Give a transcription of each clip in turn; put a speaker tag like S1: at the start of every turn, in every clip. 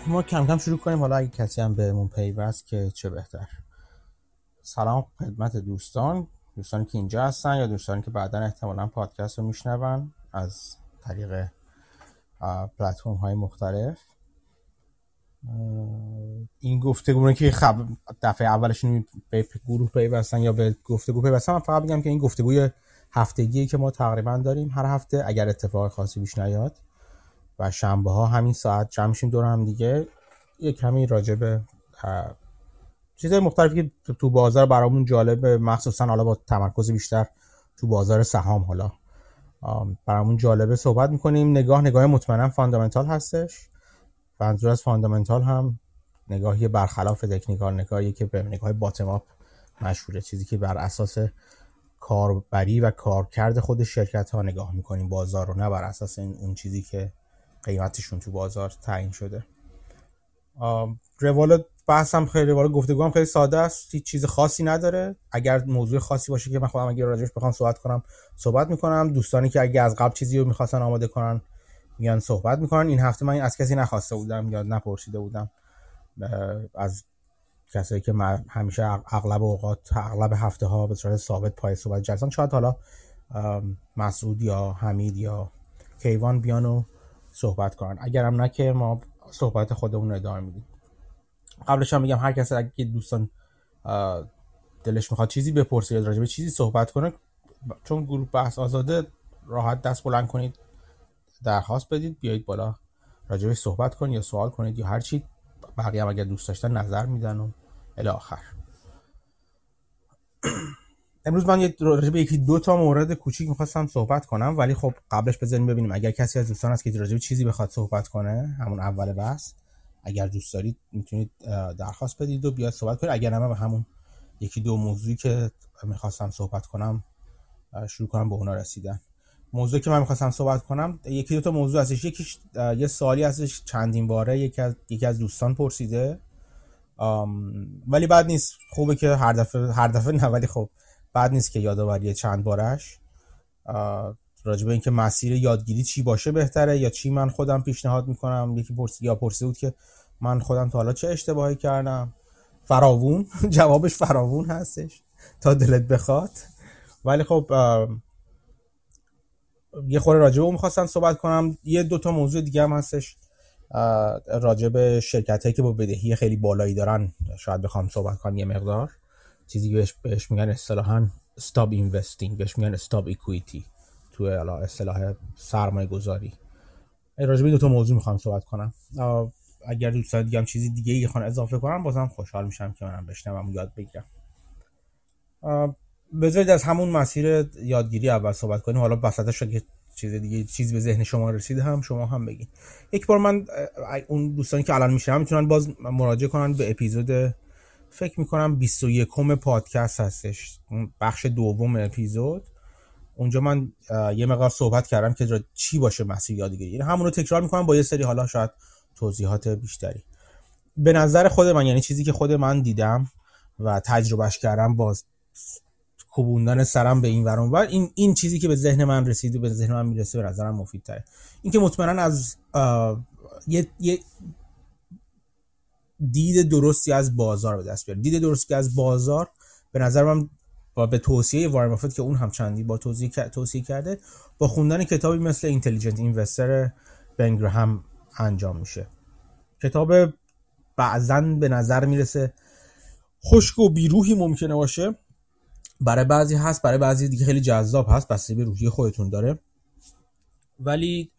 S1: ما کم کم شروع کنیم. حالا اگه کسی هم بهمون پیوست که چه بهتر. سلام خدمت دوستانی که اینجا هستن یا دوستانی که بعداً احتمالاً پادکست رو میشنون از طریق پلتفرم های مختلف. این گفتگو که دفعه اولشون به گروه پیوستن یا به گفتگو پیوستن، من فقط بگم که این گفتگوی هفتگیه که ما تقریبا داریم هر هفته اگر اتفاق خاصی پیش نیاد، و شنبه ها همین ساعت جمع میشیم دور هم دیگه یک کمی راجع به چیزهای مختلفی که تو بازار برامون جالبه، مخصوصا حالا با تمرکز بیشتر تو بازار سهام حالا برامون جالبه صحبت میکنیم. نگاه مطمئنا فاندامنتال هستش. منظور از فاندامنتال هم نگاهی برخلاف تکنیکال، نگاهی که به نگاه باتم آپ مشهوره، چیزی که بر اساس کاربری و کارکرد خود شرکت ها نگاه میکنیم بازار رو، نه بر اساس اون چیزی که قیمتشون تو بازار تعیین شده. روال بحثم خیلی، روال گفتگوام خیلی ساده است، هیچ چیز خاصی نداره. اگر موضوع خاصی باشه که من خودم اگه راجعش بخوام صحبت کنم صحبت میکنم. دوستانی که اگه از قبل چیزی رو میخواستن آماده کنن میان صحبت میکنن. این هفته من از کسی نخواسته بودم یا نپرسیده بودم، از کسایی که همیشه اغلب هفته ها به صورت ثابت پای صحبت جلسان، شاید حالا مسعود یا حمید یا کیوان بیان و صحبت کنن. اگرم نه که ما صحبت خودمون رو ادامه میدیم. قبلش هم میگم هر کسی اگه دوستان دلش میخواد چیزی بپرسه یا راجع به چیزی صحبت کنه، چون گروه بحث آزاده، راحت دست بلند کنید، درخواست بدید، بیایید بالا راجع به صحبت کنید یا سوال کنید یا هر چی. بقیه هم اگه دوست داشتن نظر میدن و الی آخر. امروز من راجع به یکی دو تا مورد کوچیک می‌خواستم صحبت کنم، ولی خب قبلش بذاریم ببینیم اگر کسی از دوستان هست که راجع به چیزی بخواد صحبت کنه همون اول بحث، اگر دوست دارید میتونید درخواست بدید و بیاد صحبت کنید. اگر نه به همون یکی دو موضوعی که می‌خواستم صحبت کنم شروع کنم به اونا رسیدن. موضوعی که من می‌خواستم صحبت کنم یکی دو تا موضوع هستش. یکیش یه سوالی هستش چندین باره یکی از دوستان پرسیده، ولی بد نیست، خوبه که هر دفعه نه، ولی خب بد نیست که یادآوری چند بارش راجع به اینکه مسیر یادگیری چی باشه بهتره یا چی من خودم پیشنهاد میکنم. یکی پرسیده بود که من خودم تا حالا چه اشتباهی کردم. فراوون جوابش فراوون هستش تا دلت بخواد، ولی خب یه خورده راجع به اون می‌خواستم صحبت کنم. یه دو تا موضوع دیگه هم هستش راجع به شرکتایی که با بدهی خیلی بالایی دارن، شاید بخوام صحبت کنم یه مقدار. چیزی بهش میگن اصطلاحاً استاب اینوستینگ، بهش میگن استاب ایکویتی تو اصطلاح سرمایه گذاری. راجع به دو تا موضوع میخوام صحبت کنم. اگر دوستان دیگه هم چیزی دیگه ای بخوان اضافه کنم بازم خوشحال میشم که منم بشنوم و یاد بگیرم. بذارید از همون مسیر یادگیری اول صحبت کنیم. حالا وسطش اگه چیزی به ذهن شما رسیده شما هم بگین. یک بار من اون دوستانی که الان میشنم میتونن باز مراجعه کنن به اپیزود فکر میکنم 21 پادکست هستش، بخش دوم اپیزود. اونجا من یه مقدار صحبت کردم که چی باشه مسیر یادگیری. یعنی همون رو تکرار میکنم با یه سری حالا شاید توضیحات بیشتری. به نظر خود من، یعنی چیزی که خود من دیدم و تجربهش کردم، باز کوبوندن سرم به این ور اون ور، این چیزی که به ذهن من رسید و به ذهن من میرسه به نظرم مفیدتره. این که مطمئنا از یه دید درستی از بازار به دست بیاره. دید درستی از بازار به نظر من به توصیه وارن بافت که اون هم چندی با توصیه کرده، با خوندن کتابی مثل اینتلیجنت اینوستر بن گراهام انجام میشه. کتاب بعضن به نظر میرسه خشک و بیروحی ممکنه باشه، برای بعضی هست، برای بعضی دیگه خیلی جذاب هست، بسته به روحیه خودتون داره. ولی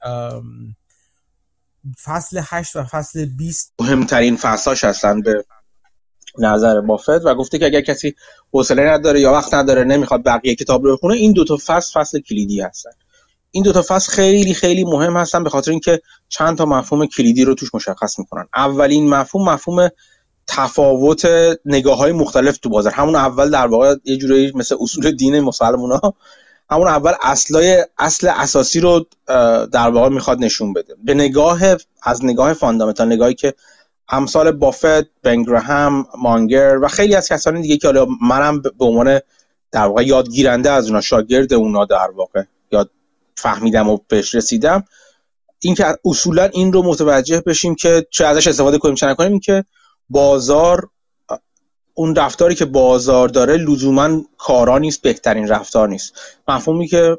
S1: فصل 8 و فصل 20 مهمترین فصلاش هستن به نظر بافت، و گفته که اگر کسی حوصله نداره یا وقت نداره نمیخواد بقیه کتاب رو بخونه، این دو تا فصل کلیدی هستن. این دو تا فصل خیلی خیلی مهم هستن به خاطر اینکه چند تا مفهوم کلیدی رو توش مشخص میکنن. اولین مفهوم تفاوت نگاه‌های مختلف تو بازار. همون اول در واقع یه جوری مثل اصول دین مسلمونا، همون اول اصل اساسی رو در واقع میخواد نشون بده. از نگاه فاندامنتال، نگاهی که امثال بافت، بن گراهام، مانگر و خیلی از کسان دیگه که حالا منم به عنوان در واقع یادگیرنده از اونا، شاگرد اونا در واقع یاد فهمیدم و بهش رسیدم، اینکه اصولا این رو متوجه بشیم که چه ازش استفاده کنیم چه نکنیم، این که بازار، اون رفتاری که بازار داره لزوما کارا نیست، بهترین رفتار نیست. مفهومی که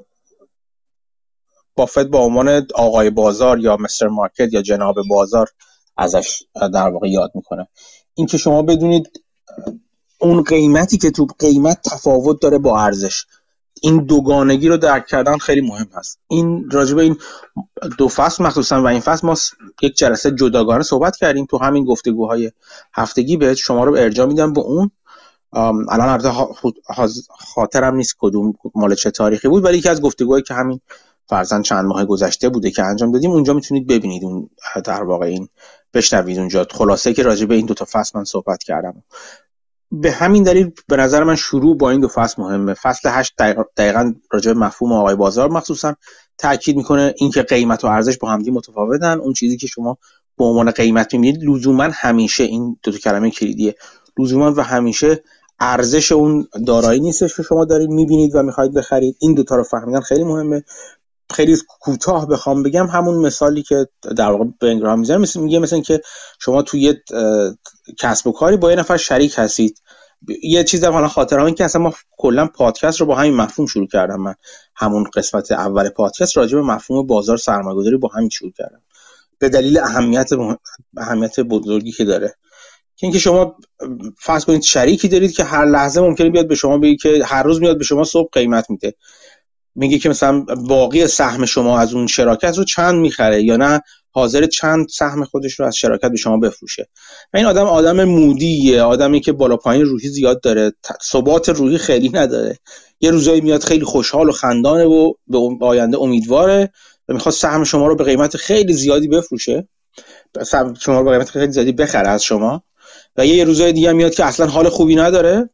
S1: بافت با عنوان آقای بازار یا مستر مارکت یا جناب بازار ازش در واقع یاد میکنه، این که شما بدونید اون قیمتی که تو قیمت تفاوت داره با ارزش. این دوگانگی رو درک کردن خیلی مهم هست. این راجبه این دو فصل مخصوصا و این فصل ما یک جلسه جداگانه صحبت کردیم تو همین گفتگوهای هفتگی، بهت شما رو ارجاع میدم به اون. الان البته خاطرم نیست کدوم مال چه تاریخی بود، ولی یکی از گفتگوهایی که همین فرضاً چند ماه گذشته بوده که انجام دادیم، اونجا میتونید ببینید، اون در واقع این بشنوید اونجا خلاصه که راجبه این دو تا فصل من صحبت کردم. به همین دلیل به نظر من شروع با این دو فصل مهمه. فصل 8 دقیقاً راجع به مفهوم آقای بازار مخصوصا تاکید میکنه، اینکه قیمت و ارزش با هم دیگه متفاوتن. اون چیزی که شما به عنوان قیمت میبینید لزوما همیشه، این دو تا کلمه کلیدیه، لزوما و همیشه ارزش اون دارایی نیستش که شما دارید میبینید و میخواید بخرید. این دو تا رو فهمیدن خیلی مهمه. خیلی کوتاه بخوام بگم، همون مثالی که در واقع بنگرام میزنه، میگه مثلا که شما توی کسب و کاری با یه نفر شریک هستید. یه چیز در حالا خاطرم این که اصلا ما کلا پادکست رو با همین مفهوم شروع کردم. من همون قسمت اول پادکست راجع به مفهوم بازار سرمایه‌گذاری با همین شروع کردم، به دلیل اهمیت بزرگی که داره. که اینکه شما فرض کنید شریکی دارید که هر لحظه ممکنه بیاد به شما بگه که هر روز میاد به شما صبح قیمت میده، میگه که مثلا باقی سهم شما از اون شراکت رو چند میخره، یا نه حاضر چند سهم خودش رو از شراکت به شما بفروشه. و این آدم مودیه، آدمی که بالا پایین روحی زیاد داره، ثبات روحی خیلی نداره. یه روزایی میاد خیلی خوشحال و خندانه و به آینده امیدواره و میخواد سهم شما رو به قیمت خیلی زیادی بفروشه، سهم شما رو به قیمت خیلی زیادی بخره از شما. و یه روزای دیگه میاد که اصلا حال خوبی نداره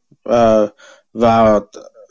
S1: و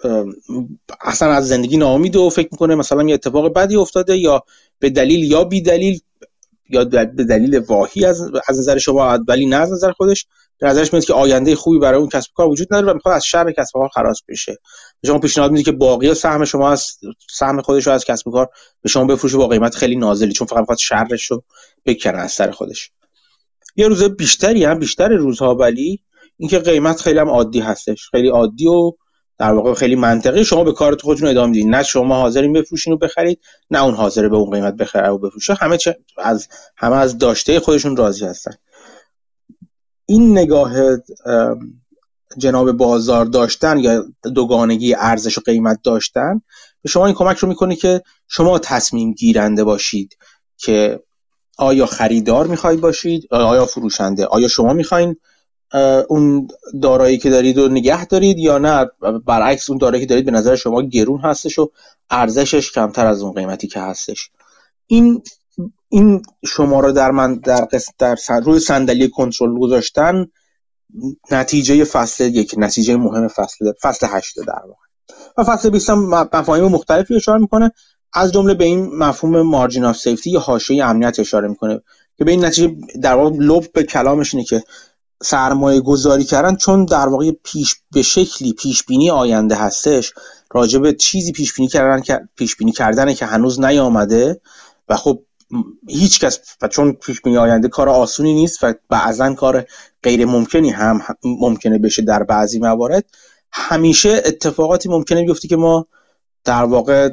S1: اصلا از زندگی ناامیده و فکر میکنه مثلا یه اتفاق بدی افتاده، یا به دلیل یا بی دلیل یا به دلیل واهی از نظر شما، ولی نه از نظر خودش، به نظرش میاد که آینده خوبی برای اون کسب و کار وجود نداره و میخواد از شر کسب و کار خلاص بشه. شما پیشنهاد میدید که باقی سهم شما از سهم خودش رو از کسب و کار به شما بفروشه با قیمت خیلی نازلی، چون فقط میخواد شرش رو بکنه از سر خودش. یه روز بیشتر روزها، ولی اینکه قیمت خیلی هم عادی هستش، خیلی عادی و در واقع خیلی منطقی، شما به کارت خودتون ادامه میدید. نه شما حاضرین بفروشین و بخرید، نه اون حاضره به اون قیمت بخره و بفروشه. همه از داشته خودشون راضی هستن. این نگاه جناب بازار داشتن یا دوگانگی ارزش و قیمت داشتن به شما این کمک رو میکنه که شما تصمیم گیرنده باشید که آیا خریدار میخواید باشید، آیا فروشنده، آیا شما میخواین اون دارایی که دارید رو نگه دارید، یا نه برعکس اون دارایی که دارید به نظر شما گرون هستش و ارزشش کمتر از اون قیمتی که هستش. این شما رو در روی صندلی کنترل گذاشتن نتیجه فصل 1، نتیجه مهم فصل 8 در واقع. و فصل 20 هم مفاهیم مختلفی اشاره میکنه، از جمله به این مفهوم مارجین آف سیفتی یا حاشیه امنیت اشاره میکنه که به این نتیجه در واقع لب به کلامش اینه که سرمایه گذاری کردن، چون در واقع به شکلی پیش بینی آینده هستش، راجع به چیزی پیش بینی کردنه که هنوز نیامده و خب هیچ کس، و چون پیش بینی آینده کار آسونی نیست و بعضن کار غیر ممکنی هم ممکنه بشه در بعضی موارد، همیشه اتفاقاتی ممکنه بیفته که ما در واقع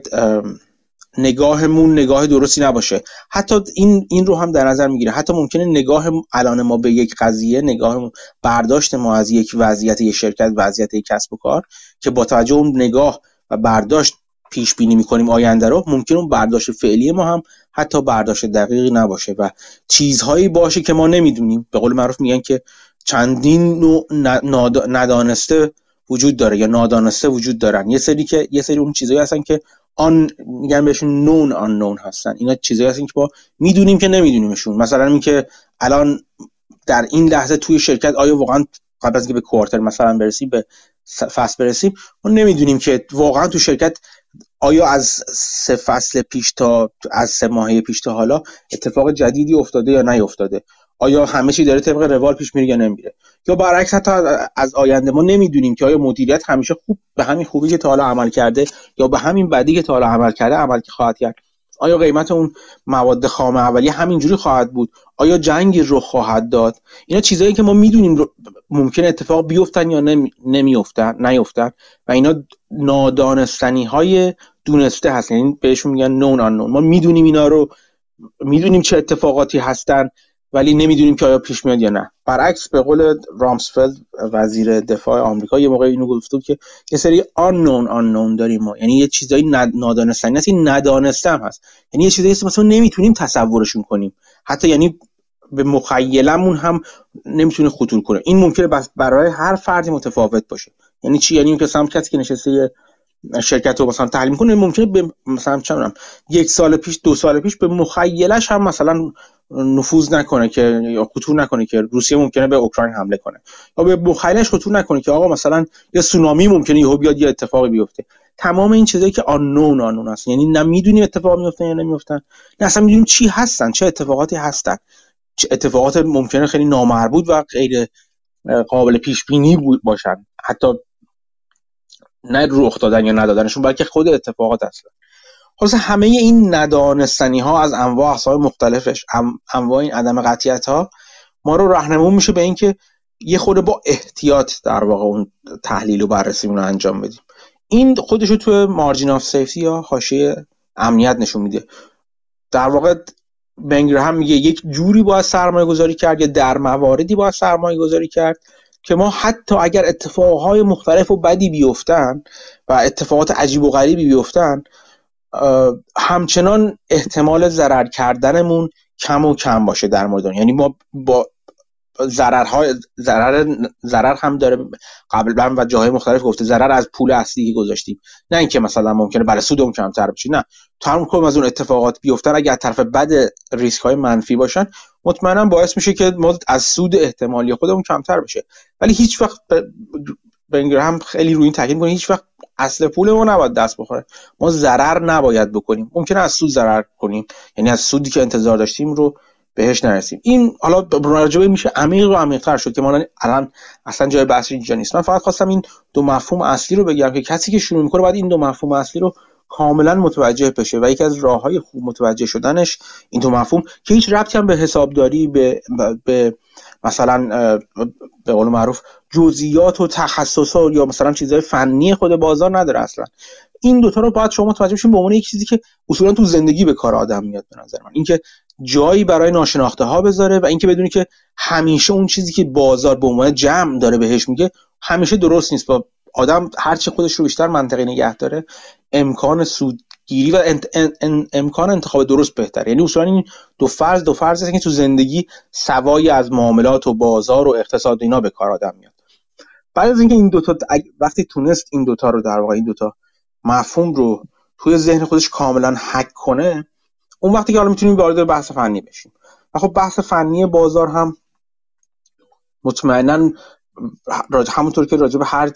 S1: نگاهمون نگاه درستی نباشه. حتی این رو هم در نظر میگیره، حتی ممکنه نگاه الان ما به یک قضیه، نگاه برداشت ما از یک وضعیت یک شرکت، وضعیت یک کسب و کار که با توجه اون نگاه و برداشت پیش بینی میکنیم آینده رو، ممکنه اون برداشت فعلی ما هم حتی برداشت دقیقی نباشه و چیزهایی باشه که ما نمیدونیم. به قول معروف میگن که چندین نوع ندانسته وجود داره یا نادانسته وجود دارن. یه سری اون چیزایی هستن که میگن بهشون نون آن نون هستن. اینا چیزایی هستن که ما میدونیم که نمیدونیمشون. مثلا این که الان در این لحظه توی شرکت آیا واقعا قبل از اینکه به کوارتر مثلا برسیم، به فصل برسیم، ما نمیدونیم که واقعا تو شرکت آیا از 3 فصل پیش تا از 3 ماهه پیش تا حالا اتفاق جدیدی افتاده یا نیفتاده، آیا همه چی داره طبق روال پیش میره یا نمیره، یا برعکس حتی از آینده ما نمیدونیم که آیا مدیریت همیشه خوب به همین خوبی که تا حالا عمل کرده یا به همین بدی که تا حالا عمل کرده عمل خواهد کرد.
S2: آیا قیمت اون مواد خام اولیه همینجوری خواهد بود؟ آیا جنگی رخ خواهد داد؟ اینا چیزایی که ما میدونیم ممکنه اتفاق بیفتن یا نیفتن و اینا نادانستنی های دونسته هست، یعنی بهشون میگن نون آن نون. ما میدونیم اینا رو، میدونیم چه اتفاقاتی هستن ولی نمیدونیم که آیا پیش میاد یا نه. برعکس به قول رامسفلد وزیر دفاع آمریکا یه موقع اینو گفت که یه سری آن داریم ما، یعنی یه چیزایی نادانستنی هست، این ندانسته هم هست، یعنی یه چیزایی مثلا نمیتونیم تصورشون کنیم، حتی یعنی به مخیلمون هم نمیتونه خطور کنه. این ممکنه برای هر فردی متفاوت باشه. یعنی چی؟ یعنی که مثلا کسی که نشسته شرکت رو مثلا تحلیل کنه ممکنه به مثلا چه می‌دونم 1 سال پیش 2 سال پیش به مخیلش هم مثلا نفوذ نکنه که یا خطور نکنه که روسیه ممکنه به اوکراین حمله کنه، یا به مخیلش خطور نکنه که آقا مثلا یه سونامی ممکنه یهو بیاد یه اتفاقی بیفته. تمام این چیزایی که آنون هست، یعنی نمیدونیم اتفاق میفته یا نمیفتن، نه اصلا میدونیم چی هستن، چه اتفاقاتی هستن، چه اتفاقات ممکنه خیلی نامربوط و غیر قابل پیش بینی باشن، حتی نه رخ دادن یا ندادنشون بلکه خود اتفاقات هستن. خلاص همه این ندانستنی ها از انواع اقسام مختلفش، انواع این عدم قطعیت ها ما رو راهنمون میشه به این که یه خورده با احتیاط در واقع اون تحلیل و بررسیمون رو انجام بدیم. این خودش رو توی مارجین آف سیفتی یا حاشیه امنیت نشون میده. در واقع بنگر هم میگه یک جوری باید سرمایه گذاری کرد یا در مواردی باید سرمایه گذاری کرد که ما حتی اگر اتفاقهای مختلف و بدی بیفتن و اتفاقات عجیب و غریبی بیفتن همچنان احتمال ضرر کردنمون کم و کم باشه در مورد اون. یعنی ما با ضرر هم داره قبلا و جاهای مختلف گفته ضرر از پول اصلی که گذاشتیم، نه اینکه مثلا ممکنه برای سودمون کمتر بشه، نه تو هم کدوم از اون اتفاقات بیفتن اگر طرف بد ریسک های منفی باشن مطمئنا باعث میشه که ما از سود احتمالی خودمون کمتر بشه. ولی هیچ وقت بنگر هم خیلی روی این تاکید می‌کنه هیچ وقت اصل پول ما نباید دست بخوره، ما ضرر نباید بکنیم. ممکنه از سود ضرر کنیم، یعنی از سودی که انتظار داشتیم رو بهش نرسیم. این حالا راجبه میشه عمیق و عمیق‌تر شد که ما الان اصلا جای بحث اینجا نیست. من فقط خواستم این دو مفهوم اصلی رو بگم که کسی که شروع میکنه باید این دو مفهوم اصلی رو کاملا متوجه بشه و یکی از راههای خوب متوجه شدنش این دو مفهوم که هیچ ربطی هم به حسابداری به مثلا به قول معروف جزئیات و تخصصات یا مثلا چیزهای فنی خود بازار نداره اصلا. این دوتا رو باید شما متوجه بشین به عنوان یک چیزی که اصولا تو زندگی به کار آدم میاد. به نظر من اینکه جایی برای ناشناخته ها بذاره و اینکه بدونی که همیشه اون چیزی که بازار به عنوان جمع داره بهش میگه همیشه درست نیست. با آدم هرچی خودش رو بیشتر منطقی نگه داره امکان سودگیری و امکان انتخاب درست بهتره. یعنی اصولا این دو فرض هست که تو زندگی سوای از معاملات و بازار و اقتصاد اینا به کار آدم میاد. بعد از اینکه این دوتا وقتی تونست این دوتا رو در واقع این دوتا مفهوم رو توی ذهن خودش کاملا هک کنه، اون وقتی که حالا میتونیم وارد بحث فنی بشیم. و خب بحث فنی بازار هم مطمئنا همونطور که راجع به هر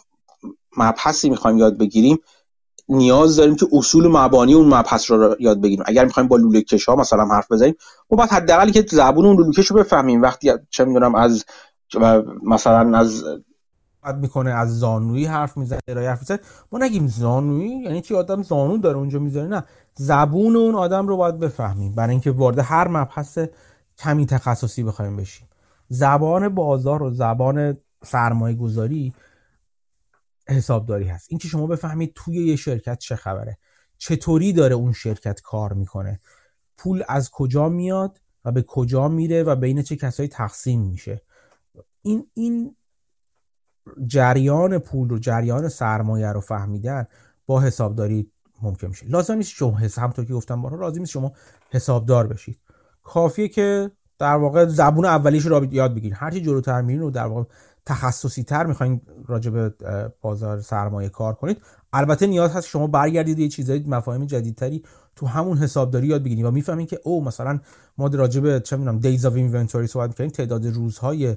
S2: مبحثی میخوایم یاد بگیریم نیاز داریم که اصول مبانی اون مبحث رو یاد بگیریم. اگر میخوایم با لوله کشا مثلا حرف بزنیم ما باید حداقل که زبون اون لوله کش رو بفهمیم. وقتی چه میدونم از مثلا از
S1: میکنه از زانویی حرف میزنه حرف میزنه، ما نگیم زانویی یعنی چی آدم زانو داره اونجا میذاره، نه زبون اون آدم رو باید بفهمیم برای اینکه وارد هر مبحث کمی تخصصی بخوایم بشیم. زبان بازار و زبان سرمایه گذاری حسابداری هست. این که شما بفهمید توی یه شرکت چه خبره، چطوری داره اون شرکت کار میکنه، پول از کجا میاد و به کجا میره و بین چه کسایی تقسیم میشه. این جریان پول رو، جریان سرمایه رو فهمیدن با حسابداری ممکن میشه. لازم نیست شما همونطور که گفتم بارها لازم نیست شما حسابدار بشید، کافیه که در واقع زبون اولیش رو یاد بگیرید. هرچی جلوتر میرین و در واقع تخصصی تر میخواین راجع به بازار سرمایه کار کنید، البته نیاز هست شما برگردید یه چیزای مفاهیم جدیدتری تو همون حسابداری یاد بگیرید و میفهمین که او مثلا ما راجع به چه میدونم دیز اف اینونتوری صحبت می‌کنیم، تعداد روزهای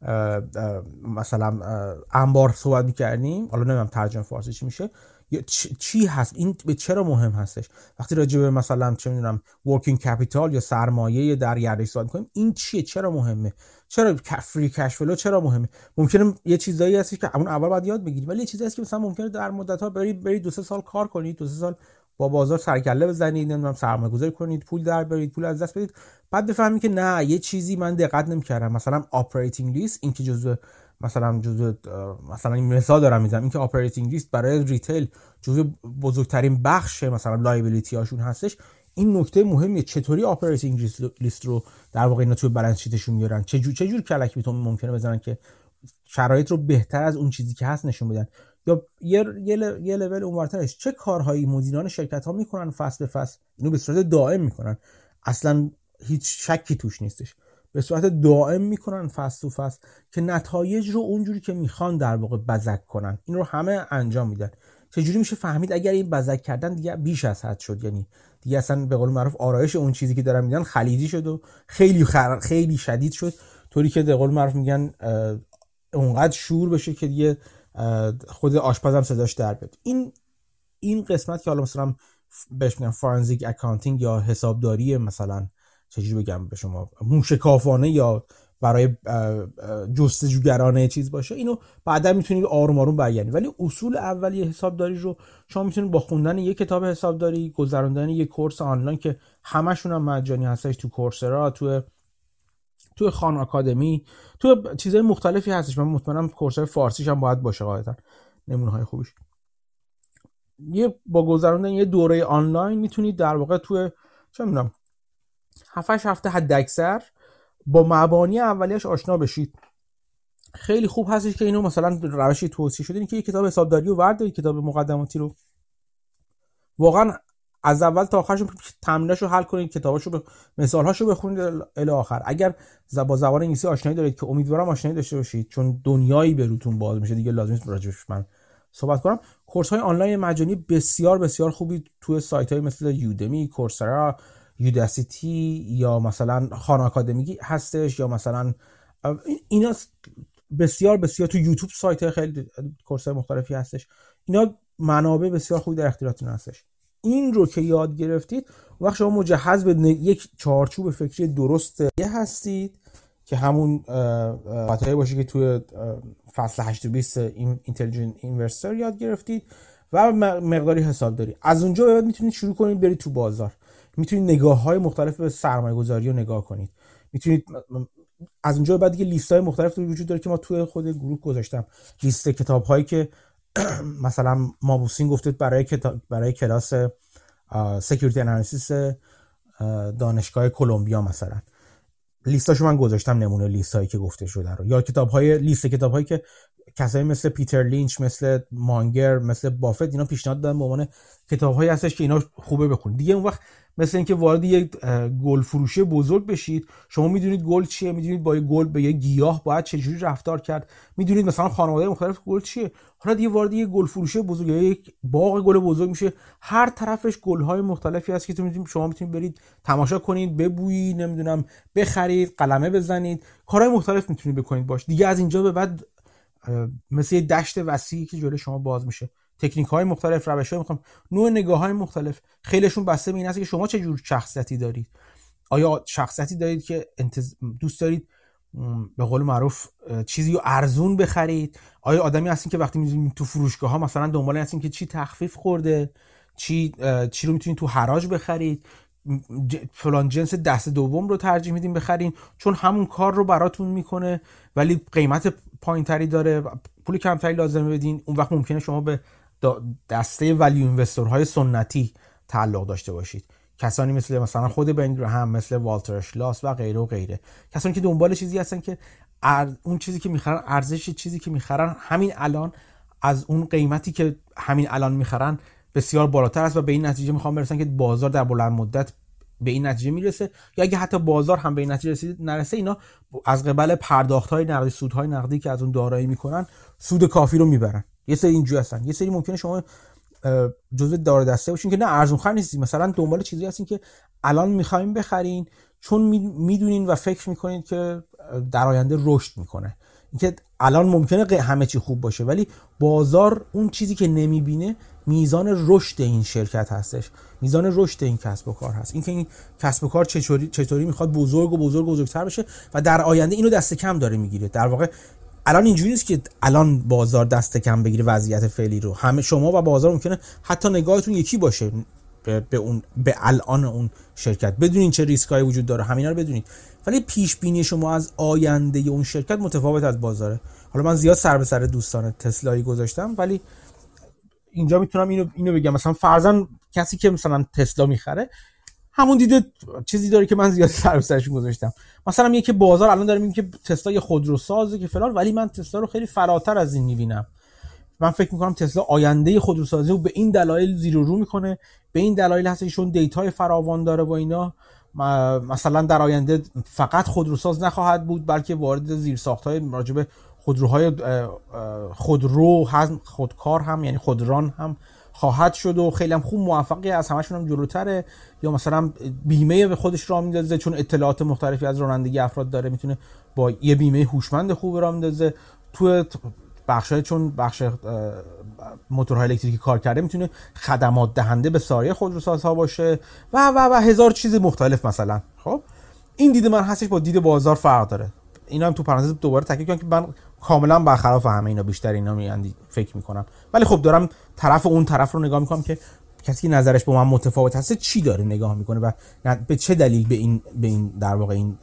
S1: مثلا انبار صحبت می‌کردیم، حالا نمیدونم ترجمه فارسی چی میشه، چی هست این، به چرا مهم هستش. وقتی راجع به مثلا چه میدونم ورکینگ کپیتال یا سرمایه در گردش صحبت می‌کنیم، این چیه، چرا مهمه، چرا فری کش فلو چرا مهمه. ممکنه یه چیزایی هست که اون اول باید یاد بگیری، ولی یه چیزی هست که مثلا ممکنه در مدت‌ها بری 2-3 سال کار کنی، 2-3 سال با بازار سرکله بزنید، نمیدونم سرمایه‌گذاری کنید، پول در بیارید، پول از دست بدید، بعد بفهمید که نه یه چیزی من دقت نمی‌کردم، مثلا آپریتینگ لیست، این که جزء مثلا این مثال دارم میزنم، این که آپریتینگ لیست برای ریتیل جزء بزرگترین بخش مثلا لایبیلیتی هاشون هستش. این نکته مهمیه، چطوری آپریتینگ لیست رو در واقع اینا توی بالانس شیتشون میارن، چه جور کلک میتونن ممکنه بزنن که شرایط رو بهتر از اون چیزی که هست نشون بدن. یا یه لول اونورترش، چه کارهایی مدیران شرکت ها میکنن فصل به فصل، اینو به صورت دائم میکنن، اصلا هیچ شکی توش نیستش، به صورت دائم میکنن فصل تو فصل که نتایج رو اونجوری که میخوان در واقع بزک کنن. این رو همه انجام میدن. چجوری میشه فهمید اگر این بزک کردن دیگه بیش از حد شد، یعنی دیگه اصلا به قول معروف آرایش اون چیزی که دارن میدن خلیجی شد و خیلی شدید شد، طوری که به قول معروف میگن اونقدر شور بشه که دیگه خود آشپزم صداش در بیاد. این قسمت که حالا مثلا بهش میگن فورنزیک اکانتینگ یا حسابداری، مثلا چجوری بگم به شما، موشکافانه یا برای جستجوگرانه چیز باشه، اینو بعدا میتونید آروم آروم بیانید. ولی اصول اولیه حسابداری رو شما میتونید با خوندن یک کتاب حسابداری، گذروندن یک کورس آنلاین که همشون هم مجانی هستش، تو کورسرا، تو خان آکادمی، تو چیزهای مختلفی هستش. من مطمئنم کورسای فارسیش هم باید باشه قاعدتا، نمونه های خوبیش. با گذروندن یه دوره آنلاین میتونید در واقع تو چه میدونم 7-8 هفته حد اکثر با مبانی اولیش آشنا بشید. خیلی خوب هستش که اینو مثلا روشی توصیه شده، این که یک کتاب حسابداری رو وردارید، کتاب مقدماتی رو واقعا از اول تا آخرش تمریناشو حل کنید، کتاباشو مثالهاشو بخونید الی آخر. اگر با زبان انگلیسی آشنایی دارید که امیدوارم آشنایی داشته باشید، چون دنیایی به روتون باز میشه دیگه، لازم نیست راجعش من صحبت کنم. کورس‌های آنلاین مجانی بسیار بسیار خوبی تو سایت‌های مثل یودمی، کورسرا، یوداسیتی یا مثلا خان آکادمی هستش، یا مثلا اینا بسیار بسیار تو یوتیوب سایت‌های خیلی کورس‌های مختلفی هستش. اینا منابع بسیار خوبی در اختیارتون هستش. این رو که یاد گرفتید، وقت شما مجهز به یک چارچوب فکری درست هستید که همون قطعه باشه که توی فصل 8-20 اینتلیجنت اینوستر یاد گرفتید و مقداری حسابداری. از اونجا به بعد میتونید شروع کنید برید تو بازار، میتونید نگاه‌های مختلف به سرمایه‌گذاری رو نگاه کنید، میتونید از اونجا به بعد دیگه لیست‌های مختلف وجود داره که ما توی خود گروه گذاشتم، لیست کتاب‌هایی که مثلا مابوسین گفته برای کلاس سکیوریتی انالیسیس دانشگاه کلمبیا، مثلا لیستاشو من گذاشتم، نمونه لیستایی که گفته شده رو، یا لیست کتاب‌هایی که کسایی مثل پیتر لینچ، مثل مانگر، مثل بافت اینا پیشنهاد دادن به عنوان کتاب‌هایی هستش که اینا خوبه بخونید. دیگه اون وقت مثل اینکه وارد یک گل فروشی بزرگ بشید، شما میدونید گل چیه، میدونید با گل به یک گیاه باید چجوری رفتار کرد، میدونید مثلا خانواده مختلف گل چیه. حالا دیگه وارد یک گل فروشی بزرگ یا یک باغ گل بزرگ میشه، هر طرفش گل‌های مختلفی هست که شما میتونید برید تماشا کنید، ببویید، نمیدونم بخرید، قلمه بزنید، کارهای مختلف میتونید بکنید باش. دیگه از اینجا به بعد مثل یه دشت وسیعی که جلوی شما باز میشه، تکنیک‌های مختلف، روش‌های مختلف، نوع نگاه‌های مختلف، خیلیشون بسته به این است که شما چه جور شخصیتی دارید. آیا شخصیتی دارید که دوست دارید به قول معروف چیزی رو ارزون بخرید؟ آیا آدمی هستین که وقتی می‌رید تو فروشگاه‌ها مثلا دنبال هستین که چی تخفیف خورده، چی رو میتونید تو حراج بخرید، فلان جنس دست دوم رو ترجیح میدین بخرین چون همون کار رو براتون میکنه ولی قیمت پایینتری داره، پول کمتری لازمه بدین. اون وقت ممکنه شما به دسته ولیو اینوستورهای سنتی تعلق داشته باشید، کسانی مثلا خود بن گراهام، مثل والتر اشلاس و غیره و غیره، کسانی که دنبال چیزی هستن که اون چیزی که میخرن، ارزش چیزی که میخرن همین الان از اون قیمتی که همین الان میخرن بسیار بالاتر است و به این نتیجه میخوام برسن که بازار در بلند مدت به این نتیجه میرسه، یا اگه حتی بازار هم به این نتیجه نرسه، اینا از قبل پرداخت‌های نقدی، سودهای نقدی که از اون دارایی میکنن سود کافی رو میبرن. یه سری اینجوری هستن، یه سری ممکنه شما جزء دار دسته باشین که نه ارزون خرید نیستین، مثلا دنبال چیزی هستین که الان میخواین بخرین چون میدونین و فکر میکنید که در آینده رشد میکنه. اینکه الان ممکنه همه چی خوب باشه ولی بازار اون چیزی که نمیبینه میزان رشد این شرکت هستش، میزان رشد این کسب و کار هست، اینکه این کسب و کار چطوری میخواد بزرگتر بشه و در آینده اینو دست کم داره میگیره. در واقع الان اینجوری نیست که الان بازار دست کم بگیره وضعیت فعلی رو، همه شما و بازار ممکنه حتی نگاهتون یکی باشه، به الان اون شرکت، بدونین چه ریسکایی وجود داره، همینا رو بدونید. ولی پیش بینی شما از آینده اون شرکت متفاوت از بازاره. حالا من زیاد سر به سر دوستان تسلایی گذاشتم، ولی اینجا میتونم اینو بگم، مثلا فرضاً کسی که مثلا تسلا میخره همون دیده چیزی داره که من زیاد سر به سرش گذاشتم. مثلا میگه که بازار الان داره میگه که تسلا یه خودروسازه که فلان، ولی من تسلا رو خیلی فراتر از این میبینم. من فکر میکنم تسلا آینده خودروسازی رو به این دلایل زیر و رو میکنه، به این دلایل هست ایشون دیتای فراوان داره و اینا. مثلا در آینده فقط خودروساز نخواهد بود، بلکه وارد زیرساخت‌های راجب خودروهای خودرو هم، خودکار هم، یعنی خودران هم خواهد شد و خیلی هم خوب موفقی از همشون هم جلوتره. یا مثلا بیمه به خودش راه میندازه، چون اطلاعات مختلفی از رانندگی افراد داره، میتونه با یه بیمه هوشمند خوب راه میندازه. تو بخشای چون بخش موتورهای الکتریکی کار کرده، میتونه خدمات دهنده به سایر خودروسازها باشه و هزار چیز مختلف مثلا. خب این دید من هستش با دید بازار فرق داره. اینا هم تو پرانتز دوباره تاکید کنم که من کاملا برخلاف همه اینا، بیشتر اینا میاندی فکر میکنم، ولی خب دارم اون طرف رو نگاه میکنم که کسی که نظرش با من متفاوت هست چی داره نگاه میکنه و به چه دلیل به این در واقع این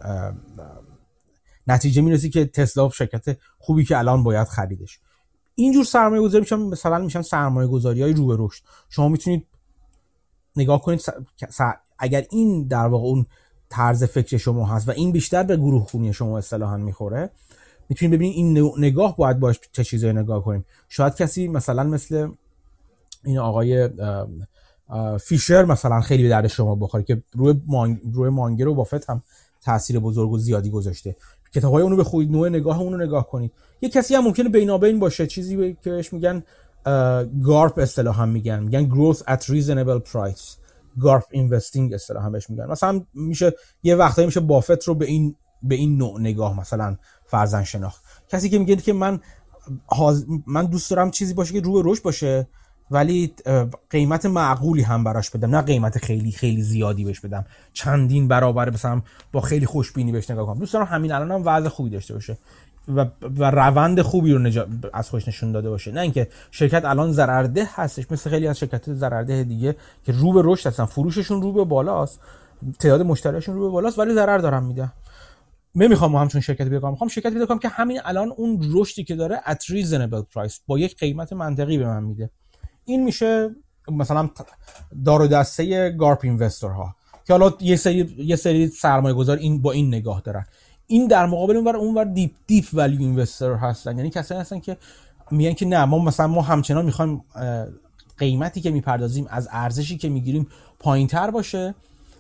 S1: نتیجه میرسی که تسلا شرکت خوبی که الان باید خریدش. اینجور سرمایه گذاری میشن سرمایه گذاری های رو به رشد. شما میتونید نگاه کنید اگر این در واقع اون طرز فکر شما هست و این بیشتر به گروه خونی شما اصطلاحاً میخوره، میتونید ببینید این نگاه باید باش چه چیزایی نگاه کنیم. شاید کسی مثلا مثل این آقای فیشر مثلا خیلی به درد شما بخوره که روی مانگر و بافت هم تاثیر بزرگ و زیادی گذاشته. کتابای اونو بخونید، نوع نگاه اونو نگاه کنید. یه کسی هم ممکنه بینابین باشه، چیزی که بهش میگن گارپ اصطلاحاً میگن growth at reasonable price، گارپ اینوستینگ اصطلاحاً بهش میگن. مثلا میشه یه وقتایی میشه بافت رو به این نوع نگاه مثلا فرضاً شناخت. کسی که میگه که من دوست دارم چیزی باشه که رو به رشد باشه، ولی قیمت معقولی هم براش بدم، نه قیمت خیلی خیلی زیادی بهش بدم، چندین برابر مثلا با خیلی خوشبینی بهش نگاه کنم. دوست دارم همین الانم وضع خوبی داشته باشه و روند خوبی رو از خودش نشون داده باشه، نه اینکه شرکت الان ضررده هستش مثل خیلی از شرکت‌های ضررده دیگه که رو به رشد هستن، فروششون رو به بالاست، تعداد مشتریاشون رو به بالاست، ولی ضرر دارن میدن. نمیخوام همچون شرکتی بگم، میخوام شرکتی بگم که همین الان اون رشدی که داره at reasonable price با یک قیمت منطقی به من میده. این میشه مثلا دار و دسته گارپ اینوستر ها که حالا یه سری سرمایه گذار این با این نگاه دارن. این در مقابل اونور دیپ ولیو اینوستر هستن، یعنی کسایی هستن که میگن که نه، ما همچنان میخوایم قیمتی که میپردازیم از ارزشی که میگیریم پایینتر باشه،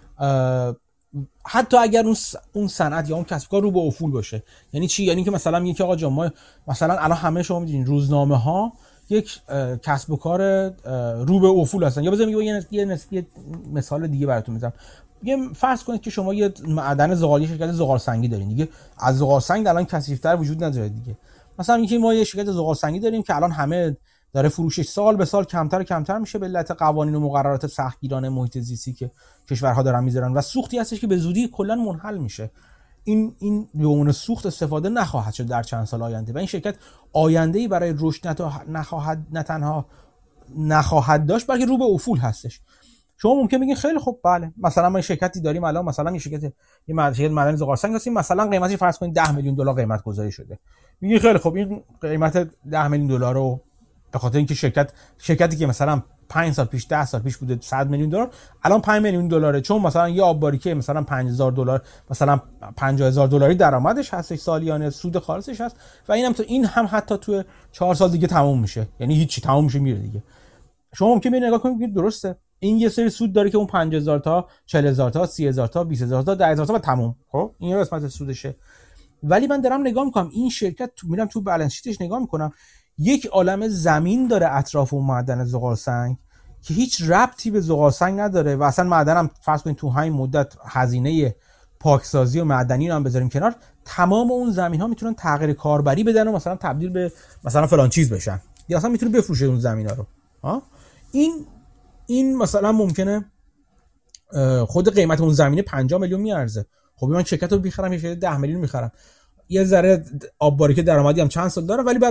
S1: حتی اگر اون صنعت یا اون کسب کار رو به افول باشه. یعنی چی؟ یعنی که مثلا میگه که آقا جان، ما مثلا الان همه شما میدونین روزنامه ها یک کسب و کار رو به افول هستن. یا بذارم یه مثال دیگه براتون میزنم. فرض کنید که شما یه معدن زغالی، شرکت زغال سنگی دارین دیگه. از زغال سنگ الان کثیف‌تر وجود نداره دیگه. مثلا میگه ما یه شرکت زغال سنگی داریم که الان همه داره فروشش سال به سال کمتر و کمتر میشه به علت قوانین و مقررات سختگیرانه محیط زیستی که کشورها دارن میذارن و سوختی هستش که به زودی کلا منحل میشه. این به عنوان سوخت استفاده نخواهد شد در چند سال آینده و این شرکت آینده‌ای برای رشد نه تنها نخواهد داشت، بلکه رو به افول هستش. شما ممکن بگین خیلی خب بله، مثلا ما شرکتی داریم الان، مثلا یه شرکت معدن زغال سنگ هستیم، مثلا قیمتش فرض کنید $10 میلیون قیمت گذاری شده. میگین خیلی خب این قیمت $10 میلیون رو به خاطر اینکه شرکتی که مثلا 5 سال پیش 10 سال پیش بوده $100 میلیون، الان $5 میلیون، چون مثلا یه آب باریکه مثلا $5000 مثلا $50000 درآمدش هستش سالیانه، سود خالصش هست و این هم حتی تو 4 سال دیگه تموم میشه، یعنی هیچی تموم میشه میره دیگه. شما ممکنه نگاه کنید درسته این یه سری سود داره که اون 50000 تا 40000 تا 30000 تا 20000 تا 10000 تا و تموم. خب این قسمت سودشه، ولی من دارم نگاه میکنم این شرکت میرم تو بالانس شیتش نگاه میکنم، یک عالمه زمین داره اطراف اون معدن زغال سنگ که هیچ ربطی به زغال سنگ نداره و اصلا معدنم فرض کنید تو همین مدت هزینه پاکسازی و معدنی رو هم بذاریم کنار، تمام اون زمین ها میتونن تغییر کاربری بدن و مثلا تبدیل به مثلا فلان چیز بشن، یا اصلا میتونه بفروشه اون زمینا رو. این مثلا ممکنه خود قیمت اون زمینه 50 میلیون میارزه. خب من شرکت رو میخرم، یه شرکت 10 میلیون میخرم، یه ذره آب باریکه درآمدی هم چند سال داره، ولی بعد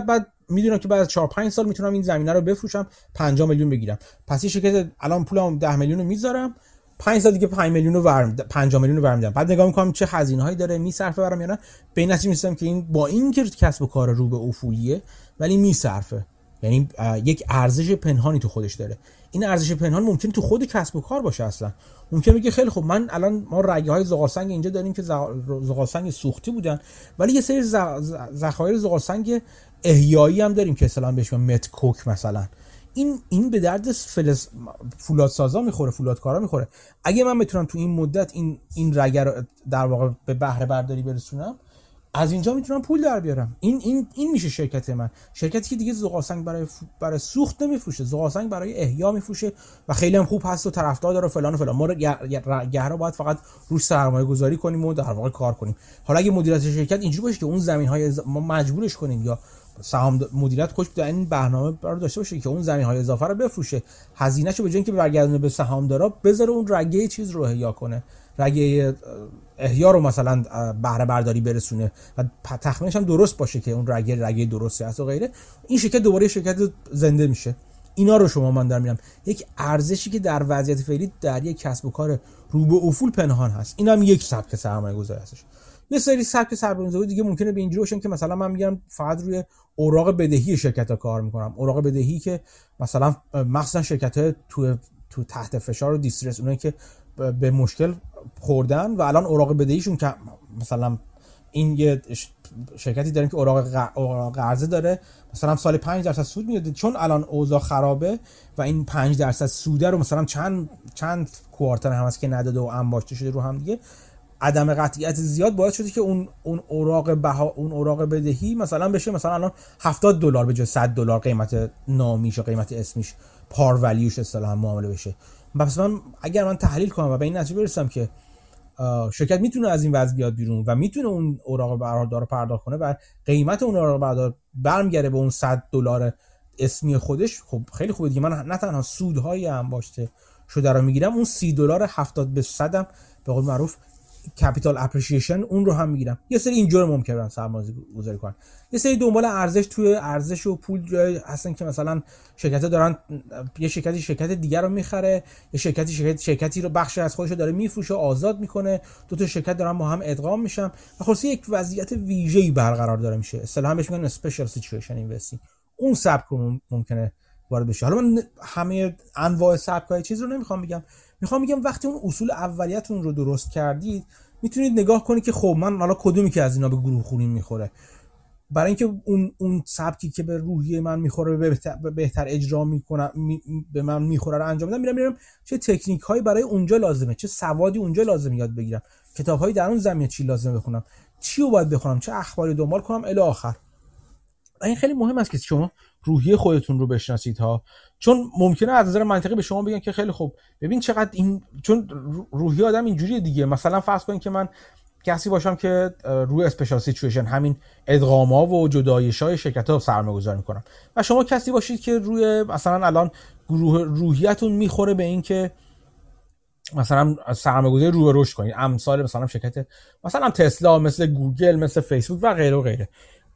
S1: میدونم که بعد از 4 5 سال میتونم این زمینه رو بفروشم 50 میلیون بگیرم. پس این شرکت الان پولم 10 میلیون رو میذارم، 5 سال دیگه 5 میلیون رو 50 میلیون رو برمی‌دارم. بعد نگاه میکنم چه هزینه‌هایی داره میصرفه برام یا نه. به این نتیجه میرسم که این با این که کسب و کار رو به افولیه ولی میصرفه، یعنی یک ارزش پنهانی تو خودش داره. این ارزش پنهان ممکنه تو خود کسب و کار باشه. اصلا ممکنه بگه خیلی خب من الان ما رگه‌های زغالسنگ اینجا داریم که زغالسنگ سوختی بودن، ولی یه سری ذخایر زغالسنگ احیایی هم داریم که اصلا بهش میگن مت کوک مثلا. این به درد فولادسازا میخوره، فولادکارا میخوره. اگه من بتونم تو این مدت این رگه رو در واقع به بهره برداری برسونم، از اینجا میتونم پول در بیارم. این میشه شرکت من، شرکتی که دیگه زغالسنگ برای سوخت نمیفروشه، زغالسنگ برای احیا میفروشه و خیلی هم خوب هست و طرفدار داره و فلان و فلان. ما گهرا باید فقط روش سرمایه گذاری کنیم و در واقع کار کنیم. حالا اگه مدیریت شرکت اینجوری باشه که اون زمین‌های ما مجبورش کنیم یا سهام مدیریت خوش در این برنامه رو داشته باشه که اون زمین‌های اضافه رو بفروشه، هزینه‌شو به جای اینکه برگردونه به سهامدارا بذاره اون رگه چیز رو احیا کنه، رگه احیا رو مثلا بهره برداری برسونه و تخمینش هم درست باشه که اون رگه درستی هست و غیره. این شرکت دوباره شرکت زنده میشه. اینا رو شما من در میارم، یک ارزشی که در وضعیت فعلی در یک کسب و کار رو به افول پنهان هست. این هم یک سبک سرمایه‌گذاری هستش. یه سری سبک سرمایه‌گذاری دیگه ممکنه به اینجوری باشن که مثلا من میگم فقط روی اوراق بدهی شرکت‌ها کار میکنم، اوراق بدهی که مثلا مخصوصا شرکت‌های تو تحت فشار و دیسترس، اونایی که به مشکل خوردن و الان اوراق بدهیشون که مثلا این یه شرکتی داریم که اوراق قرضه داره، مثلا سال 5% سود میده، چون الان اوضاع خرابه و این 5% سوده رو مثلا چند کوارتر هم هست که نداده و انباشته شده رو هم دیگه، عدم قطعیت زیاد باعث شده که اون اوراق بدهی مثلا بشه مثلا الان $70 به جای $100 قیمت نامیش و قیمت اسمیش پار ولیوش اصطلاحاً معامله بشه. پس من اگر من تحلیل کنم و به این نتیجه برسم که شرکت میتونه از این وضع بیاد بیرون و میتونه اون اوراق بهادار رو پرداخت کنه و قیمت اون اوراق بهادار برمیگره به اون $100 اسمی خودش، خب خیلی خوبه دیگه. من نه تنها سودهای انباشته شده رو میگیرم، اون $30 70 به 100 هم به قول معروف کپیتال اپریشیشن اون رو هم میگیرم. یه سری اینجوری ممکنه سرمایه گذاری کنن. یه سری دنبال ارزش توی ارزش و پول جای هستن که مثلا شرکت‌ها دارن یه شرکت دیگر رو میخره، یه شرکتی رو بخشی از خودش رو داره میفروشه، آزاد میکنه، دو تا شرکت دارن با هم ادغام میشن و خلاص یک وضعیت ویژه‌ای برقرار داره میشه. اصطلاحاً بهش میگن اسپیشال سیچویشن اینوستینگ. اون سبک رو ممکنه وارد بشه. حالا من همه انواع سبک‌های چیز رو نمیخوام بگم، میخوام بگم وقتی اون اصول اولیه‌تون رو درست کردید میتونید نگاه کنید که خب من حالا کدومی که از اینا به گروه خونین میخوره، برای اینکه اون سبکی که به روحیه من میخوره بهتر اجرا میکنم به من میخوره رو انجام بدم، میرم چه تکنیک هایی برای اونجا لازمه، چه سوادی اونجا لازمه یاد بگیرم، کتاب هایی در اون زمینه چی لازمه بخونم، چی رو باید بخونم، چه اخباری دنبال کنم الی آخر. این خیلی مهم است که شما روحیه خودتون رو بشناسید ها، چون ممکنه از نظر منطقی به شما بگن که خیلی خوب ببین چقدر این، چون روحیه آدم اینجوریه دیگه. مثلا فرض کنید که من کسی باشم که روی اسپیشال سیچویشن، همین ادغام‌ها و جدایش‌های شرکت‌ها سرمایه‌گذاری می‌کنم، و شما کسی باشید که روی مثلا الان روحیه‌تون میخوره به این که مثلا سرمایه‌گذاری رو به رشد کنید، امثال مثلا شرکت مثلا تسلا، مثل گوگل، مثل فیسبوک و غیره و غیره.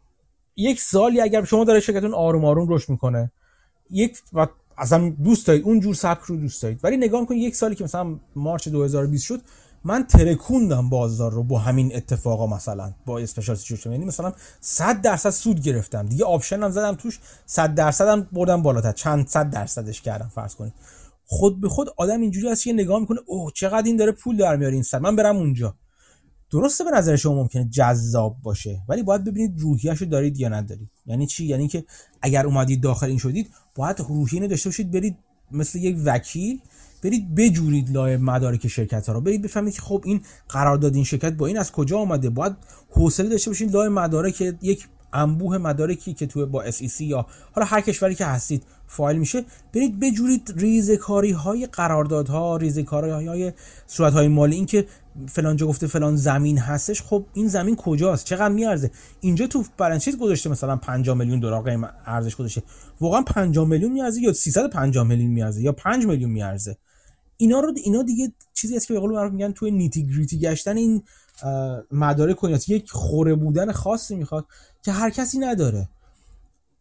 S1: یک سالی اگر شما داره شرکتتون آروم آروم رشد میکنه، یک و اصلا دوست دارید اون جور سبک رو دوست دارید، ولی نگاه کنید یک سالی که مثلا مارچ 2020 شد، من ترکوندم بازار رو با همین اتفاقا، مثلا با اسپیشال سیچویشن، یعنی مثلا 100% سود گرفتم دیگه، آپشن هم زدم توش، 100% هم بردم بالاتر، چند صد درصدش کردم. فرض کنید خود به خود آدم اینجوری هست که نگاه میکنه اوه چقدر این داره پول در میاره این سر، من برم اونجا. درسته به نظر شما ممکنه جذاب باشه، ولی باید ببینید روحیه‌شو دارید یا ندارید. یعنی چی؟ یعنی که اگر اومدید داخل این شدید، باید روحیه داشته باشید، برید مثل یک وکیل برید بجورید لای مدارک شرکت‌ها رو، برید بفهمید که خب این قرارداد این شرکت با این از کجا اومده. باید حوصله داشته باشید لای مدارک، یک انبوه مدارکی که تو با SEC یا حالا هر کشوری که هستید فایل میشه، برید بجورید ریزکاری‌های قراردادها، ریزکاری‌های صورت‌های مالی، این که فلان جا گفته فلان زمین هستش، خب این زمین کجاست، چقدر میارزه، اینجا تو بالانس شیت گذاشته مثلا $50 میلیون قیمت ارزش گذاشته، واقعا 50 میلیون میارزه یا 350 میلیون میارزه یا 5 میلیون میارزه. اینا دیگه چیزی است که به قول معروف میگن توی نیتی گریتی گشتن این مدارک کنیاست، یک خوره بودن خاصی میخواد که هر کسی نداره.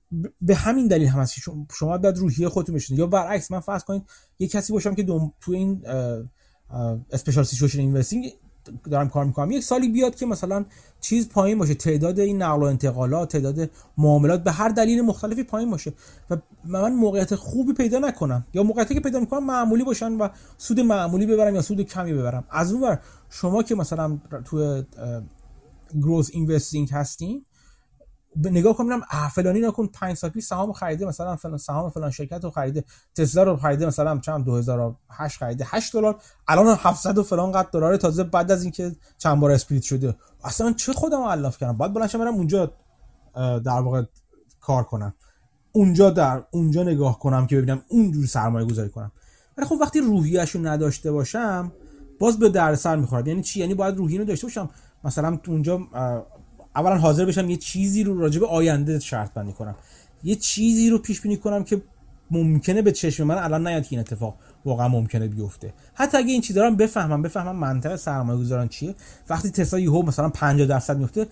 S1: به همین دلیل هم هست که شما باید روحیه خودتون بشین. یا برعکس، من فرض کنید یه کسی باشم که تو این اسپیشال سیچویشن اینوستینگ دارم کار میکنم، یک سالی بیاد که مثلا چیز پایین باشه، تعداد این نقل و انتقالات، تعداد معاملات به هر دلیل مختلفی پایین باشه و من موقعیت خوبی پیدا نکنم، یا موقعیتی که پیدا میکنم معمولی باشن و سود معمولی ببرم یا سود کمی ببرم. از اون ور شما که مثلا تو گروث اینوستینگ هستین، نگاه کنم فلانی نکن 5 سال پیش سهام خریده، مثلا فلان سهام فلان شرکت رو خریده، تسلا رو خریده مثلا چند 2008 خریده $8، الان 700 و فلان قد دلار، تازه بعد از اینکه چند بار اسپلیت شده. اصلا چه خودم الاف کردم، باید بلند شم برم اونجا در واقع کار کنم، اونجا نگاه کنم که ببینم اونجوری سرمایه گذاری کنم. ولی خب وقتی روحیه‌شو نداشته باشم باز به دردسر میخورم. یعنی چی؟ یعنی باید روحیه رو داشته باشم، مثلا اونجا اولا حاضر بشم یه چیزی رو راجع به آینده شرط بندی کنم، یه چیزی رو پیش بینی کنم که ممکنه به چشم من الان نیاد که این اتفاق واقعا ممکنه بیفته. حتی اگه این چیزا رو بفهمم منطق سرمایه‌گذاران چیه، وقتی تسلا یهو مثلا 50% میفته،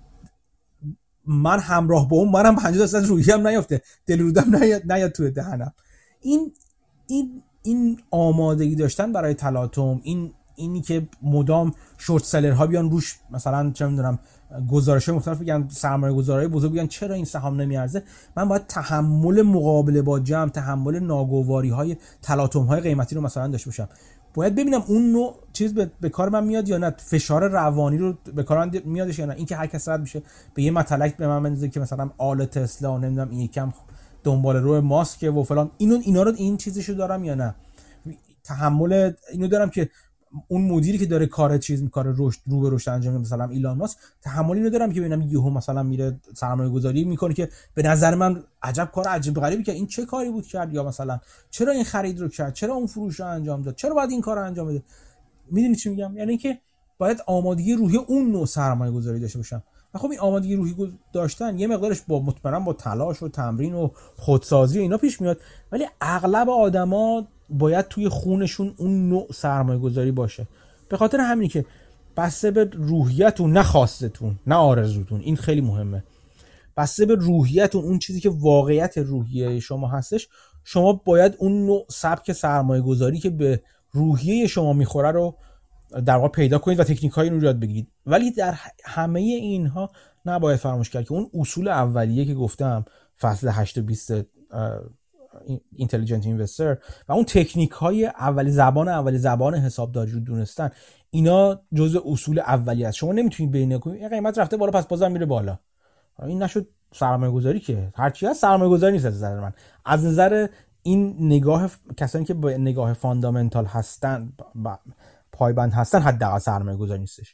S1: من همراه با اون منم 50% روحیه‌ام نیفته، دلرودم نیاد تو دهنم. این آمادگی داشتن برای تلاطم، اینی که مدام شورت سلرها بیان روش، مثلا چه میدونم گزارش‌های مختلف بگن، سرمایه‌گذارهای بزرگ بگن چرا این سهام نمیارزه، من باید تحمل مقابله با جمع، تحمل ناگواری‌های تلاطم‌های قیمتی رو مثلا داشته باشم. باید ببینم اون نوع چیز به کار من میاد یا نه، فشار روانی رو به کار من میادش یا نه. اینکه هر کس رد میشه به یه مطلق به من بندازه که مثلا آل تسلا نمیدونم این یکم دنبال رو ماسک و فلان، اینا رو این چیزشو دارم یا نه، تحمل اینو دارم که اون مدیری که داره کار رشد رو به رشد انجام میده، مثلا ایلان ماسک، تحمل اینو دارم که ببینم یهو مثلا میره سرمایه گذاری میکنه که به نظر من عجب کار عجیب غریبی که این چه کاری بود کرد، یا مثلا چرا این خرید رو کرد، چرا اون فروش رو انجام داد، چرا باید این کارو انجام بده. میدونی چی میگم؟ یعنی که باید آمادگی روحی اون نوع سرمایه گذاری داشته باشم. و خب این آمادگی روحی داشتن یه مقدارش مطمئنا با تلاش و تمرین و خودسازی و اینا پیش میاد، ولی اغلب آدما باید توی خونشون اون نوع سرمایه گذاری باشه. به خاطر همینی که بسته به روحیتون، نه خواستتون، نه آرزوتون، این خیلی مهمه، بسته به روحیتون، اون چیزی که واقعیت روحیه شما هستش، شما باید اون نوع سبک سرمایه گذاری که به روحیه شما میخوره رو در واقع پیدا کنید و تکنیک‌های رو یاد بگیرید. ولی در همه اینها نباید فراموش کرد که اون اصول اولیه که گفتم، فصل 8 و 20 اینتلیجنت اینوستر و اون تکنیک‌های اولی زبان حسابداری رو دونستن، اینا جزء اصول اولیه است. شما نمیتونید بین کنید قیمت رفته بالا پس بازم میره بالا، این نشد سرمایه‌گذاری که هرچی هست سرمایه‌گذاری نیست. از نظر من، از نظر این نگاه کسانی که با نگاه فاندامنتال هستن، پایبند هستن، حداقل سرمایه‌گذاری نیستش.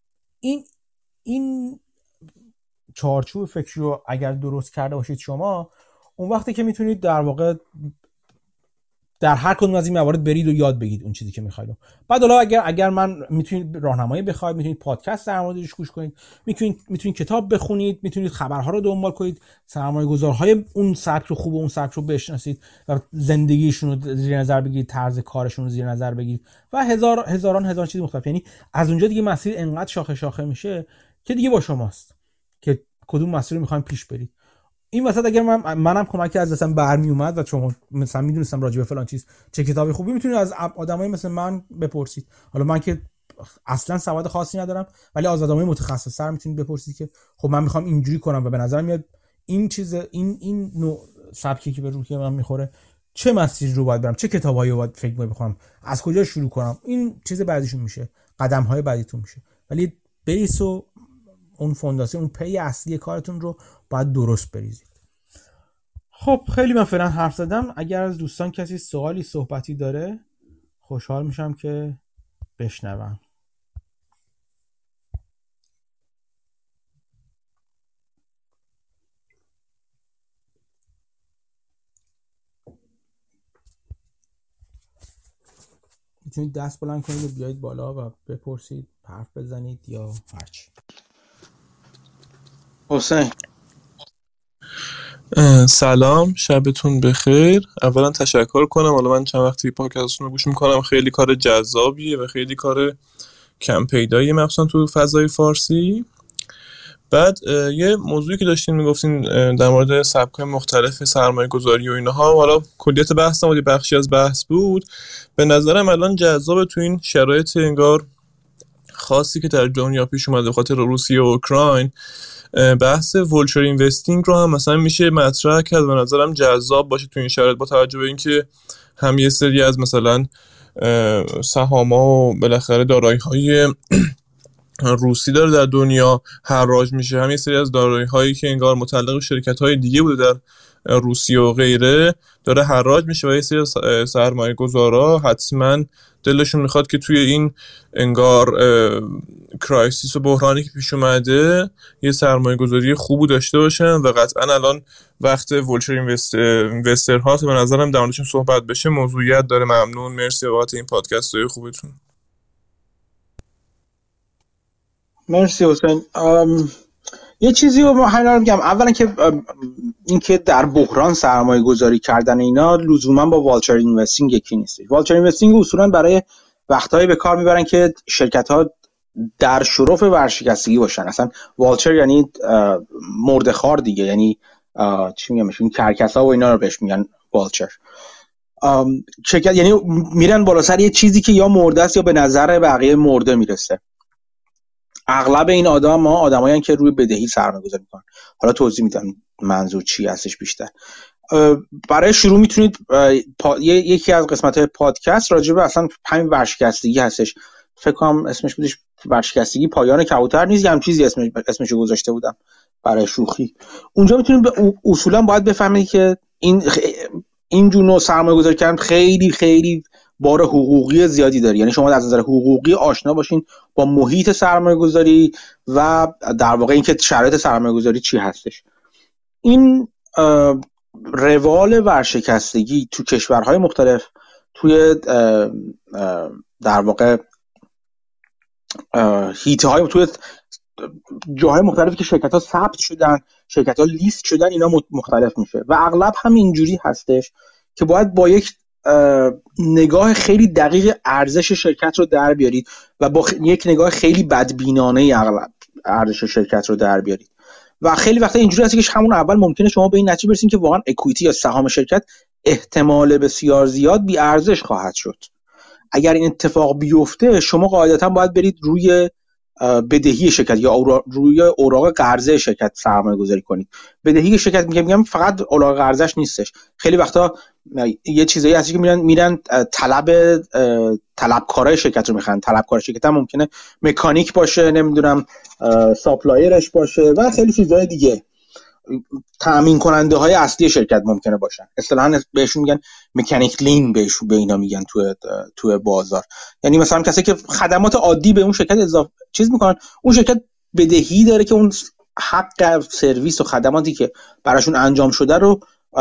S1: این چارچوب فکری رو اگر درست کرده باشید شما، اون وقتی که میتونید در واقع در هر کدوم از این موارد برید و یاد بگیرید اون چیزی که میخواید. بعد حالا اگر من میتونید راهنمایی بخواید، میتونید پادکست در موردش گوش کنید، میتونید کتاب بخونید، میتونید خبرها رو دنبال کنید، سرمایه‌گذارهای اون سبک رو خوب و اون سبک رو بشناسید و زندگیشون رو زیر نظر بگیرید، طرز کارشون رو زیر نظر بگیرید و هزاران چیز مختلف. یعنی از اونجا دیگه مسیر انقدر شاخه شاخه میشه که دیگه با شماست که کدوم مسیر رو میخواید پیش برید. این وسط اگر منم کمکی از دستم برمی اومد و شما مثلا میدونستم راجع به فلان چیز چه کتابی خوبی، میتونید از آدمای مثل من بپرسید. حالا من که اصلا سواد خاصی ندارم، ولی از آدمای متخصص‌تر میتونید بپرسید که خب من میخوام اینجوری کنم و به نظر میاد این چیز این نوع سبکی که به روحیه من میخوره، چه مسیری رو باید برم، چه کتابایی رو باید فکر بکنم، از کجا شروع کنم. این چیز بعدیشون میشه، قدم‌های بعدیتون میشه. ولی بیس و اون فونداسیون، اون پی اصلی کارتون رو باید درست بریزید. خب خیلی من فعلا حرف زدم. اگر از دوستان کسی سوالی صحبتی داره خوشحال میشم که بشنوم. میتونید دست بلند کنید و بیایید بالا و بپرسید، حرف بزنید یا هرچی.
S2: حسین
S3: سلام، شبتون بخیر. اولا تشکر کنم، حالا من چند وقتی پادکستتون رو گوش میکنم، خیلی کار جذابیه و خیلی کار کم پیداییه، مخصوصا تو فضای فارسی. بعد یه موضوعی که داشتین میگفتین در مورد سبک‌های مختلف سرمایه‌گذاری و اینها، حالا کلیت بحث نبود، بخشی از بحث بود. به نظرم الان جذاب تو این شرایط انگار خاصی که در دنیا پیش اومده به خاطر روسیه و اوکراین، بحث ولچر اینوستینگ رو هم مثلا میشه مطرح کرد. به نظرم جذاب باشه تو این شرایط، با توجه به اینکه هم یه سری از مثلا سهام‌ها و بالاخره دارایی‌های روسی داره در دنیا حراج میشه، هم یه سری از دارایی‌هایی که انگار متعلق به شرکت‌های دیگه بوده در روسیه و غیره داره حراج میشه و یه سری سرمایه‌گذارا حتما دلشون میخواد که توی این انگار کرایسیس و بحرانی که پیش اومده یه سرمایه‌گذاری خوبی داشته باشن و قطعا الان وقت ولچر اینوستر ها به نظرم در موردشون صحبت بشه موضوعیت داره. ممنون، مرسی بابت این پادکست های خوبتون.
S2: مرسی حسین. یه چیزی رو همین میگم، اولا که اینکه در بحران سرمایه گذاری کردن اینا لزوما با والچر اینوستینگ یکی نیست. والچر اینوستینگ اصولا برای وقتایی به کار میبرن که شرکت ها در شرف ورشکستگی باشن. اصلا والچر یعنی مردخوار دیگه، یعنی چی میگم، این کرکسا و اینا رو بهش میگن والچر. شرکت یعنی میرن بالا سر یه چیزی که یا مرده است یا به نظر بقیه مرده میرسه. اغلب این آدمایان که روی بدهی سرمایه‌گذاری میکنن. حالا توضیح میدم منظور چی هستش بیشتر. برای شروع میتونید یکی از قسمت‌های پادکست راجع به اصلا همین ورشکستگی هستش، فکر کنم اسمش بودش ورشکستگی پایان کبوتر نیست، هم چیزی اسمشو گذاشته بودم برای شوخی. اونجا میتونید اصولا باید بفهمید که این جور نوع سرمایه‌گذاری کردن خیلی خیلی بار حقوقی زیادی داره. یعنی شما از نظر حقوقی آشنا باشین با محیط سرمایه‌گذاری و در واقع اینکه شرایط سرمایه‌گذاری چی هستش. این روال ورشکستگی تو کشورهای مختلف، توی در واقع هیته‌های، توی جاهای مختلفی که شرکت‌ها ثبت شدن، شرکت‌ها لیست شدن، اینا مختلف میشه و اغلب هم اینجوری هستش که باید با یک نگاه خیلی دقیق ارزش شرکت رو در بیارید و با یک نگاه خیلی بدبینانه اغلب ارزش شرکت رو در بیارید و خیلی وقتا اینجوری هست که همون اول ممکنه شما به این نتیجه برسید که واقعا اکوئیتی یا سهام شرکت احتمال بسیار زیاد بی ارزش خواهد شد. اگر این اتفاق بیفته شما قاعدتا باید برید روی بدهی شرکت یا روی اوراق قرضه شرکت سرمایه گذاری کنید. بدهی شرکت میگم فقط اوراق قرضش نیستش، خیلی وقتا یه چیزایی هستی که میرن طلبکارای شرکت رو میخوان. طلبکار شرکت هم ممکنه مکانیک باشه، نمیدونم ساپلایرش باشه و خیلی چیزهای دیگه. تامین کننده های اصلی شرکت ممکنه باشن، اصطلاحاً بهشون میگن مکانیک لین، بهشون به اینا میگن تو بازار. یعنی مثلا کسی که خدمات عادی به اون شرکت اضافه چیز میکنن، اون شرکت بدهی داره که اون حق سرویس و خدماتی که براشون انجام شده رو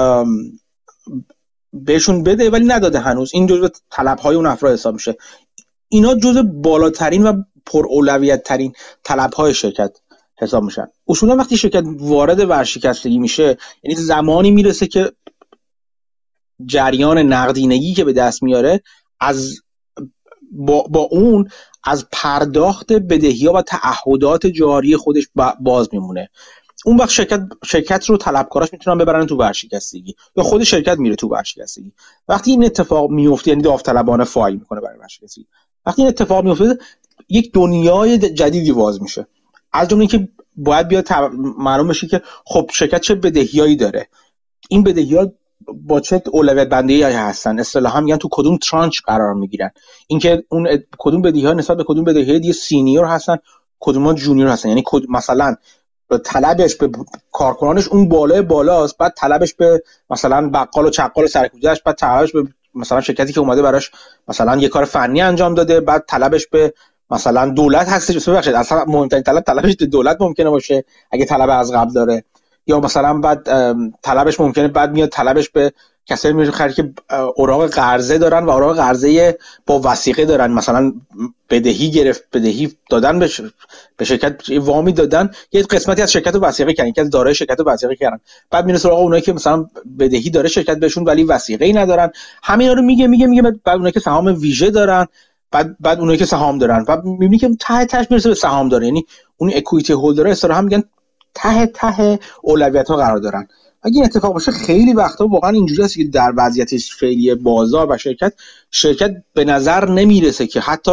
S2: بهشون بده ولی نداده هنوز. این جزء طلب‌های اون افراد حساب میشه. اینا جزء بالاترین و پراولویت ترین طلب‌های شرکت حساب میشن. اصولا وقتی شرکت وارد ورشکستگی میشه، یعنی زمانی میرسه که جریان نقدینگی که به دست میاره از با اون از پرداخت بدهی‌ها و تعهدات جاری خودش باز میمونه. اون وقت شرکت رو طلبکاراش میتونن ببرن تو ورشکستگی یا خود شرکت میره تو ورشکستگی. وقتی این اتفاق میفته، یعنی داوطلبانه فایل میکنه برای ورشکستگی، وقتی این اتفاق میفته یک دنیای جدیدی باز میشه. از جمله اینکه باید بیاد معلوم بشه که خب شرکت چه بدهیایی داره، این بدهی‌ها با چه اولویت بندی هستن، اصطلاحا میگن تو کدوم ترانچ قرار میگیرن، اینکه اون کدوم بدهی‌ها نسبت به کدوم بدهی دیگه سینیور هستن، کدوم‌ها جونیور هستن. یعنی مثلا طلبش به کارکنانش اون بالاست، بعد طلبش به مثلا بقال و چقال سرکوچه‌اش، بعد طلبش به مثلا شرکتی که اومده براش مثلا یه کار فنی انجام داده، بعد طلبش به مثلا دولت هستش. ببخشید اصلا مهمترین طلبش به دولت ممکنه باشه اگه طلب از قبل داره، یا مثلا بعد طلبش ممکنه بعد میاد طلبش به کسایی میخره که اوراق قرضه دارن و اوراق قرضه با وثیقه دارن، مثلا بدهی دادن به شرکت، وامی دادن، یه قسمتی از شرکت رو وثیقه کردن، که از دارای شرکت رو وثیقه کردن، بعد میرسه سراغ اونایی که مثلا بدهی داره شرکت بهشون ولی وثیقه‌ای ندارن. همینا رو میگه بعد اونایی که سهام ویژه دارن، بعد اونایی که سهام دارن و میبینی که ته تهش میرسه به سهام داره. یعنی اون اکوئیتی هولدرها اصطلاحا میگن ته اولویت‌ها قرار دارن. اگه این اتفاق باشه خیلی وقتا واقعا اینجوری هست که در وضعیت فعلی بازار و شرکت به نظر نمیرسه که حتی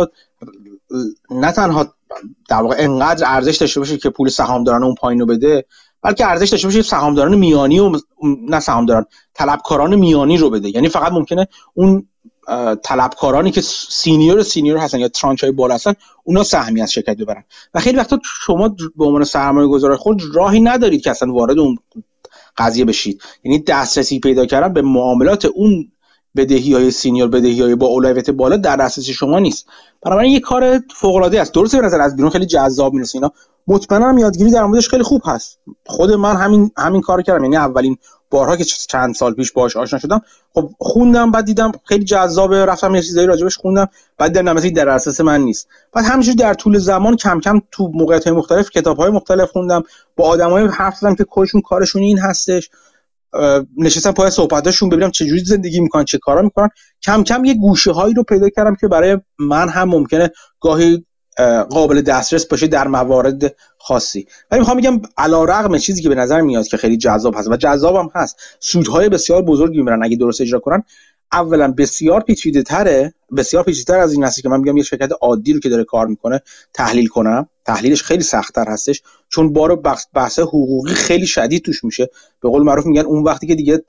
S2: نه تنها در واقع انقدر ارزش داشته باشه که پول سهامداران اون پایینو بده، بلکه ارزش داشته باشه سهامداران میانی و نه سهامداران، طلبکاران میانی رو بده. یعنی فقط ممکنه اون طلبکارانی که سینیور هستن یا ترانچ‌های بالا هستن اونا سهمی از شرکت ببرن و خیلی وقتا شما به عنوان سرمایه‌گذار خود راهی ندارید که اصلا وارد اون قضیه بشید. یعنی دسترسی پیدا کردن به معاملات اون بدهی‌های سینیور، بدهی‌های با اولویت بالا در دسترس شما نیست. بنابراین یه کار فوق‌العاده است. درسته به نظر از بیرون خیلی جذاب میرسه اینا، مطمئنم یادگیری در موردش خیلی خوب هست. خود من همین کارو کردم. یعنی اولین بارها که چند سال پیش باهاش آشنا شدم، خب خوندم، بعد دیدم خیلی جذابه، رفتم یه چیزایی راجبش خوندم، بعد دیدم مثلا در اساس من نیست. بعد همینجوری در طول زمان کم کم تو موقعیت‌های مختلف کتاب‌های مختلف خوندم، با آدمای حرف زدم که خودشون کارشون این هستش، نشستم پای صحبتاشون ببینم چه جوری زندگی میکنن، چه کارا میکنن. کم کم یه گوشه‌هایی رو پیدا کردم که برای من هم ممکنه گاهی قابل دسترس باشه در موارد خاصی. ولی میخوام بگم علیرغم چیزی که به نظر میاد که خیلی جذاب هست و جذابم هست، سودهای بسیار بزرگی میبرن اگه درست اجرا کنن. اولا بسیار پیچیده‌تره از این هست که من میگم یه شرکت عادی رو که داره کار میکنه تحلیل کنم. تحلیلش خیلی سخت‌تر هستش، چون بحث حقوقی خیلی شدید توش میشه. به قول معروف میگن اون وقتی که دیگه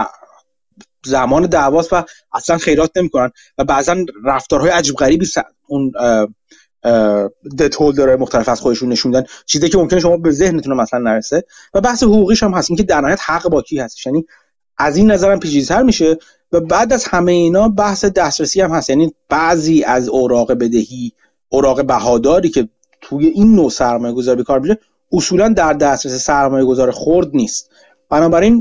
S2: زمان دعواست و اصلا خیرات نمیکنن و بعضا رفتارهای عجیب غریبی اون دت هولدر مختلف از خودشون نشون میدن، چیزی که ممکنه شما به ذهنتون مثلا نرسه. و بحث حقوقیش هم هست، این که در نهایت حق با کی هست. یعنی از این نظرم پیچیده‌تر میشه. و بعد از همه اینا بحث دسترسی هم هست. یعنی بعضی از اوراق بدهی، اوراق بهاداری که توی این نوع سرمایه‌گذاری به کار میره، اصولا در دسترس سرمایه‌گذار خرد نیست. بنابراین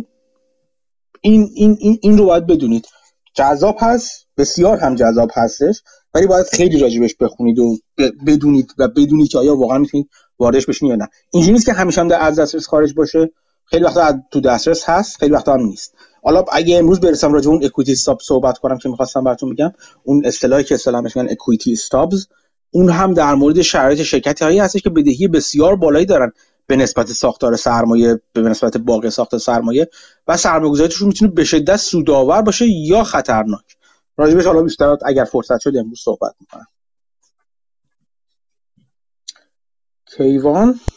S2: این رو باید بدونید. جذاب هست، بسیار هم جذاب هستش، ولی باید خیلی راجبش بخونید و بدونید که آیا واقعا میتونید واردش بشین یا نه. اینجوری نیست که همیشه هم از دسترس خارج باشه. خیلی وقتا تو دسترس هست، خیلی وقتا هم نیست. حالا اگه امروز برسم راجع اون اکوئیتی استاپ صحبت کنم که می‌خواستم براتون بگم، اون اصطلاحی که اصطلاحاً میگن اکوئیتی استاپز، اون هم در مورد شرایط شرکت‌هایی هستش که بدهی بسیار بالایی دارن به نسبت ساختار سرمایه، به نسبت باقی ساختار سرمایه، و سرمایه‌گذاریشون میتونه به شدت سودآور باشه یا خطرناک. راجبش حالا بیشتر اگر فرصت شد امروز صحبت می‌کنم. کیوان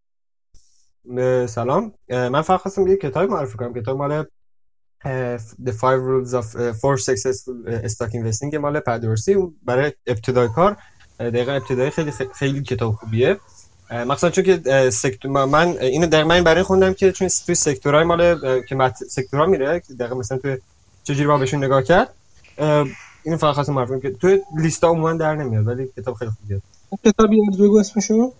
S4: سلام، من فقط خواستم یه کتاب معرفی کنم. کتاب مال The 5 Rules for Successful Stock Investing مال پدورسی، برای ابتدای کار. دقیقاً ابتدای خیلی کتاب خوبیه، مخصوصا چون که من اینو دقیقاً برای خوندم که چون توی سکتورهای مال که سکتورها میره که دقیقاً مثلا توی چجوری با بهشون نگاه کرد. اینو فقط خواستم معرفی کنم که توی لیستا عموما در نمیاد، ولی کتاب خیلی خوبیه.
S2: کتابی بگو اسمشو.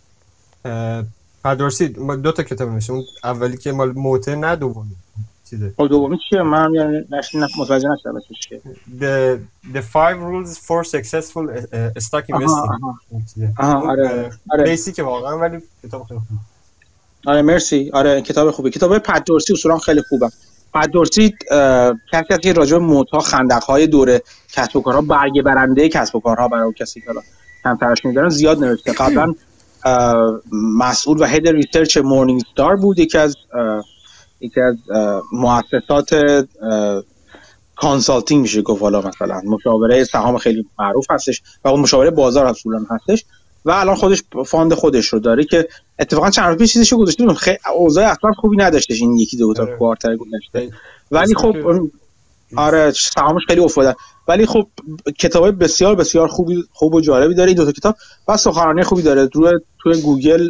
S4: پدورسی دو تا کتاب نوشته، اون اولی که مال موته، نه دومی چیزه.
S2: دومی چیه؟ من یعنی متوجه نشدم اسمش چیه.
S4: The 5 Rules for Successful Stock Investing.
S2: آره
S4: بیسیکه واقعا، ولی کتاب خیلی خوبه.
S2: آره مرسی. آره کتاب خوبه. کتاب پدورسی اصولا خیلی خوبه. پدورسی کسی که راجع به موت‌ها، خندق‌های دوره کسب و کارها، برگ برنده کسب و کارها برای کسی که کم ترش می‌دارن زیاد نوشته. قبلا مسئول و هد ریسرچ مورنینگ استار بود، یکی از مؤسسات کانسالتینگ میشه گفت، حالا مثلا مشاوره سهام خیلی معروف هستش و اون مشاوره بازار اصولا هستش و الان خودش فاند خودش رو داره که اتفاقا چند روز پیش چیزشو گذاشتم، خیلی اوضاع اصلا خوبی نداشتش این یکی دو تا کوارتر گذشته، ولی خب آره سهامش خیلی افتاده. ولی خب کتابای بسیار بسیار خوب و جالبی داره این دو تا کتاب و سخنرانی خوبی داره. توی گوگل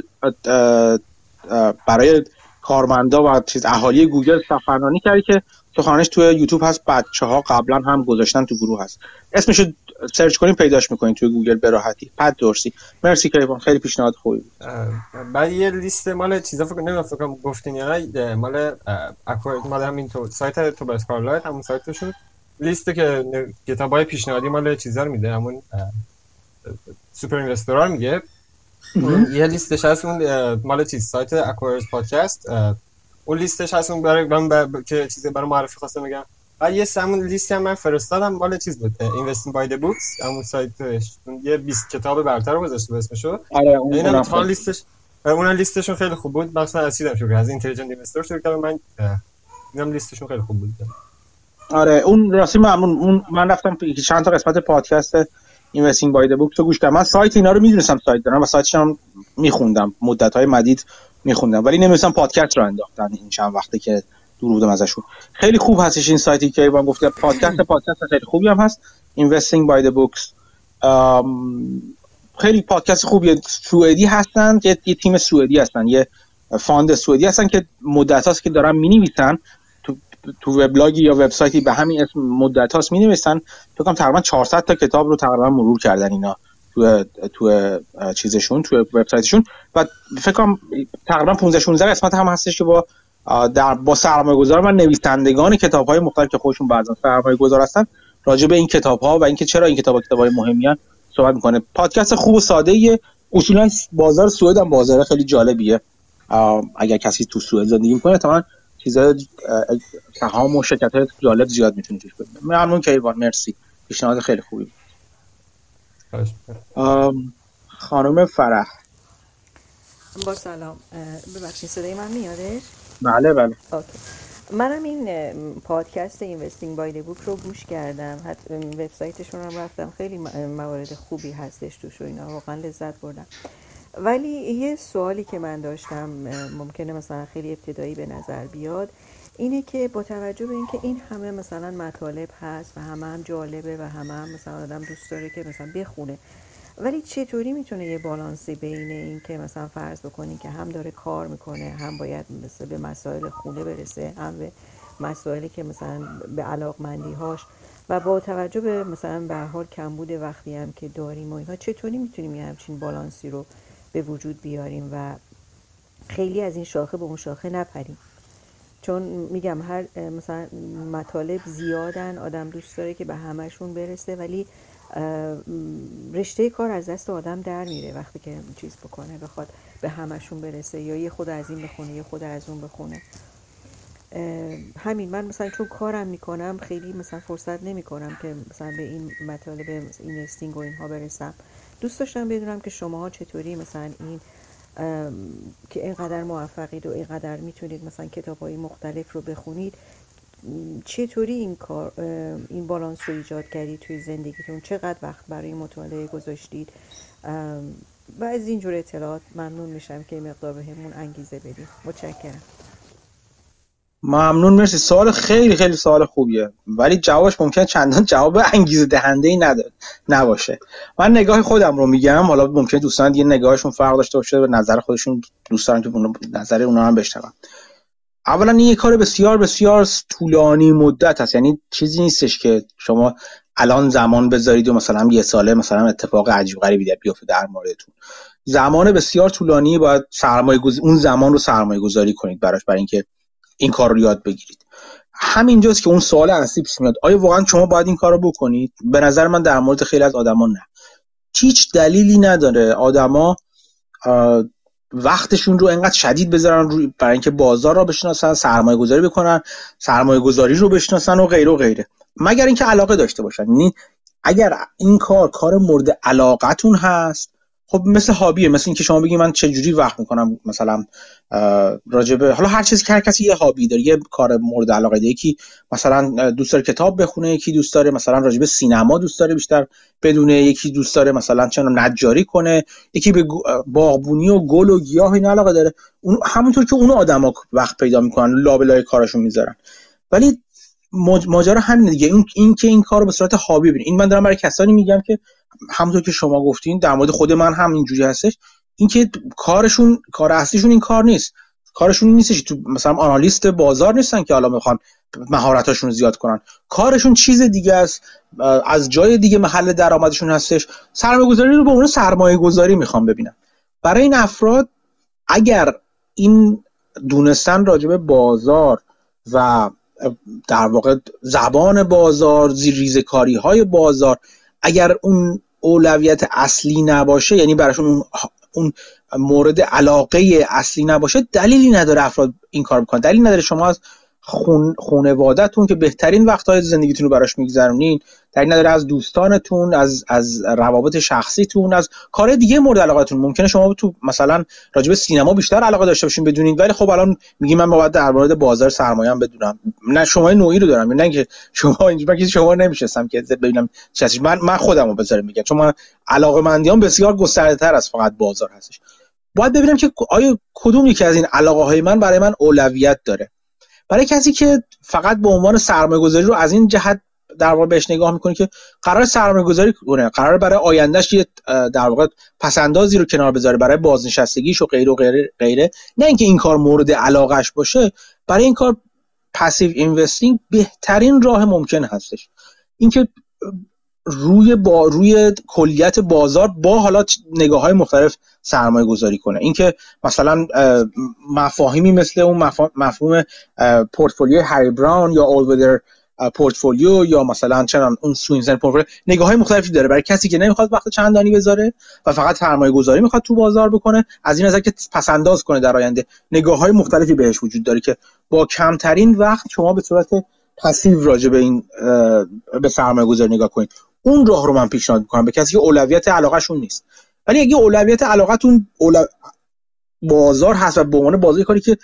S2: برای کارمندا و اهالی گوگل سخنرانی کرده که سخنرانیش توی یوتیوب هست، بچه‌ها قبلا هم گذاشتن تو گروه هست. اسمشو سرچ کنین پیداش میکنین توی گوگل به راحتی. پدورسی. مرسی کیوان، خیلی پیشنهاد خوبی بود.
S4: بعد یه لیست مال چیزا فکر کنم گفتین یا نه، مال مال همین تو سایت توباس کارلایت، همون سایتشون لیستی که کتابای پیشنهادی مال چیزا رو میده، همون سوپر اینوسترها میگه. یه لیستش هست اون مال چیز سایت اکوایرز پادکست، اون لیستش هست اون برای من که چیزی برای معرفی خواستم بگم. و یه همون لیستی هم من فرستادم مال چیز بود، Investing by the Books، همون سایتش یه 20 کتاب برتر رو گذاشته به اسمشو.
S2: آره
S4: اینم اتفاقا لیستش اون لیستشون خیلی خوب بود. مثلا رسیدم شروع از اینتلیجنت اینوستر شروع کردم. من اینم لیستشون خیلی خوب بود.
S2: آره اون راستی ممنون. اون من رفتم چند تا قسمت پادکست اینوستینگ بای دی بوک تو گوش کردم. من سایت اینا رو میدونستم سایت دارن و سایتش هم میخوندم مدت‌های مدید میخوندم، ولی نمی‌دونستم پادکست رو انداختن این چند وقته که دور بودم ازشون. خیلی خوب هستش این سایتی که ایوان گفته. پادکست خیلی خوبی هم هست، اینوستینگ بای دی بوکس. خیلی پادکست خوبیه. سوئدی هستن، یه تیم سوئدی هستن، یه فاند سوئدی هستن که مدت‌هاست که دارن می‌نویسن تو وبلاگی یا وبسایتی به همین اسم مدت‌هاست می‌نویسن. فکر کنم تقریبا 400 تا کتاب رو تقریبا مرور کردن اینا تو چیزشون، تو وبسایتشون. و فکر کنم تقریبا 15-16 قسمت هم هستش که با سرمایه‌گذار و نویسندگان کتاب‌های مختلف که خودشون بعضا سرمایه‌گذار هستن راجع به این کتاب‌ها و اینکه چرا این کتاب‌های مهمی ان صحبت می‌کنه. پادکست خوب و ساده‌ایه. اصولاً بازار سوئد هم بازار خیلی جالبیه. اگر کسی تو سوئد زندگی می‌کنه تمام چیزا سهام و شرکت‌های جالب زیاد می‌تونه توش ببینه. ممنون کیوان، مرسی. پیشنهاد خیلی خوبی. خانم فرح.
S5: با سلام. ببخشید صدای من میادش؟
S2: بله.
S5: اوکی. منم این پادکست اینوستینگ بای دی بوک رو گوش کردم، حتی وبسایتشون هم رفتم، خیلی موارد خوبی هستش توش و اینا، واقعا لذت بردم. ولی یه سوالی که من داشتم ممکنه مثلا خیلی ابتدایی به نظر بیاد، اینه که با توجه به اینکه این همه مثلا مطالب هست و همه هم جالبه و هم مثلا آدم دوست داره که مثلا بخونه، ولی چطوری میتونه یه بالانسی بین این که مثلا فرض بکنین که هم داره کار میکنه، هم باید مثلا به مسائل خونه برسه، هم به مسائلی که مثلا به علاقمندی‌هاش، و با توجه به مثلا به هر حال کمبود وقتی هم که داریم و اینها، چطوری میتونیم یه همچین بالانسی رو به وجود بیاریم و خیلی از این شاخه به اون شاخه نپریم؟ چون میگم هر مثلا مطالب زیادن، آدم دوست داره که به همشون برسه، ولی رشته کار از دست آدم در میره وقتی که چیز بکنه، بخواد به همشون برسه، یا یه خود از این بخونه یه خود از اون بخونه. همین من مثلا چون کارم میکنم خیلی مثلا فرصت نمیکنم که مثلا به این مطالب اینوستینگ و اینها برسم. دوست داشتم بدونم که شماها چطوری مثلا این که اینقدر موفقید و اینقدر میتونید مثلا کتاب‌های مختلف رو بخونید، چطوری این بالانس رو ایجاد کردید توی زندگیتون؟ چقدر وقت برای مطالعه گذاشتید؟ و از اینجور اطلاعات ممنون میشم که مقدار بهمون انگیزه بدید. متشکرم.
S2: ممنون، مرسی. سوال خیلی خیلی سوال خوبیه، ولی جوابش ممکنه چندان جواب انگیزه دهنده‌ای نباشه. من نگاه خودم رو میگم، حالا ممکنه دوستان دیگه نگاهشون فرق داشته باشه، به نظر خودشون دوست دارن که نظر اونا هم بشنون. اولا این یه کار بسیار بسیار طولانی مدت هست، یعنی چیزی نیستش که شما الان زمان بذارید و مثلا یه ساله مثلا اتفاق عجیب غریبی بیفته در موردتون. زمان بسیار طولانی باید اون زمان رو سرمایه‌گذاری کنید برای اینکه این کار رو یاد بگیرید. همینجاست که اون سوال اصلی پیش میاد، آیا واقعا شما باید این کار رو بکنید؟ به نظر من در مورد خیلی از آدما نه. هیچ دلیلی نداره آدما وقتشون رو انقدر شدید بذارن روی برای اینکه بازار رو بشناسن، سرمایه گذاری بکنن، سرمایه گذاری رو بشناسن و غیره و غیره، مگر اینکه علاقه داشته باشن. یعنی اگر این کار مورد علاقتون هست، خب مثل هابیه، مثل اینکه شما بگی من چه جوری وقت میکنم مثلا راجبه حالا هر چیزی که هر کسی یه هابی داره، یه کار مورد علاقه داره. یکی مثلا دوست داره کتاب بخونه، یکی دوست داره مثلا راجبه سینما دوست داره بیشتر بدونه، یکی دوست داره مثلا چه نجاری کنه، یکی به باغبونی و گل و گیاه این علاقه داره. اون همونطور که اون آدما وقت پیدا میکنن لابلای کارشون میذارن. ولی ماجرا همینه دیگه، این که این کارو به صورت هابی ببینید. این من دارم برای کسانی میگم که همونطور که شما گفتین، در مورد خود من هم اینجوری هستش، این که کار اصلیشون این کار نیست. کارشون نیستش تو مثلا آنالیست بازار نیستن که حالا میخوان مهارتاشون رو زیاد کنن. کارشون چیز دیگه است، از جای دیگه محل درآمدشون هستش. سرمایه‌گذاری رو به عنوان سرمایه‌گذاری میخوام ببینم. برای این افراد اگر این دونستن راجع به بازار و در واقع زبان بازار، ریزه‌کاری‌های بازار، اگر اون اولویت اصلی نباشه، یعنی براشون اون مورد علاقه اصلی نباشه، دلیلی نداره افراد این کار بکنن. دلیلی نداره شما از خانواده‌تون که بهترین وقت‌های زندگیتون رو براش میگذرونین، دلیل نداره از دوستانتون، از روابط شخصیتون، از کار دیگه مورد علاقتون. ممکنه شما تو مثلا راجع به سینما بیشتر علاقه داشته باشین بدونید، ولی خب الان میگی من باید در مورد بازار سرمایه هم بدونم. نه شما نوعی رو دارم، نه که شما اینجوری که شما نمیشستم که ببینم چه من خودمو بذارم میگم، چون من علاقه‌مندیام بسیار گسترده‌تر از فقط بازار هستش. باید ببینم که آیا کدوم یکی از این علاقه‌های من برای من اولویت داره. برای کسی که فقط به عنوان سرمایه‌گذاری رو از این جهت در واقع بهش نگاه میکنه که قرار سرمایه‌گذاری کنه، قرار برای آیندهش یه در واقع پسندازی رو کنار بذاره برای بازنشستگیش و غیره و غیره، نه اینکه این کار مورد علاقهش باشه، برای این کار پسیو اینوستینگ بهترین راه ممکن هستش. اینکه روی کلیت بازار با حالا نگاه‌های مختلف سرمایه گذاری کنه. اینکه مثلا مفاهیمی مثل اون مفهوم پورتفولیوی هری براون یا اول ویدر پورتفولیو یا مثلا چنان اون سوینزن پورتفولیو، نگاه‌های مختلفی داره برای کسی که نمیخواد وقت چندانی بذاره و فقط سرمایه گذاری میخواد تو بازار بکنه، از این نظر که پسنداز کنه در آینده. نگاه‌های مختلفی بهش وجود داره که با کمترین وقت شما به صورت پسیو راجع به این به سرمایه گذاری نگاه کنید. اون راه رو من پیشنهاد میکنم به کسی که اولویت علاقه‌شون نیست. ولی اگه اولویت علاقتون بازار هست و به عنوان بازار کاری که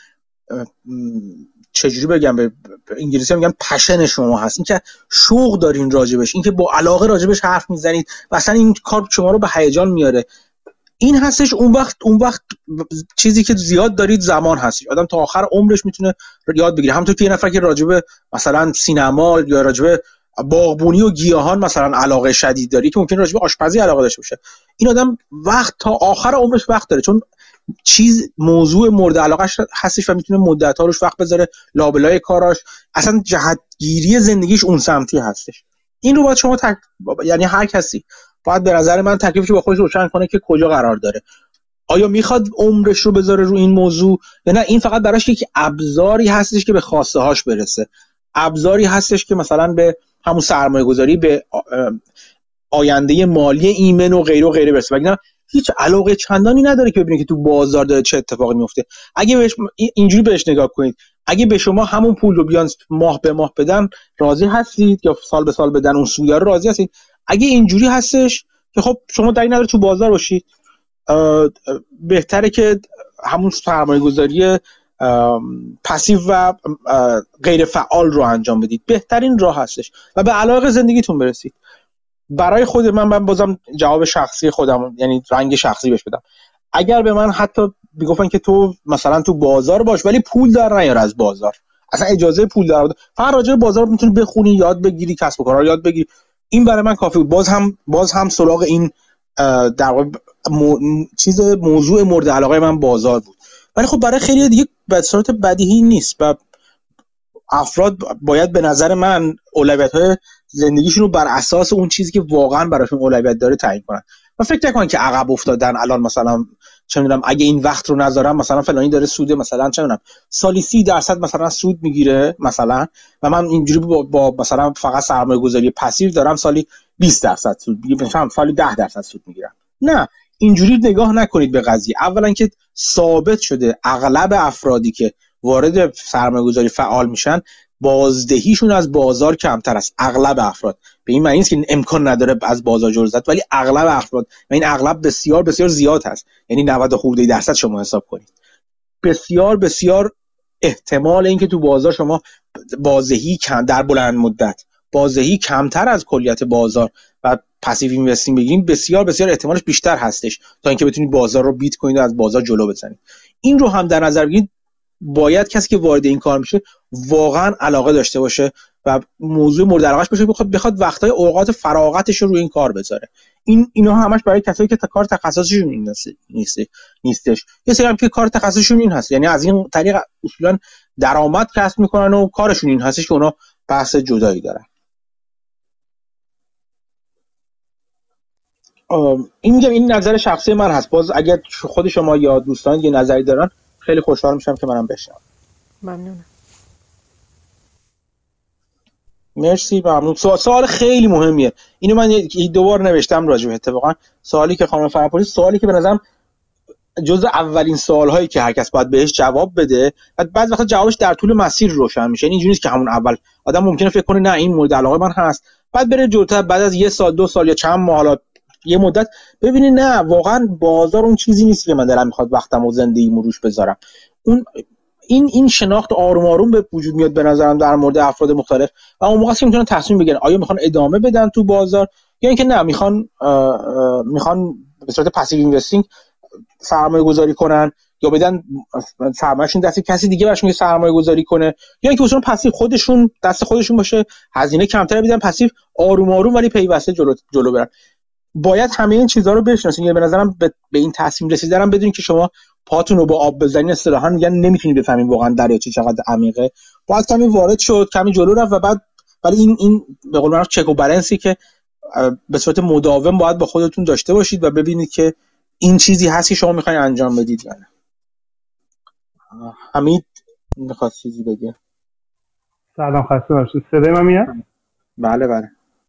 S2: چجوری بگم، به انگلیسی میگن پشن شما هست، این که شوق دارین راجبش، این که با علاقه راجبش حرف میزنید و اصلا این کار شما رو به هیجان میاره، این هستش. اون وقت چیزی که زیاد دارید زمان هست. آدم تا آخر عمرش میتونه یاد بگیره. همونطور که یه نفر که راجب مثلا سینما یا راجب باغبونی و گیاهان مثلا علاقه شدید داری، که ممکنه راجب آشپزی علاقه داشته باشه، این آدم وقت تا آخر عمرش وقت داره، چون موضوع مورد علاقهش هستش و میتونه مدت‌ها روش وقت بذاره، لابلای کاراش اصلا جهتگیری زندگیش اون سمتی هستش. این رو باید شما یعنی هر کسی باید به نظر من تکلیفش با خودش روشن کنه که کجا قرار داره. آیا میخواد عمرش رو بذاره رو این موضوع یا نه این فقط براش یک ابزاری هستش که به خواسته هاش برسه، ابزاری هستش که مثلا به همون سرمایه گذاری، به آینده مالی ایمن و غیره و غیره برسه، وگرنه هیچ علاقه چندانی نداره که ببینه که تو بازار داره چه اتفاقی میفته. اگه بهش اینجوری بهش نگاه کنید، اگه به شما همون پول رو بیان ماه به ماه بدن راضی هستید یا سال به سال بدن اون سود رو راضی هستید؟ اگه اینجوری هستش که خب شما دلیل نداره تو بازار باشید، بهتره که همون سرمایه گذاری پسیو و غیر فعال رو انجام بدید. بهترین راه هستش و به علاقه زندگیتون برسید. برای خود من بازم جواب شخصی خودم، یعنی رنگ شخصی بهش بدم، اگر به من حتی میگفتن که تو مثلا تو بازار باش ولی پول در نیار از بازار، اصلا اجازه پول در بده، فقط راجع به بازار میتونی بخونی، یاد بگیری، کسب و کار رو یاد بگیری، این برای من کافی بود. باز هم سراغ این در واقع موضوع مورد علاقه من بازار بود. ولی خب برای خیلی دیگه به صورت بدیهی نیست و افراد باید به نظر من اولویت‌های زندگیشون رو بر اساس اون چیزی که واقعا براشون اولویت داره تعیین کنن و فکر نکنن که عقب افتادن. الان مثلا چه می‌دونم اگه این وقت رو نذارم مثلا فلانی داره سود مثلا چه می‌دونم سالی 30% مثلا سود میگیره مثلا و من اینجوری با مثلا فقط سرمایه‌گذاری پسیو دارم سالی 20% سود میگیرم، سالی 10% سود میگیرم. نه، اینجوری نگاه نکنید به قضیه. اولا که ثابت شده اغلب افرادی که وارد سرمایه‌گذاری فعال میشن بازدهیشون از بازار کمتر است. اغلب افراد، به این معنی نیست که امکان نداره از بازار جور زد، ولی اغلب افراد و این اغلب بسیار بسیار زیاد هست، یعنی 90% شما حساب کنید، بسیار بسیار احتمال اینکه تو بازار شما بازدهی کم در بلند مدت بازدهی کمتر از کلیت بازار و پسیو اینوستینگ بگیرید بسیار بسیار احتمالش بیشتر هستش تا اینکه بتونید بازار رو بیت کنید و از بازار جلو بزنید. این رو هم در نظر بگیرید. باید کسی که وارد این کار میشه واقعا علاقه داشته باشه و موضوع مورد علاقهش باشه، بخواد وقتای اوقات فراغتش رو روی این کار بذاره. اینا همش برای کسایی که کار تخصصیشون این نیستش. یه سری هم که کار تخصصیشون این هست، یعنی از این طریق اصولا درآمد کسب میکنن و کارشون این هستش که اونا بحث جدایی دارن. این نظر شخصی من هست. باز اگر خود شما یا دوستان یه نظری دارن خیلی خوشحال میشم که منم بشنوم.
S5: ممنونم.
S2: مرسی، ممنون. سوال خیلی مهمیه. اینو من دوبار نوشتم راجع به اتفاقا سوالی که خانم فرپوری، سوالی که به نظرم جزء اولین سوال‌هایی که هر کس باید بهش جواب بده و بعضی وقتا جوابش در طول مسیر روشن میشه. یعنی اینجوری نیست که همون اول آدم ممکنه فکر کنه نه این مورد علاقه من هست، بعد بره جلوتر بعد از 1 سال 2 سال یا چند ماه حالا یه مدت ببینی نه واقعا بازار اون چیزی نیست که من دلم میخواد وقتم و زندگیمو روش بذارم. این شناخت آروم آروم به وجود میاد به نظرم در مورد افراد مختلف و اون موقع میتونن تصمیم بگیرن آیا میخوان ادامه بدن تو بازار یا اینکه نه میخوان به صورت پسیو اینوستینگ سرمایه گذاری کنن یا بدن سرمایه‌شون دست کسی دیگه براشون سرمایه گذاری کنه یا اینکه اصلا پسیو خودشون دست خودشون باشه، هزینه کمتر بدن، پسیو آروم آروم ولی پیوسته جلو برن. باید همه این چیزها رو بشناسین. یعنی به نظرم به این تصمیم رسیدن بدونین که شما پاتون رو با آب بزنین اصطلاحاً میگن نمیتونید بفهمین واقعا دریاچه چقدر عمیقه. باید کمی وارد شد، کمی جلو رفت و بعد ولی این به قول معروف چک و بالانسی که به صورت مداوم باید با خودتون داشته باشید و ببینید که این چیزی هست که شما میخواین انجام بدید یا نه. حمید میخواد چیزی بگه؟
S6: سلام، خسته نباشید. صدای من میاد؟
S2: بله بله.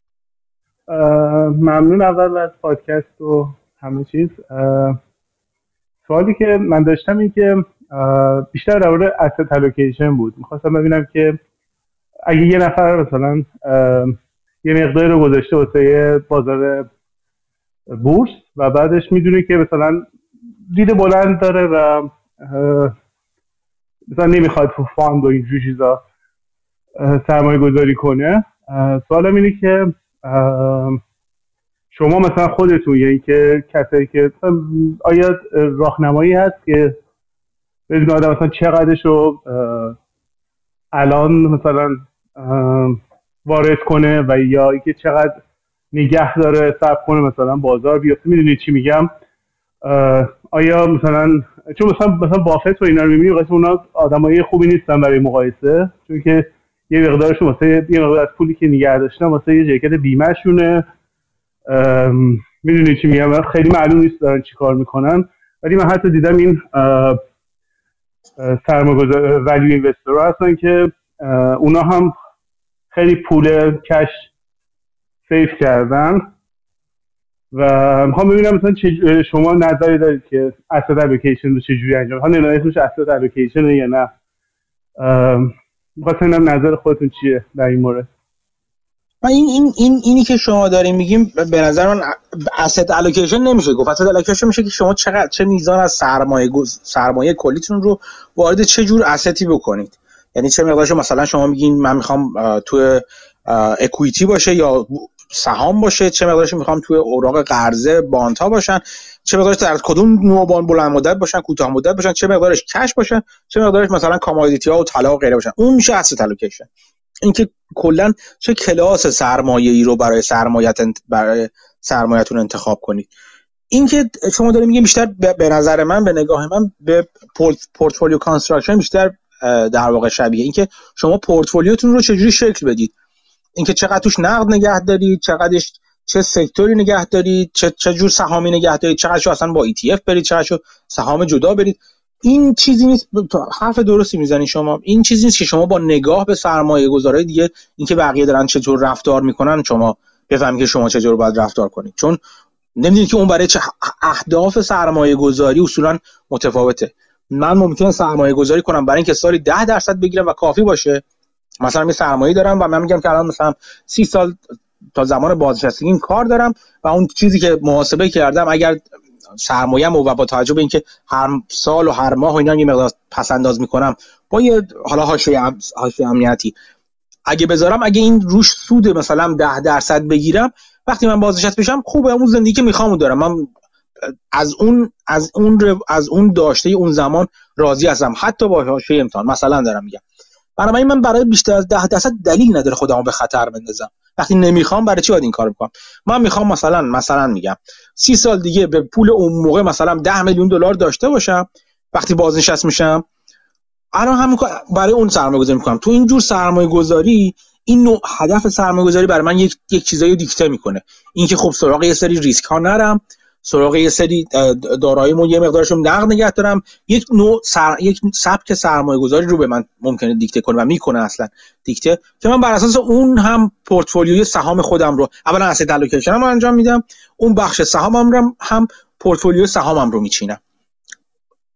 S6: ممنون اول از پادکست و همه چیز. سوالی که من داشتم این که بیشتر در مورد asset allocation بود. میخواستم ببینم که اگه یه نفر مثلا یه مقداری رو گذاشته واسه بازار بورس و بعدش میدونه که مثلا دید بلند داره و مثلا نمیخواد تو فاند و اینجور چیزا سرمایه گذاری کنه، سوالم اینه که شما مثلا خودتون یا اینکه کسایی که آیا راهنمایی هست که بدون آدم مثلا چقدرشو الان مثلا وارد کنه و یا اینکه چقدر نگه داره صبر کنه مثلا بازار بیفته؟ میدونید چی میگم؟ آیا مثلا چون مثلا بافت و اینا رو میبینید واسه اونا آدمای خوبی نیستن برای مقایسه، چون که یه مقدارشون واسه یه مقدار از پولی که نگه داشتن واسه یه جکت بیمه شونه. میدونید چی میگم؟ خیلی معلوم نیست دارن چی کار میکنن. ولی من حتی دیدم این سرمایه‌گذار ولیو اینوستر هستن که اونا هم خیلی پول کش سیف کردن و میخوام ببینم مثلا شما نظری دارید که asset allocation رو چجوری انجام میدن؟ نه اسمش asset allocation یا نه؟ میخواستم ببینم نظر خودتون چیه در این مورد.
S2: اینی که شما دارین میگیم به نظر من asset allocation نمیشه گفت. asset allocation میشه که شما چه میزان از سرمایه کلیتون رو وارد چه جور استی بکنید. یعنی چه مقدارش مثلا شما میگین من میخوام تو اکوئیتی باشه یا سهام باشه، چه مقدارش میخوام توی اوراق قرضه باندها باشن، چه مقدارش در کدوم نوع باند بلند مدت باشن، کوتاه مدت باشن، چه مقدارش کش باشن، چه مقدارش مثلا کامودیتی ها و طلا و غیره باشن. اون میشه asset allocation. اینکه کلا چه کلاس سرمایه‌ای رو برای سرمایه‌تون انتخاب کنید. اینکه شما دارید میگین بیشتر به نظر من، به نگاه من به پورتفولیو کانستراکشن بیشتر در واقع شبیه اینکه شما پورتفولیوتون رو چجوری شکل بدید، اینکه چقدر توش نقد نگه دارید، چقدرش چه سکتوری نگه دارید، چه جور سهامی نگه دارید، چقدرشو اصلا با ETF برید، چقدرشو سهام جدا برید. این چیزی نیست. حرف درستی میزنی شما. این چیزی نیست که شما با نگاه به سرمایه گذارای دیگه اینکه بقیه دارن چطور رفتار میکنن شما بفهمید که شما چطور باید رفتار کنید، چون نمیدونید که اون برای چه اهداف سرمایه گذاری اصولا متفاوته. من ممکنه سرمایه گذاری کنم برای اینکه سالی 10% بگیرم و کافی باشه. مثلا می سرمایه دارم و من میگم که الان مثلا 30 سال تا زمان بازنشستگیم کار دارم و اون چیزی که محاسبه کردم اگر سرمایه‌ام و با توجه به اینکه هر سال و هر ماه و اینا یه مقدار پس انداز میکنم با یه حالا حاشیه امنیتی اگه بذارم، اگه این روش سود مثلا 10% بگیرم وقتی من بازنشسته بشم خوبه، اون زندگی که میخوام دارم، من از اون داشته اون زمان راضی هستم حتی با حاشیه امتحان مثلا دارم میگم. برای من برای بیشتر از 10% دلیل نداره خودمو به خطر بندازم. وقتی نمیخوام برای چی باید این کارو بکنم؟ من میخوام مثلا میگم 30 سال دیگه به پول اون موقع مثلا 10 میلیون دلار داشته باشم، وقتی بازنشسته میشم الان هم برای اون سرمایه‌گذاری میکنم. تو این جور سرمایه‌گذاری این نوع هدف سرمایه‌گذاری برای من یک چیزایی دیکته میکنه، اینکه خب سراغ یه سری ریسک ها نرم، سراغ یه سری داراییمو یه مقدارشون نقد نگه دارم، یک سبک سرمایه‌گذاری رو به من ممکنه دیکته کنه و میکنه اصلا دیکته، که من بر اساس اون هم پورتفولیوی سهام خودم رو اولا asset allocation رو انجام میدم، اون بخش سهامم رو هم پورتفولیوی سهامم رو میچینم.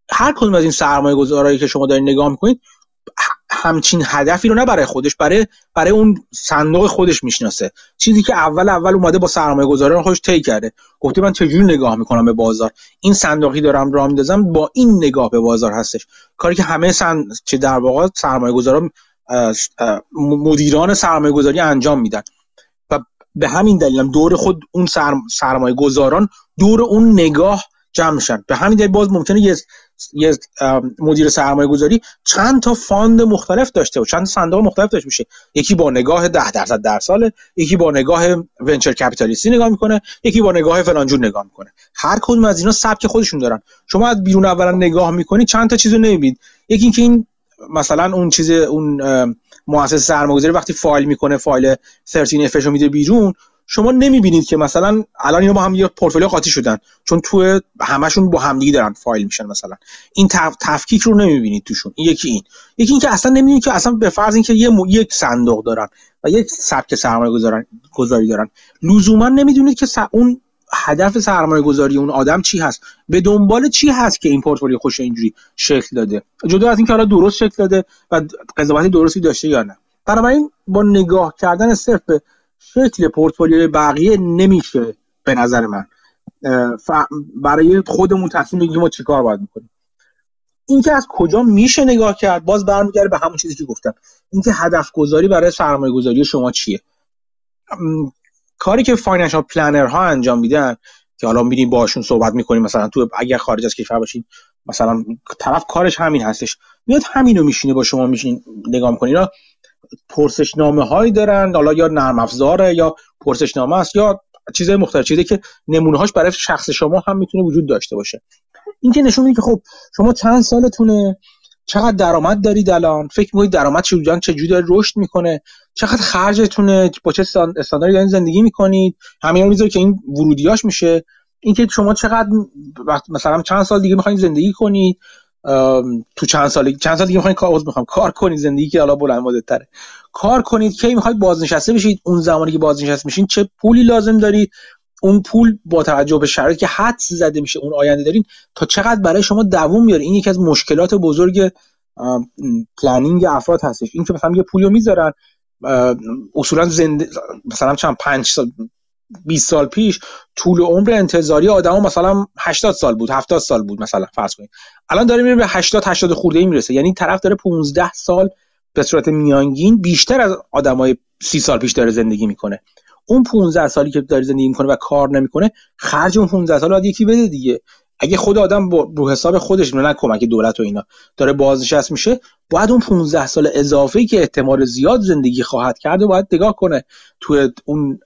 S2: هر کدوم از این سرمایه‌گذارایی که شما دارین نگاه میکنید همچین هدفی رو نه برای خودش، برای اون صندوق خودش میشناسه. چیزی که اول اومده با سرمایه‌گذاران خودش طی کرده، گفته من چجوری نگاه میکنم به بازار، این صندوقی دارم راه میندازم با این نگاه به بازار هستش. کاری که همه چه در واقع سرمایه‌گذاران مدیران سرمایه‌گذاری انجام میدن و به همین دلیل هم دور خود اون سرمایه‌گذاران دور اون نگاه جمع میشن. به همین دلیل باز ممکنه یه مدیر سرمایه‌گذاری چند تا فاند مختلف داشته و چند تا صندوق مختلف داشته باشه، یکی با نگاه 10% در سال، یکی با نگاه ونچر کپیتالیستی نگاه میکنه، یکی با نگاه فلان جور نگاه میکنه. هر کدوم از اینا سبک خودشون دارن. شما از بیرون اولا نگاه میکنی چند تا چیزو نمیبینید. یکی اینکه این مثلا اون مؤسسه سرمایه‌گذاری وقتی فایل میکنه، فایل 13F رو میده بیرون، شما نمیبینید که مثلا الان اینا با هم یه پورتفولیو قاطی شدن، چون تو همشون با هم دیگه دارن فایل میشن. مثلا این تفکیک رو نمیبینید توشون. یکی این که اصلا نمیبینید که اصلا به فرض اینکه یک صندوق دارن و یک سبک سرمایه‌گذاری دارن، لزوما نمیدونید که اون هدف سرمایه‌گذاری اون آدم چی هست، به دنبال چی هست که این پورتفولیو خوش اینجوری شکل داده، جدا از اینکه حالا درست شکل داده و قضاوت درستی داشته یا نه. بنابراین با نگاه کردن صرف به شکل پورتفولیوی بقیه نمیشه به نظر من برای خودمون تصمیم بگیریم ما چیکار باید بکنیم. اینکه از کجا میشه نگاه کرد باز برمیگرده به همون چیزی که گفتم، اینکه هدف گذاری برای سرمایه گذاری شما چیه. کاری که فاینانشال پلنرها انجام میدن که حالا میریم باهاشون صحبت میکنیم، مثلا تو اگر خارج از کشور باشین، مثلا طرف کارش همین هستش، میاد همینو میشینه با شما میشین نگاه میکنین. اینا پرسشنامه هایی دارن، حالا یا نرم افزاره یا پرسشنامه است یا چیزای مختلف، چیزی که نمونه هاش برای شخص شما هم میتونه وجود داشته باشه. این که نشون میده که خب شما چند سالتونه، چقدر درآمد دارید، الان فکر می‌کنید درآمد چجوری داره رشد میکنه، چقدر خرجتونه، با چه استانداردی دارین زندگی میکنید، همین رو میذاره که این ورودیاش میشه. این که شما چقدر مثلا چند سال دیگه میخواین زندگی کنید، تو چند سال دیگه میخواین کار کنید، زندگی که حالا بلند مدت‌تره کار کنید، کی میخواید بازنشسته بشید، اون زمانی که بازنشسته میشین چه پولی لازم دارید، اون پول با توجه به شرایطی که حدس زده میشه اون آینده دارین تا چقدر برای شما دووم میاره. این یکی از مشکلات بزرگ پلنینگ افراد هستش. این که مثلا یه پولیو میذارن اصولا مثلا چند 5 سال 20 سال پیش طول عمر انتظاری آدما مثلا 80 سال بود، 70 سال بود مثلا فرض کنید، الان داره میره به 80 خورده ای میرسه. یعنی طرف داره 15 سال به صورت میانگین بیشتر از آدمای 30 سال پیش داره زندگی میکنه. اون 15 سالی که داره زندگی میکنه و کار نمیکنه، خرج اون 15 سال باید یکی بده دیگه. اگه خود آدم رو حساب خودش نه کمک دولت و اینا داره بازنشسته میشه، باید اون 15 سال اضافه‌ای که احتمال زیاد زندگی خواهد کرد و باید نگاه کنه تو اون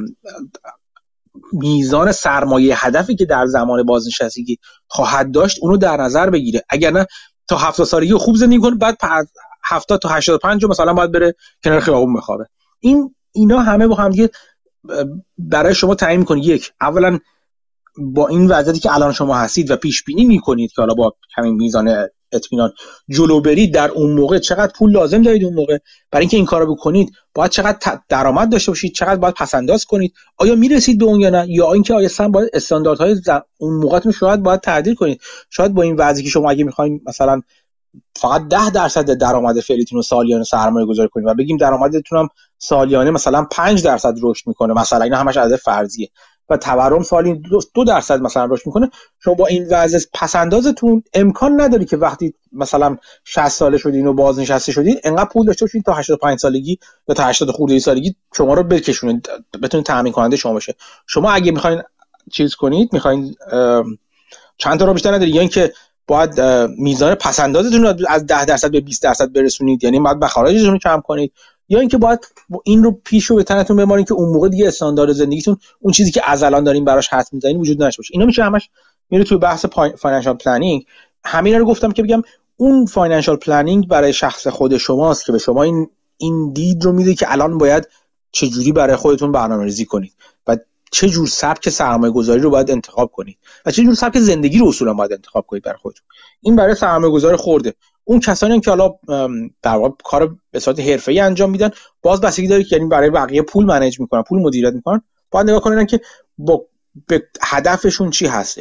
S2: میزان سرمایه هدفی که در زمان بازنشستگی خواهد داشت اونو در نظر بگیره. اگر نه تا 70 سالگی خوب زندگی کنه، بعد 70 تا 85 مثلا باید بره کنار خیابون بخوابه. اینا همه با هم دیگه برای شما تعیین می‌کنه. یک، اولا با این وضعیتی که الان شما هستید و پیش بینی می‌کنید که حالا با همین میزان اطمینان جلو برید، در اون موقع چقدر پول لازم دارید، اون موقع برای اینکه این کارو بکنید باید چقدر درآمد داشته باشید، چقدر باید پس‌انداز کنید، آیا میرسید به اون یا نه، یا اینکه آیا اصلا باید استانداردهای اون موقعتون شاید باید تعدیل کنید. شاید با این وضعی که شما اگه می‌خواید مثلا فقط 10% درآمد فعلیتون رو سالیانه سرمایه گذاری کنید و بگیم درآمدتون هم سالیانه مثلا 5% رشد میکنه، مثلا اینا همش عدد فرضیه و تورم سالی 2% مثلا رشد میکنه، شما با این وضع پس‌اندازتون امکان نداری که وقتی مثلا 60 ساله شدین و بازنشسته شدین انقدر پول داشته باشین تا 85 سالگی یا تا 80 خورده سالگی شما رو بکشونید، بتونید تامین کننده شما بشه. شما اگه میخواین چیز کنید، میخواین چند تا رو بیشتر نداری، یا اینکه باید میزان پس‌اندازتون رو از 10% به 20% برسونید، یعنی باید مخارجتون رو کم کنید، یا اینکه باید این رو پیشو به تنتون بمارید که اون موقع دیگه استاندارد زندگیتون اون چیزی که از الان دارین براش حد می‌زنین وجود نداشته باشه. اینا میشه همش میره توی بحث فاینانشال پلنینگ. همینا رو گفتم که بگم اون فاینانشال پلنینگ برای شخص خود شماست که به شما این دید رو میده که الان باید چه جوری برای خودتون برنامه‌ریزی کنید و چه جور سبک سرمایه‌گذاری رو باید انتخاب کنید و چه جور سبک زندگی رو اصولا باید انتخاب کنید برای خودتون. این برای سرمایه‌گذار خورده. اون کسانی که حالا در واقع کار به صورت حرفه‌ای انجام میدن، باز بستگی داره که یعنی برای بقیه پول منیج میکنن، پول مدیریت میکنن، باید نگاه کنن که به هدفشون چی هستش.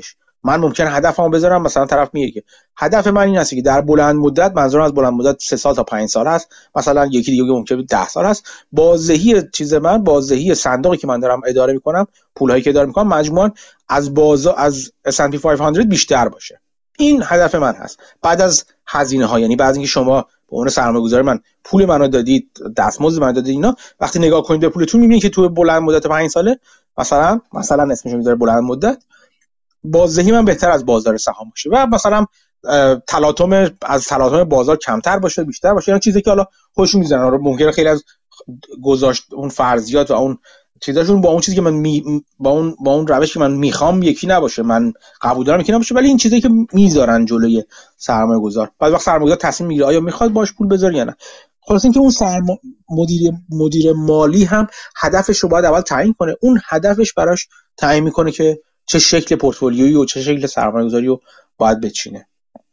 S2: من ممکنه هدفمو بذارم، مثلا طرف میگه که هدف من این هست که در بلند مدت، منظورم از بلند مدت 3 سال تا 5 سال هست، مثلا یکی دیگه ممکنه 10 سال هست، بازدهی چیز من، بازدهی صندوقی که من دارم اداره میکنم، پولایی که اداره میکنم مجموعاً از بازار از S&P 500 بیشتر باشه. این هدف من هست. بعد از هزینه ها، یعنی بعد از اینکه شما به عنوان سرمایه‌گذار من پول منو دادید، دستمزد منو دادید، اینا وقتی نگاه کنید به پولتون میبینید که تو بلند مدت 5 ساله مثلا اسمش میذاره بلند مدت، بازدهی من بهتر از بازار سهام باشه و مثلا تلاطم بازار کمتر باشه، بیشتر باشه. یعنی چیزی که حالا خودشون میزنن، ممکنه خیلی از گذاشت اون فرضیات و اون چیزاشون با اون چیزی که من با اون روشی که من میخوام یکی نباشه، من قبول دارم یکی نباشه، ولی این چیزی که میذارن جلوی سرمایه گذار، بعد وقت سرمایه گذار تصمیم میگیره آیا میخواد باش پول بذاره یا نه. خلاص اینکه اون مدیر مالی هم هدفش رو باید اول تعیین کنه، اون هدفش براش تعیین میکنه که چه شکل پورتفولیویی و چه شکل سرمایه گذاری رو باید بچینه.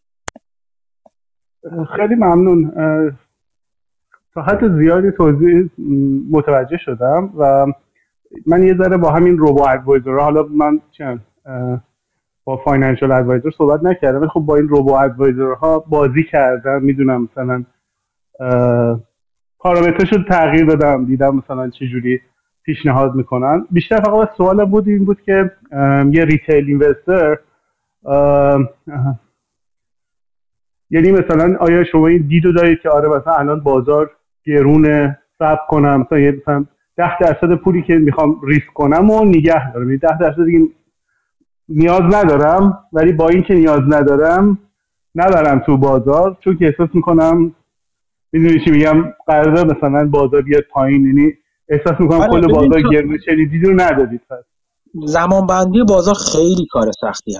S6: خیلی ممنون. تا حد زیادی توضیح متوجه شدم و من یه ذره با همین روبو ادوایزر، حالا من با فاینانشال ادوایزر صحبت نکردم، ولی خب با این روبو ادوایزرها بازی کردم، میدونم مثلا پارامترشو تغییر دادم، دیدم مثلا چه جوری پیشنهاد میکنن. بیشتر فقط سوال بود این بود که یه ریتیل اینوستر، یعنی مثلا آیا شما این دیدو دارید که آره مثلا الان بازار گرونه، صبر کنم مثلا 10% پولی که میخوام ریسک کنم و نگه دارم، 10% دیگه نیاز ندارم، ولی با این که نیاز ندارم نبرم تو بازار، چون که احساس میکنم، میدونی چی میگم، قراره مثلا بازار بیاد پایین، یعنی احساس میکنم کل بازار گرونه، چنین دیدی رو ندادید.
S2: زمان بندی بازار خیلی کار سختی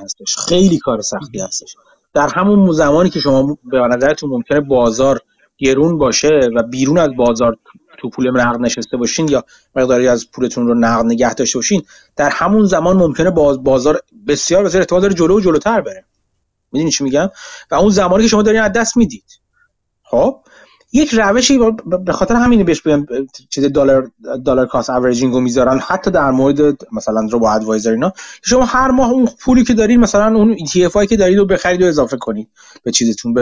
S2: هستش. در همون زمانی که شما به نظرتون ممکنه بازار گرون باشه و بیرون از بازار تو پول نقد نشسته باشین یا مقداری از پولتون رو نقد نگه داشته باشین، در همون زمان ممکنه بازار بسیار احتمال داره جلو و جلوتر بره. میدونی چی میگم؟ و اون زمانی که شما دارین از دست میدید. خب یک روشی به خاطر همین بهش میگن چیز دلار کاست اوریجینگ رو میذارن، حتی در مورد مثلا روبو ادوایزر اینا، شما هر ماه اون پولی که دارین، مثلا اون ETF هایی که دارید رو بخرید و اضافه کنید به چیزتون،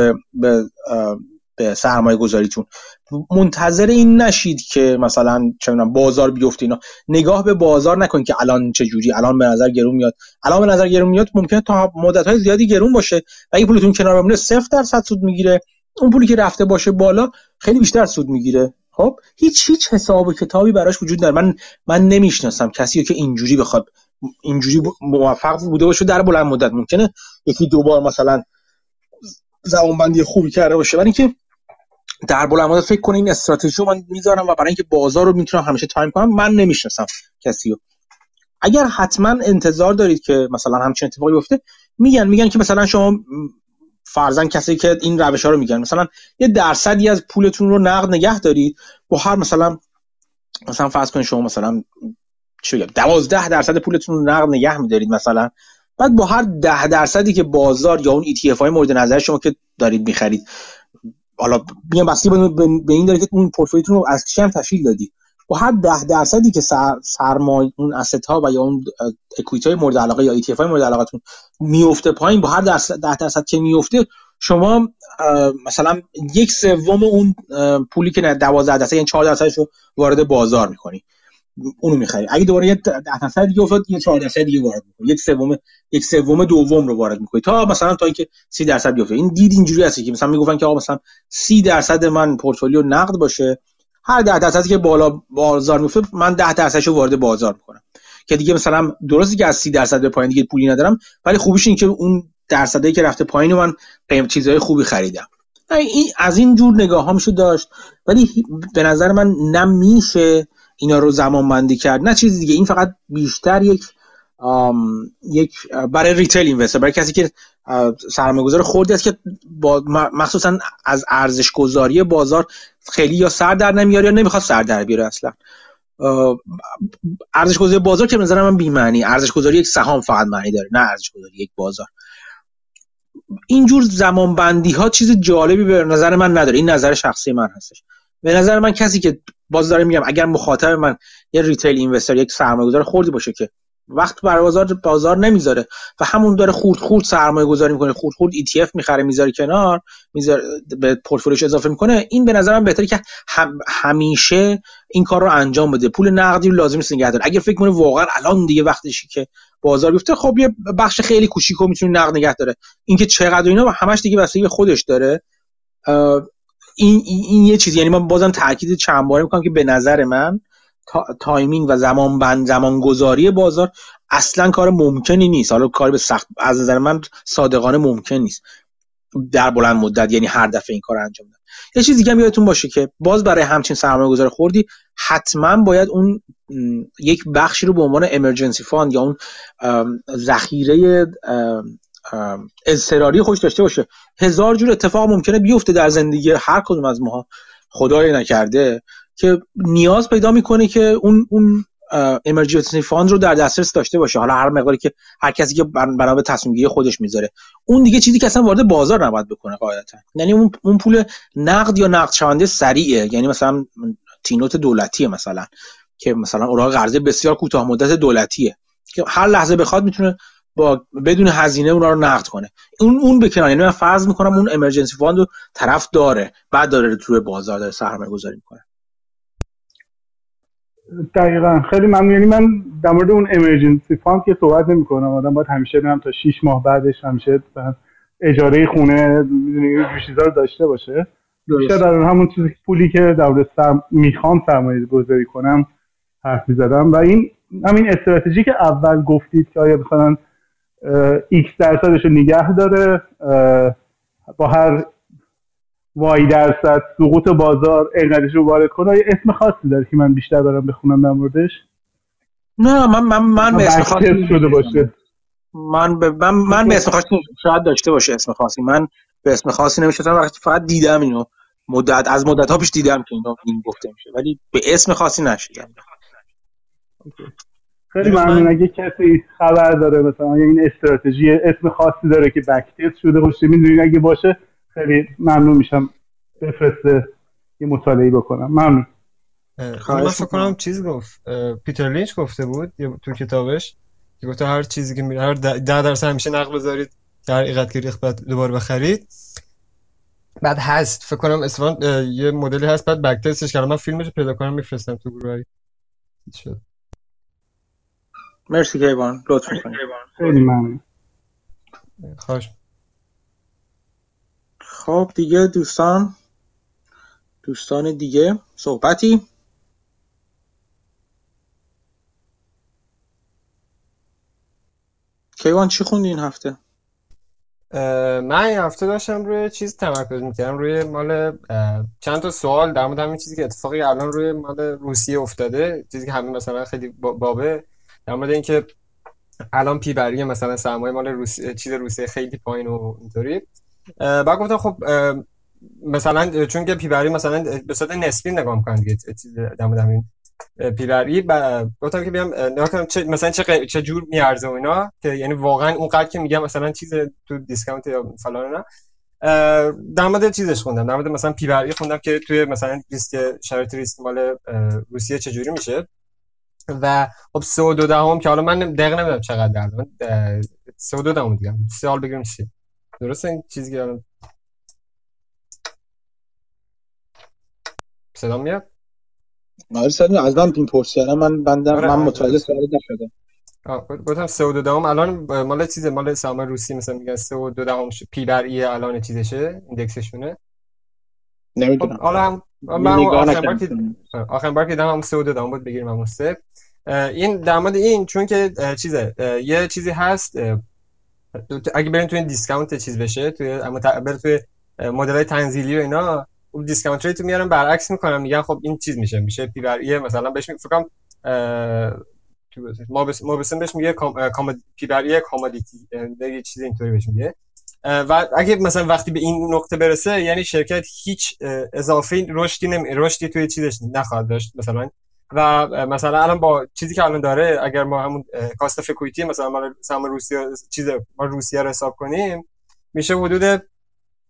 S2: به سرمایه گذاریتون. منتظر این نشید که مثلا چه میدونم بازار بیفته اینا، نگاه به بازار نکنید که الان چه جوری، الان به نظر گرون میاد، ممکنه تا مدت‌های زیادی گرون باشه و اگه پولتون کنار بمونه 0% سود میگیره، اون پولی که رفته باشه بالا خیلی بیشتر سود میگیره. خب هیچ حساب و کتابی براش وجود نداره. من نمیشناسم کسی که اینجوری بخواد اینجوری موفق بوده باشه در بلند مدت. ممکنه یکی دو بار مثلا زمانبندی خوبی کرده باشه، ولی اینکه در بلند مدت فکر کنه این استراتژی رو من میذارم و برای اینکه بازار رو میتونم همیشه تایم کنم، من نمیشناسم کسی رو. اگر حتما انتظار دارید که مثلا همچین اتفاقی بیفته، میگن که مثلا شما فرضاً کسی که این روش‌ها رو میگن، مثلا یه درصدی از پولتون رو نقد نگه دارید، با هر مثلا فرض کنید شما مثلا چه بگم 12% پولتون رو نقد نگه می‌دارید مثلا، بعد با هر 10% که بازار یا اون ETF های مورد نظر شما که دارید می‌خرید، حالا میگم بسته به این داره که اون پورتفولیوتون رو از چی هم تشکیل دادی، با هر 10% که سرمایه اون asset ها و یا اون equity های مورد علاقه یا ETF های مورد علاقتون میفته پایین، با هر 10% که میفته شما مثلا 1/3 اون پولی که 12% یعنی 4% رو وارد بازار می‌کنی، اونو می‌خری. اگه دوباره یه 10% دیگه افتاد، یه 4% دیگه وارد می‌کنی، 1/3 دوم رو وارد می‌کنی تا مثلا تا اینکه 30% بیفته. این دید اینجوری هست که مثلا میگفتن که آقا مثلا 30% من پورتفولیو نقد باشه، هر 10% که بالا بازار میفته من 10% رو وارد بازار میکنم، که دیگه مثلا درسته که از 30% به پایین دیگه پولی ندارم، ولی خوبیش این که اون درصدی که رفته پایین من چیزای خوبی خریدم. این از این جور نگاه ها میشه داشت، ولی به نظر من نمیشه اینا رو زمان بندی کرد، نه چیز دیگه. این فقط بیشتر یک برای ریتیل اینوستر، برای کسی که سرمایه‌گذار خردی است که مخصوصا از ارزش گذاری بازار خیلی یا سر در نمیاره یا نمیخواد سر در بیاره. اصلا ارزش گذاری بازار که به نظر من بی معنی، ارزش گذاری یک سهام فقط معنی داره، نه ارزش گذاری یک بازار. اینجور زمان بندی ها چیز جالبی به نظر من نداره. این نظر شخصی من هستش. به نظر من کسی که باز داره میگم، اگر مخاطب من یه ریتیل اینوستر، یک سرمایه‌گذار خردی باشه که وقت برای بازار نمیذاره و همون داره خورد سرمایه گذاری میکنه، خورد ETF میخره میذاره کنار، میذاره به پورتفولیوش اضافه میکنه. این به نظر من بهتره که همیشه این کار رو انجام بده. پول نقدی رو لازم نیست نگه داره. اگه فکر کنه واقعا الان دیگه وقتشه که بازار بیفته، خب یه بخش خیلی کوچیکو میتونه نقد نگه داره. اینکه چقدر اینا همش دیگه بستگی به خودش داره. این یه چیزی، یعنی من بازم تاکید چند باره میکنم که به نظر من تایمینگ و زمان گذاری بازار اصلا کار ممکنی نیست. حالا کار به سخت از نظر من صادقانه ممکن نیست در بلند مدت، یعنی هر دفعه این کار انجام بدن. یه چیز دیگه هم یادتون باشه که باز برای همچین سرمایه گذاری خوردی حتما باید اون یک بخشی رو به عنوان امرجنسی فاند یا اون ذخیره اضطراری خودش داشته باشه. هزار جور اتفاق ممکنه بیفته در زندگی هر کدوم از ماها، خدای نکرده، که نیاز پیدا میکنه که اون امرجنسی فاند رو در دسترس داشته باشه. حالا هر مقداری که هر کسی که بنا به تصمیم گیری خودش میذاره. اون دیگه چیزی که اصلا وارد بازار نباید بکنه قاعدتا. یعنی اون پول نقد یا نقد شونده سریعه، یعنی مثلا تینوت دولتیه مثلا، که مثلا اوراق قرضه بسیار کوتاه مدت دولتیه که هر لحظه بخواد میتونه با بدون هزینه اونا رو نقد کنه. اون بکنن. یعنی من فرض میکنم اون امرجنسی فاند رو طرف داره، بعد داره توی بازار داره سرمایه گذاری میکنه.
S6: دقیقاً. خیلی ممنون. یعنی من در مورد اون امرجنسی فاند که صحبت نمی‌کنم. آدم باید همیشه برم تا 6 ماه بعدش همیشه اجاره خونه می‌دونی چیزا رو داشته باشه. بیشتر در همون چیزی پولی که در میخوام سرمایه گذاری کنم حرف می‌زدم. و این همین استراتژی که اول گفتید که آیا مثلا x درصدش رو نگه داره با هر وای درصد سقوط بازار اینقدرش رو وارد کنه، یه اسم خاصی داره که من بیشتر برام بخونم در موردش؟
S2: نه من به اسم خاصی
S6: شده باشه.
S2: من به اسم خاصی شاید داشته باشه اسم خاصی. من به اسم خاصی نمیشناسم، وقتی فقط دیدم اینو از مدت ها پیش دیدم که این گفته میشه، ولی به اسم خاصی نشیدم.
S6: خیلی ممنون. اگه کسی خبر داره مثلا این استراتژی اسم خاصی داره که بک تست شده باشه، میدونید اگه باشه خیلی ممنون میشم بفرسته یه مطالعه بکنم. ممنون.
S4: من فکر کنم چیز گفت پیتر لینچ گفته بود تو کتابش که گفت هر چیزی که میره هر 10% همیشه نقد بذارید که هر اینقدر که ریخت بعد دوباره بخرید. بعد هست فکر کنم اصلا یه مدلی هست بعد بک تستش کردم. من فیلمش پیدا کنم میفرستم تو گروه.
S2: مرسی کیوان، لطف می‌کنی.
S6: خیلی ممنون.
S4: خواهش.
S2: خب دیگه دوستان دیگه صحبتی؟ کیوان چی خوندی این هفته؟
S4: من این هفته داشتم روی چیز تمرکز میکردم، روی مال چند تا سوال در مورد همین چیزی که اتفاقی الان روی مال روسیه افتاده، چیزی که همین مثلا خیلی بابه، در مورد اینکه الان پی بری مثلا سرمایه مال روسیه چیز روسیه خیلی پایین و اینطوری. بعد گفتم خب مثلا چون که پی بری مثلا به صورت نسبی نگاه می‌کنن دیگه در مورد همین پی بری، گفتم که بیام نگاه کنم مثلا چه جور میارزه و اینا، که یعنی واقعا اون قدر که میگم مثلا چیز تو دیسکانت یا فلان نه. در مورد چیزش خوندم، در مورد مثلا پی بری خوندم که توی مثلا ریسک شرایط ریسک مال روسیه چجوری میشه و خب 3.2 که حالا من دقیق نمیدونم چقدر الان 3.2 دیگه سال بگیریم چی درسته این چیزی که الان صدا میاد؟
S2: آره صدا از من پرسیدم من متوجه سوال نشدم.
S4: گفتم 3.2 الان مال چیز مال سرمایه روسی مثلا میگن 3.2 پی بر ای الان چیزشه ایندکسشونه
S2: نمیدونم.
S4: حالا من آخرین بار که دیدم هم 3.2 بود بگیریم همون 3. این در مورد این چون که چیزه یه چیزی هست اگه برین توی دیسکانت چیز بشه توی توی مدل‌های تنزیلی و اینا اون دیسکانت ریت رو میارن برعکس میکنن، میگن خب این چیز میشه پی بر ای مثلا بهش فکر کنم ما بسیم بهش میگه پی بر ای کامادیتی یه چیز اینطوری بهش میگه. و اگه مثلا وقتی به این نقطه برسه یعنی شرکت هیچ اضافه رشدی توی چیزش نخواهد داشت مثلا. و مثلا الان با چیزی که الان داره اگر ما همون کاست اف اکوئیتی مثلا ما سهم روسیه ما روسیه رو حساب کنیم میشه حدود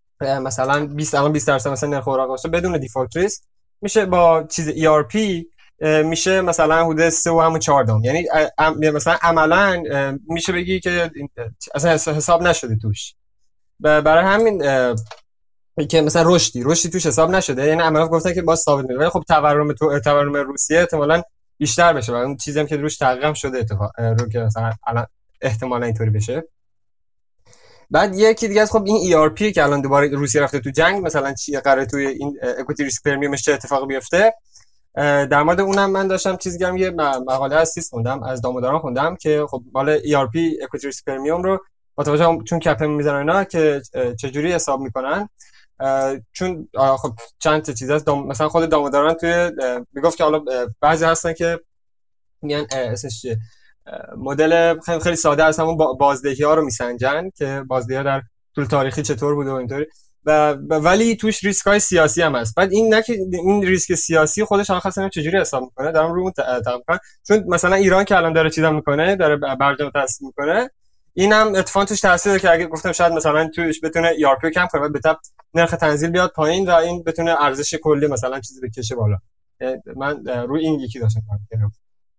S4: مثلا 20% مثلا نرخ اوراق باشه بدون دیفالت ریسک میشه با چیز ERP میشه مثلا حدود 3 و همون 4 دام. یعنی مثلا عملا میشه بگی که اصلا حساب نشده توش. برای همین که مثلا رشدی توش حساب نشده، یعنی عملا گفتن که باز ثابت میشه، ولی خب تورم روسیه احتمالاً بیشتر بشه و اون چیزی هم که روش تحقیق شده اتفاق رو که مثلا الان احتمالاً اینطوری بشه. بعد یکی دیگه از خب این ERP که الان دوباره روسیه رفته تو جنگ، مثلا چی قراره توی این اکویتی ریسک پرمیومش چه اتفاقی بیفته. در مورد اونم من داشتم چیزی یه مقاله از خوندم، از داموداران خوندم که خب مال ERP اکویتی ریسک پرمیوم رو با توجه چون کپ میذارن اینا که چجوری حساب میکنن، چون خب چند تا چیز هست. مثلا خود داموداران توی میگفت که حالا بعضی هستن که میگن اسمش چیه، مدل خیلی ساده است، همون بازدهی ها رو میسنجن که بازدهی ها در طول تاریخی چطور بوده و اینطوری، ولی توش ریسک های سیاسی هم هست. بعد این این ریسک سیاسی خودش الان خاصه چجوری حساب میکنه، دارم رو اون تقریبا، چون مثلا ایران که الان داره چیزا میکنه، داره برجام تاسیس میکنه، اینم اتفاقا توش تاثیر داره که اگه گفتم شاید مثلا توش بتونه ERP کم کنه، به تبع نرخ تنزیل بیاد پایین و این بتونه ارزش کلی مثلا چیزی بکشه بالا. من روی این یکی داشتم کار می‌کردم.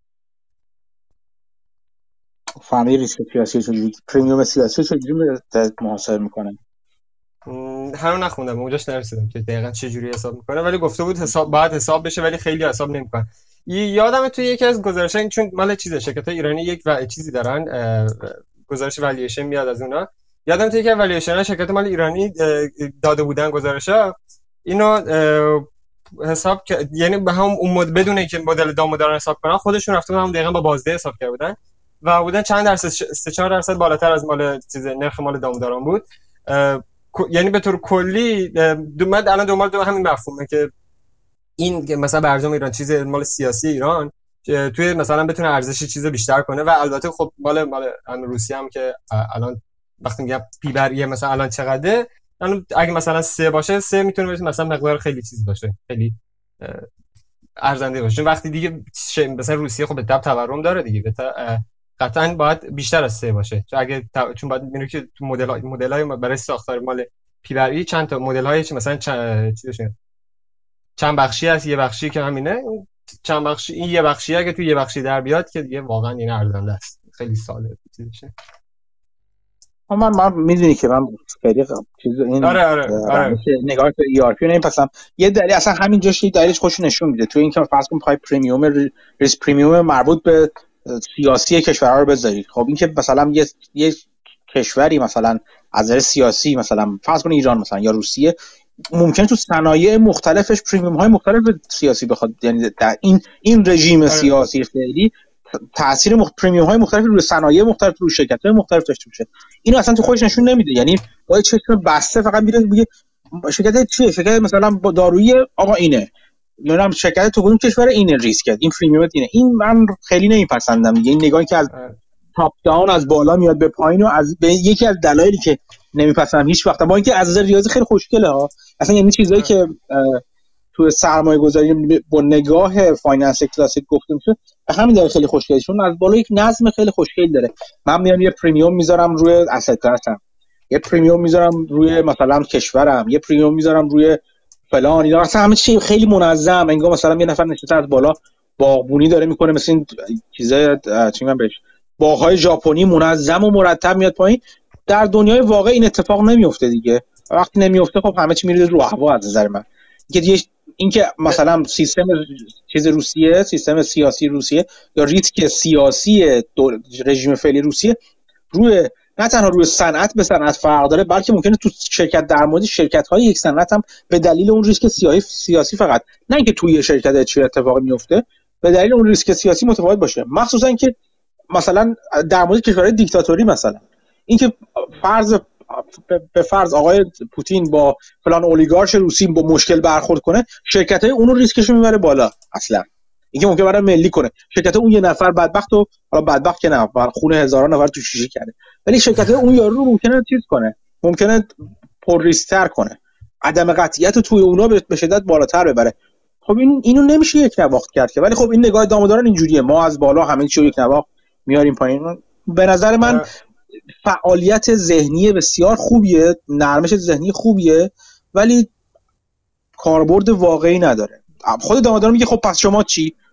S2: فهمی ریسک سیاسی چجوری، پریمیوم سیاسی چجوری محاسبه میکنه؟
S4: هنوز نخوندم، اونجاش نرسیدم که دقیقاً چه جوری حساب میکنه، ولی گفته بود باید حساب بشه، ولی خیلی حساب نمیکنه. یادمه توی یکی از گزارش‌ها، چون مال شرکت‌های ایرانی یک چیزی دارن، گزارش والیویشن میاد از اونا، یادم توی یکی از والیویشن‌ها شرکت مال ایرانی داده بودن گزارش‌ها اینو حساب که، یعنی به هم اون بدون اینکه مدل داموداران حساب کنن، خودشون رفتن هم دقیقاً با بازده حساب کرده بودن و بودن چند درصد 3-4% بالاتر از مال نرخ مال داموداران بود. یعنی به طور کلی من الان دنبال همین مفهومه که این مثلا برجام ایران چیز مال سیاسی ایران توی مثلا بتونه ارزش چیز بیشتر کنه، و البته خب مال روسیه هم که الان وقتی میگم پی بر ای مثلا الان چقدره، الان اگه مثلا 3 باشه، 3 میتونه مثلا مقدار خیلی چیز باشه، خیلی ارزنده باشه. وقتی دیگه مثلا روسیه خب به تبع تورم داره دیگه، قطعاً باید بیشتر از 3 باشه، چون باید میبینید که تو مدل‌های برای ساختار مال پی بر ای چند تا مدل‌های مثلا چند بخشی هست، یه بخشی که همینه، چند بخشی، این یه بخشی اگه تو یه بخشی در بیاد که دیگه واقعاً این ارزنده است، خیلی ساده چیزشه.
S2: من میدونی که من خیلی چیز این
S4: آره.
S2: نگاه به ERP نمیپسم. یه دلیل اصلا همین جاش، یه دلیلش خودشون نشون میده تو اینکه فرض کن پای ریسک پریمیوم مربوط به سیاسی کشورها رو بذاری. خب این که مثلا یه کشوری مثلا از نظر سیاسی، مثلا فرض کن ایران مثلا یا روسیه، ممکنه تو صنایع مختلفش پریمیوم های مختلف سیاسی بخواد، یعنی در این رژیم سیاسی فعلی تاثیر پریمیوم های مختلف روی صنایع مختلف، روی شرکت های مختلف داشته باشه. اینو اصلا تو خودش نشون نمیده، یعنی با یه چشم بسته فقط میره میگه شرکت چیه، شرکت مثلا با دارویی آقا اینه، میگم شرکت تو کدوم کشور اینه، ریسک این پریمیوم اینه. این من خیلی نمیپسندم دیگه، این نگاهی که از تاپ داون از بالا میاد به پایین، و از یکی از دلایلی که نمیپسندم هیچ وقت، با اینکه از نظر ریاضی خیلی خوشگله ها، اصلا یعنی چیزایی که تو سرمایه گذاری با نگاه فایننس کلاسیک گفته میشه به همین دلیل خیلی خوشگله، چون از بالا یک نظم خیلی خوشگل داره. من میام یه پریمیوم میذارم روی اسید کلاسم، یه پریمیوم میذارم روی مثلا کشورم، یه پریمیوم میذارم روی فلان، اینا اصلا همه چی خیلی منظم، انگار مثلا یه نفر نشسته از بالا باغبونی داره میکنه، مثل این چیزای چی میگم بهش، باغ‌های ژاپنی منظم و مرتب میاد پایین. در دنیای واقع این اتفاق نمیفته دیگه. وقتی نمیفته خب همه چی میره رو هوا از نظر من. اینکه مثلا سیستم چیز روسیه، سیستم سیاسی روسیه یا ریسک سیاسی رژیم فعلی روسیه روی نه تنها روی صنعت به صنعت فرق داره، بلکه ممکنه تو شرکت در مورد شرکت‌های یک صنعت هم به دلیل اون ریسک سیاسی فقط، نه اینکه توی شرکت چه اتفاقی میفته، به دلیل اون ریسک سیاسی متفاوت باشه. مخصوصا اینکه مثلا در مورد کشورهای دیکتاتوری، مثلا اینکه به فرض آقای پوتین با فلان اولیگارش روسی با مشکل برخورد کنه، شرکت‌های اون رو ریسکش رو میبره بالا. اصلا اینکه ممکنه برای ملی کنه، شرکت اون یه نفر بدبخت و حالا بدبخت که نه، خون هزاران نفر تو شیشه کرده، ولی شرکت اون یارو رو ممکنه چیز کنه، ممکنه پر ریسک‌تر کنه، عدم قطعیت توی اونا به شدت بالاتر ببره. خب اینو نمیشه یک نواخت کرد که، ولی خب این نگاه داموداران اینجوریه، ما از بالا همه چی رو یک نواخت میاریم پایین. به نظر من فعالیت ذهنی بسیار خوبیه، نرمش ذهنی خوبیه، ولی کاربرد واقعی نداره. خود داموداران میگه خب پس شما چی؟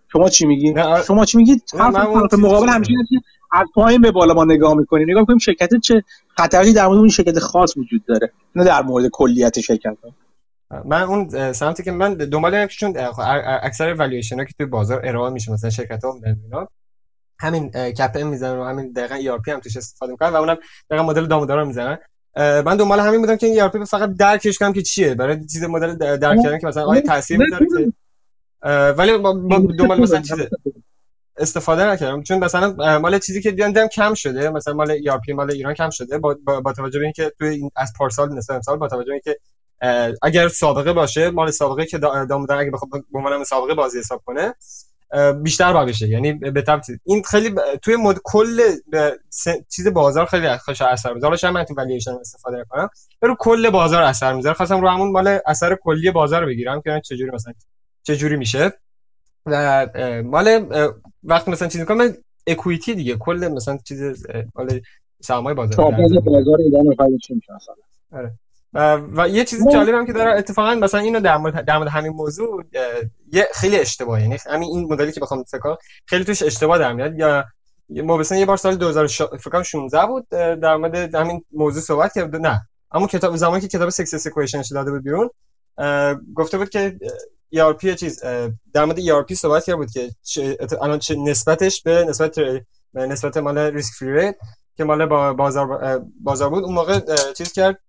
S2: شما چی میگی؟
S4: نه
S2: شما چی میگید؟
S4: من اون
S2: طرف مقابل همیشه اینه که از پایین به بالا ما نگاه میکنیم شرکت چه خطری در مورد اون شرکت خاص وجود داره، نه در مورد کلیت شرکت.
S4: من اون سمتی که من دنبال اینم که چون اکثر والویشن‌ها که توی بازار ارائه میشه مثلا شرکت‌ها اینا همین کپ ام میزنن و همین دقیقاً ای آر پی هم توش استفاده میکنن و اونم دقیقاً مدل دامودارا میزنن. من دنبال همین بودم که این ای آر پی فقط درکش کنم که چیه، برای چیز مدل درک کردن که مثلا آیا تاثیر میذاره که ولی دنبال مثلا چیز استفاده نکردم، چون مثلا مال چیزی که دیدم کم شده، مثلا مال ای آر پی مال ایران کم شده با توجه به اینکه توی از پارسال نسبت امسال با توجه به اینکه اگر سابقه باشه مال سابقه که دامودار اگه بخواد به عنوان سابقه بازی حساب کنه بیشتر باید بشه، یعنی به تبعید این خیلی توی کل چیز بازار خیلی خوش اثر میذاره. حالا من تو والویشن استفاده نکنم رو کل بازار اثر میذاره، خواستم رو همون مال اثر کلی بازار بگیرم که چجوری مثلا چجوری میشه و مال وقتی مثلا چیز میکنم اکوئیتی دیگه کل مثلا چیز مال سرمایه بازار
S2: ایران فایده چی میشه مثلا.
S4: آره و یه چیزی جالب هم که داره اتفاقا مثلا اینو در مورد همین موضوع یه خیلی اشتباهه، یعنی همین این مدلی که بخوام فکر کنم خیلی توش اشتباه در میاد. یا ما مثلا یه بار سال 2016 بود در مورد همین موضوع صحبت کرد، نه اما کتاب زمانی که کتاب سکسس اکویشنش داده بود بیرون گفته بود که ERP چیز در مورد ERP صحبت کرده بود که الان چه نسبتش به نسبت مال ریسک فری ریت که مال بازار بود اون موقع چیز کرد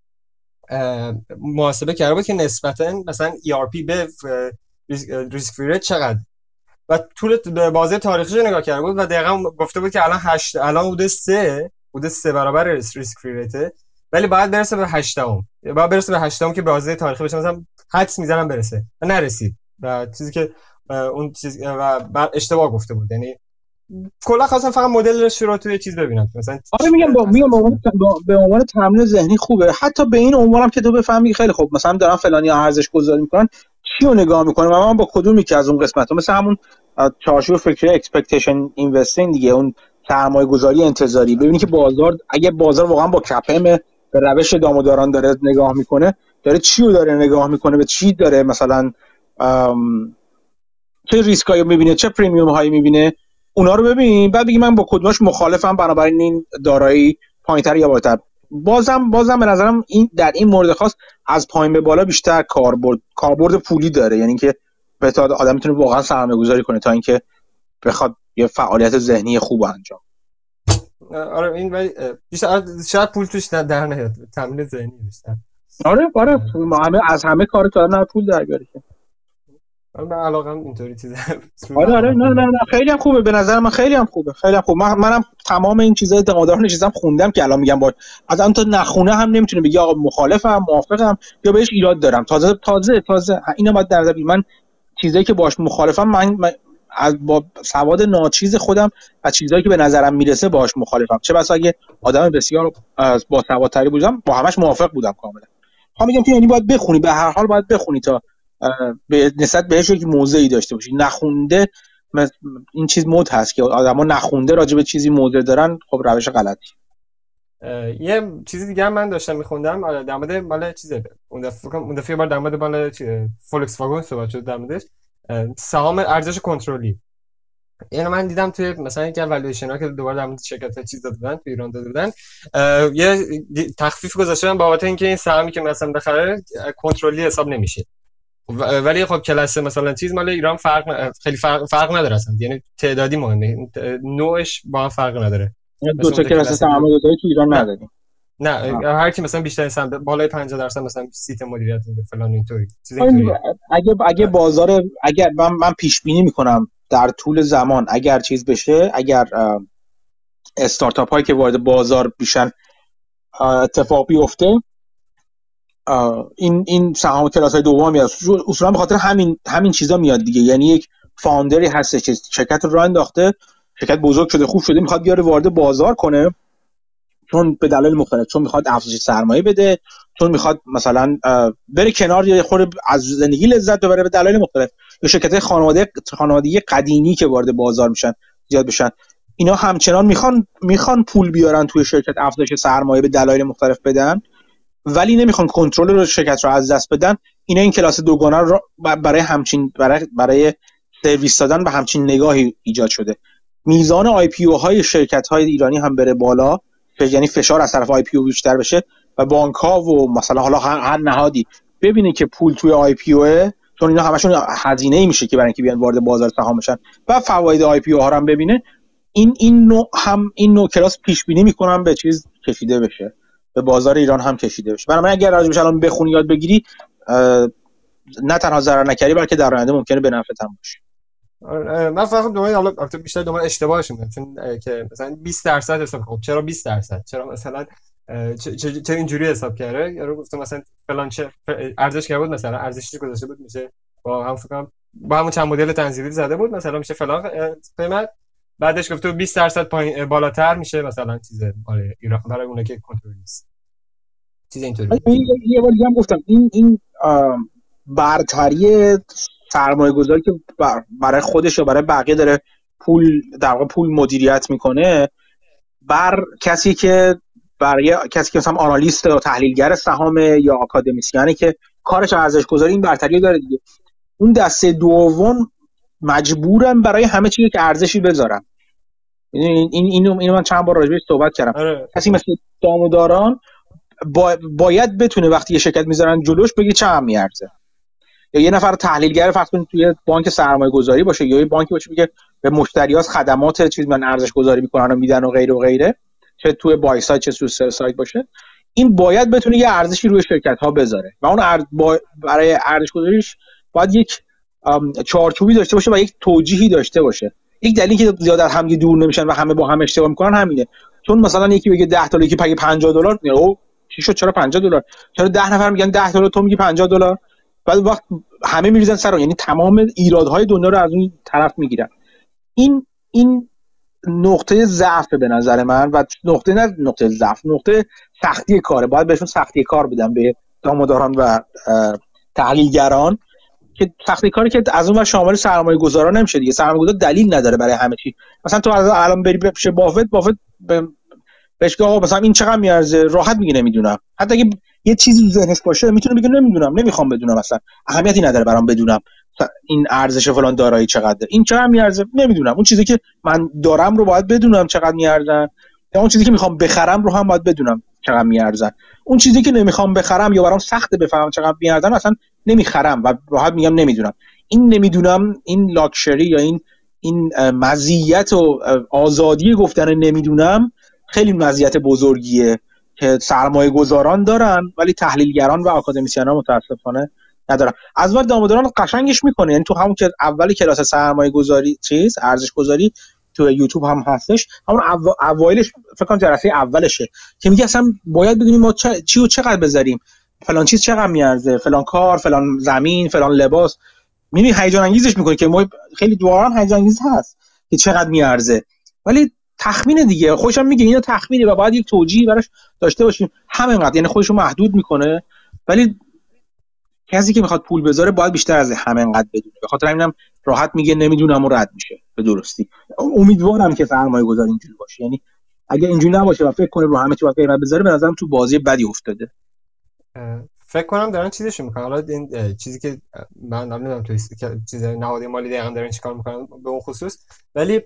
S4: محاسبه کرده بود که نسبتاً مثلا ERP به ریسک فری ریت چقدر و طول بازه تاریخیش رو نگاه کرده بود و دقیقاً گفته بود که الان بوده 3 برابر ریسک فری ریت، ولی باید برسه به 8 باید برسه به 8 که بازه تاریخی بشه، مثلا حدس میزنم برسه و نرسید و چیزی که اون چیز و اشتباه گفته بود. یعنی کلا خواستم فقط مدلش رو توی چیز ببینم مثلا.
S2: آره میگم به عنوان تمرین ذهنی خوبه، حتی به این عنوانم که تو بفهمی خیلی خوب مثلا دارن فلانی ارزش گذاری میکنن چی رو نگاه میکنه و من با کدومی که از اون قسمت مثلا همون چارچوب فکری اکسپکتیشن اینوستینگ دیگه، اون سرمایه گذاری انتظاری، ببینی که بازار اگه بازار واقعا با کپم به روش داموداران داره نگاه میکنه، داره چی رو داره نگاه میکنه، به چی داره مثلا چه ریسکایی میبینه، چه پریمیوم هایی میبینه، اونا رو ببین بعد بگی من با کدومش مخالفم، بنابراین این دارایی پایینتر یا بالاتر. بازم به نظرم این در این مورد خاص از پایین به بالا بیشتر کاربرد پولی داره، یعنی که بتونه آدم میتونه واقعا سرمایه‌گذاری کنه تا اینکه بخواد یه فعالیت ذهنی خوب انجام.
S4: آره این ولی بیشتر شاید پول توش در نمیاد، تامین ذهنی بیشتر.
S2: آره از همه کار تا نه پول در بیاره که.
S4: من علاقم اینطوری چیزا.
S2: آره نه خیلی هم خوبه، به نظر من خیلی هم خوبه. منم تمام این چیزای دامودار نشستم خوندم که الان میگم از اون تا نخونه هم نمیتونه بگی آقا مخالفم موافقم یا بهش ایراد دارم. تازه اینا باید در نظر بگیرم. من چیزایی که باهاش مخالفم من از با سواد ناچیز خودم از چیزایی که به نظرم میرسه باهاش مخالفم، چه بسا اگه آدم بسیار با سوادتری بودم با همش موافق بودم کاملا. میگم که یعنی باید بخونی، به هر حال باید بخونی تا به نسبت بهش یک موضعی داشته باشی. نخونده این چیز مد هست که آدما نخونده راجع به چیزی موضع دارن، خب روش غلطی.
S4: یه چیزی دیگه هم من داشتم می‌خوندم در مورد مال چیزه اون دفعه بار در مورد مال فولکس واگن صحبت شد در موردش سهام ارزش کنترلی. اینو من دیدم توی مثلا یک والویشن‌ها که دوباره در مورد شرکت‌ها چیز دادن تو ایران دادن یه تخفیف گذاشتن بابت اینکه این سهامی که مثلا بخره کنترلی حساب نمیشه، ولی خب کلاس مثلا چیز مال ایران خیلی فرق نداره اصلا، یعنی تعدادی مهمه، نوعش با هم فرق نداره.
S2: دو تا کلاس سرمایه‌گذاری تو ایران نداریم.
S4: نه هر کی مثلا بیشتر سمت بالای 50% مثلا سیت مدیریت میده فلان اینطوری چیزی اینطوری.
S2: اگه بازار اگر من پیش بینی میکنم در طول زمان اگر چیز بشه، اگر استارتاپ هایی که وارد بازار بشن اتفاق بیفته، این سهام کلاس های دوم میاد اصولا به خاطر همین چیزا میاد دیگه. یعنی یک فاوندری هست که شرکت رو راه انداخته، شرکت بزرگ شده خوب شده، میخواد بیاره وارد بازار کنه، چون به دلایل مختلف، چون میخواد افزایش سرمایه بده، چون میخواد مثلا بره کنار یا خود از زندگی لذت ببره، به دلایل مختلف. یا شرکت‌های خانوادگی قدیمی که وارد بازار میشن زیاد بشن، اینا همچنان میخوان پول بیارن توی شرکت، افزایش سرمایه به دلایل مختلف بدن، ولی نمیخوان کنترل رو شرکت رو از دست بدن. اینا این کلاس دوگانه رو برای سرویس دادن به همچین نگاهی ایجاد شده. میزان آی پی او های شرکت های ایرانی هم بره بالا، یعنی فشار از طرف آی پی او بیشتر بشه و بانک ها و مثلا حالا هر نهادی ببینه که پول توی آی پی او، چون اینا همشون هزینه ای میشه که برای اینکه بیان وارد بازار سهام بشن و فواید آی پی او ها رو هم ببینه، این نوع کلاس پیش بینی میکنم به چیز کشیده بشه، به بازار ایران هم کشیده بشه. بنابراین اگر راجعش الان بخونی یاد بگیری، نه تنها ضرر نکردی بلکه در آینده ممکنه به نفعت هم باشه.
S4: من فقط دوباره حالا بیشتر دوباره اشتباهش میگم، چون که مثلا 20% حساب، خب چرا 20%؟ چرا مثلا چه اینجوری حساب کرده؟ یارو گفته مثلا فلان چه ارزش کرده بود، مثلا ارزشش گذاشته بود میشه با هم فکر کنم با همون چند مدل تنزیلی زده بود مثلا میشه فلان قیمت، بعدش گفته 20% پایین بالاتر میشه مثلا چیز ایران برای اون که کنترل نیست، چیز اینطوری.
S2: یه بار دیگه هم گفتم این برتری سرمایه‌گذاری که برای خودش و برای بقیه داره در واقع پول مدیریت میکنه، بر کسی که مثلا آنالیست یا تحلیلگر سهام یا آکادمیسیانی که کارش ارزش گذاری، این برتری داره دیگه. اون دسته دوم مجبورن برای همه چیزی که ارزشی بذارن. اینو من چند بار راجع بهش صحبت کردم. کسی مثل داموداران باید بتونه وقتی یه شرکت میذارن جلوش بگه چقدر میارزه، یا یه نفر تحلیلگر فرض کنید توی بانک سرمایه گذاری باشه یا یه بانکی باشه بگه به مشتریات خدمات چیز من ارزش گذاری میکنن و میدن و غیره و غیره، چه توی بای سایت چه توی سل سایت باشه، این باید بتونه یه ارزشی روی شرکت ها بذاره و اون برای ارزش گذاریش باید یک چارچوبی داشته باشه و یک توجیهی داشته باشه. یک دلیلی که زیاد از هم دور نمیشن و همه با هم اشتباه میکنن همینه، چون مثلا یکی بگه $10 یکی بگه $50 میگه او چی شد چرا $50، چرا 10 نفر میگن $10 تو میگی $50، بعد وقت همه میریزن سر اون، یعنی تمام ایرادهای دنیا رو از اون طرف میگیرن. این نقطه ضعف به نظر من و نقطه ضعف، نقطه سختی کاره. باید بهشون سختی کار بدن به داموداران و تحلیلگران که سختی کاری که از اون ور شامل سرمایه گذاران نمیشه دیگه. سرمایه گذار دلیل نداره برای همه چی. مثلا تو الان بری پیش بافت بهش آقا مثلا این چقدر میارزه، راحت میگه نمیدونم. حتی اگه یه چیزی تو ذهنش باشه میتونه بگه نمیدونم، نمیخوام بدونم، اصلا اهمیتی نداره برام بدونم این ارزش فلان دارایی چقدره، این چقدر میارزه نمیدونم. اون چیزی که من دارم رو باید بدونم چقدر میارزن، یا اون چیزی که میخوام بخرم رو هم باید بدونم چقدر میارزن. اون چیزی که نمیخوام بخرم یا برام سخته بفهمم چقدر میارزن اصلا نمیخرم و راحت میگم نمیدونم. این نمیدونم، این لاکچری یا این مزیت و آزادی گفتن نمیدونم خیلی مزیت بزرگیه که سرمایه گذاران دارن ولی تحلیلگران و آکادمیسیان‌ها متاسفانه ندارن. از ور داموداران قشنگش میکنه، یعنی تو همون که اولی کلاس سرمایه گذاری ارزش گذاری تو یوتیوب هم هستش، همون اوایلش فکر کنم جلسه اولشه که میگه اصلا باید بدونیم ما چی و چقدر بذاریم، فلان چیز چقدر میارزه، فلان کار، فلان زمین، فلان لباس. میبینی هیجان انگیزش میکنه که ما خیلی دوارا هیجان انگیز هست که چقدر میارزه، ولی تخمینه دیگه. خودش میگه اینا تخمینه و باید یک توجیهی براش داشته باشیم. همینقدر، یعنی خودشو محدود میکنه، ولی کسی که میخواد پول بذاره باید بیشتر از همینقدر بدونه. به خاطر همینم راحت میگه نمیدونم و رد میشه به درستی. امیدوارم که سرمایه گذار اینجوری باشه، یعنی اگه اینجوری نباشه و فکر کنه رو همه چی باید قیمت بذاره، به نظرم تو بازی بدی افتاده.
S4: فکر کنم دارن چیزش میکنن. حالا این چیزی که من نمیدونم تو چیز نهادی مالی دقیقاً دارن چیکار میکنن به اون خصوص، ولی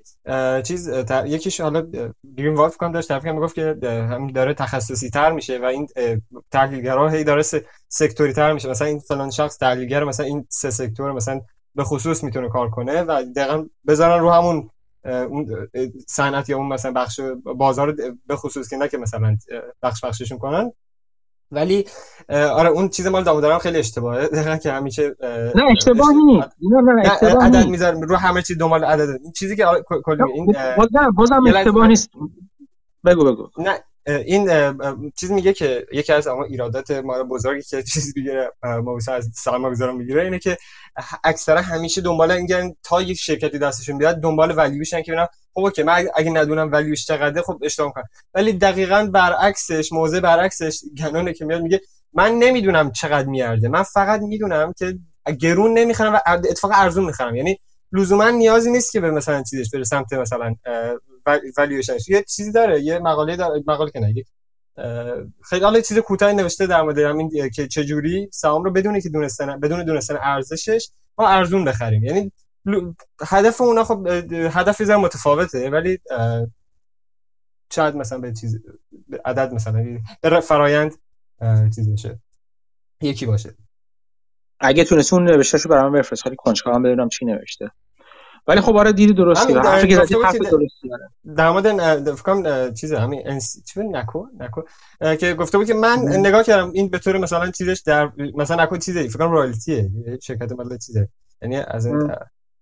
S4: یکیش حالا گرین والف کنم داشت طرفی میگفت که همین داره تخصصی تر میشه و این تحلیلگرا هی داره سکتوری تر میشه. مثلا این فلان شخص تحلیلگر مثلا این سه سکتور مثلا به خصوص میتونه کار کنه و دقیقاً بذارن رو همون اون صنعت یا اون مثلا بخش بازار به خصوص که نه که مثلا بخششون کنن. ولی آره اون چیز مال داموداران خیلی اشتباهه دقیقاً که همیشه
S2: نه اشتباهی نیست، نه
S4: عدد میذارم رو همه چی دنبال عدد. این چیزی که کلی این
S2: بازم اشتباه نیست. بگو
S4: نه این چیز میگه که یکی از اما ایرادات ما بزرگی که چیز میگیره ما از سرمایه‌گذاران میگیره اینه که اکثرا همیشه دنبال اینن تا یک شرکتی دستشون بیاد دنبال ولیوشن که ببینن خب اوکی من اگه ندونم ولیوش چقدره خب اشتباه میکنم. ولی دقیقاً برعکسش، موضع برعکسش گنونه که میاد میگه من نمیدونم چقدر میارزه، من فقط میدونم که گرون نمیخرم و اتفاقا ارزون میخرم. یعنی لزوما نیازی نیست که به مثلا چیزش بره سمت مثلا والیوشنش. یه چیزی داره، یه مقاله که نه خیلی حالا چیز کوتاهی نوشته در مورد همین که چه جوری سهام رو بدون دونستن ارزشش ما ارزون بخریم. یعنی هدف اونا خب هدف زیاد متفاوته، ولی شاید مثلا به چیز به عدد مثلا به فرایند چیز بشه، یکی باشه.
S2: اگه تونستی اون نوشتهشو برام بفرست، خیلی کنجکاوم ببینم چی نوشته. ولی خب آره دیدی درستی، حرفی که زدی حرف درستی داره.
S4: در مورد فکرام چیزه همین چی نکو که گفته بود که من نگاه کردم این به طور مثلا چیزش در مثلا نکو چیزه فکر کنم رایالتیه، شرکت مال چیزه، یعنی از این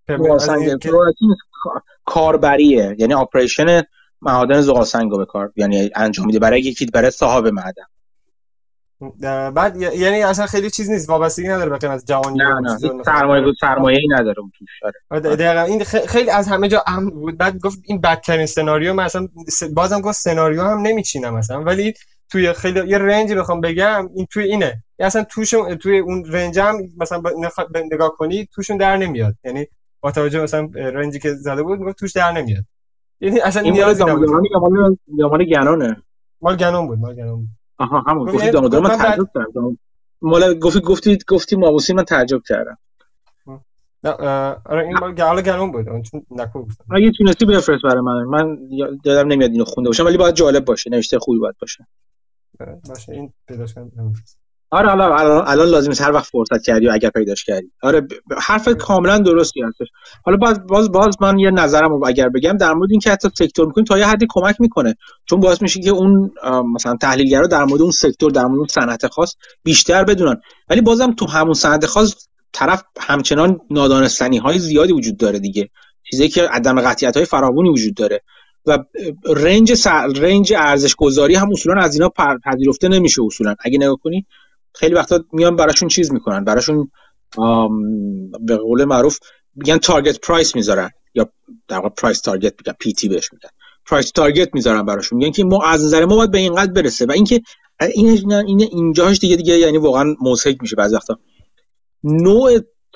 S2: کاربریه، یعنی اپریشن معادن زغالسنگو به کار یعنی انجام میده برای یکی، برای صاحب معدن.
S4: بعد یعنی اصلا خیلی چیز نیست، وابستگی نداره به قیمت جهانی
S2: و چیزا، سرمایه‌ای نداره اون توش.
S4: دقیقاً این خیلی از همه جا اهم بود. بعد گفت این بدترین سناریو، من اصلا بازم گفت سناریو هم نمیچینم مثلا، ولی توی خیلی یه رنجی بخوام بگم این توی اینه، اصلا توی اون رنج هم مثلا نگاه کنی توشون در نمیاد، یعنی با توجه مثلا رنجی که زده بود گفت توش در نمیاد، یعنی اصلا نیازی نبود.
S2: مال گنونه،
S4: مال گنون بود.
S2: آها همون گفتی دامادار، من تعجب کردم. مال گفتی مابوسی، من تعجب کردم.
S4: نه آره این مال گنون بود، اون چون نکو گفتم.
S2: اگه تونستی بفرست برای من یادم نمیاد اینو خونده باشم، ولی باید جالب باشه، نوشته خوبی باید باشه.
S4: باشه این پیداش کنم.
S2: آره الان لازم نیست هر وقت فرصت کردی و اگر پیداش کردی. آره حرفت کاملا درستی هستش. حالا باز من یه نظرمو اگر بگم در مورد این که حتی سکتور میکنیم تا یه حدی کمک میکنه، چون باعث میشه که اون مثلا تحلیلگرا در مورد اون سکتور، در مورد اون صنعت خاص بیشتر بدونن، ولی بازم تو همون صنعت خاص طرف همچنان نادانستنی‌های زیادی وجود داره دیگه، چیزی که عدم قطعیت‌های فراوانی وجود داره و رنج ارزش گذاری هم اصولا از اینا پذیرفته نمیشه. اصولا اگه نگاه کنی خیلی وقتا میان براشون چیز میکنن، براشون به قول معروف میگن تارگت پرایس میذارن، یا در واقع پرایس تارگت میگن، پی تی بهش میگن، پرایس تارگت میذارن براشون، میگن که ما از نظر ما باید به اینقدر برسه و اینکه این اینجاش دیگه یعنی واقعا مضحک میشه بعضی وقتا. نوع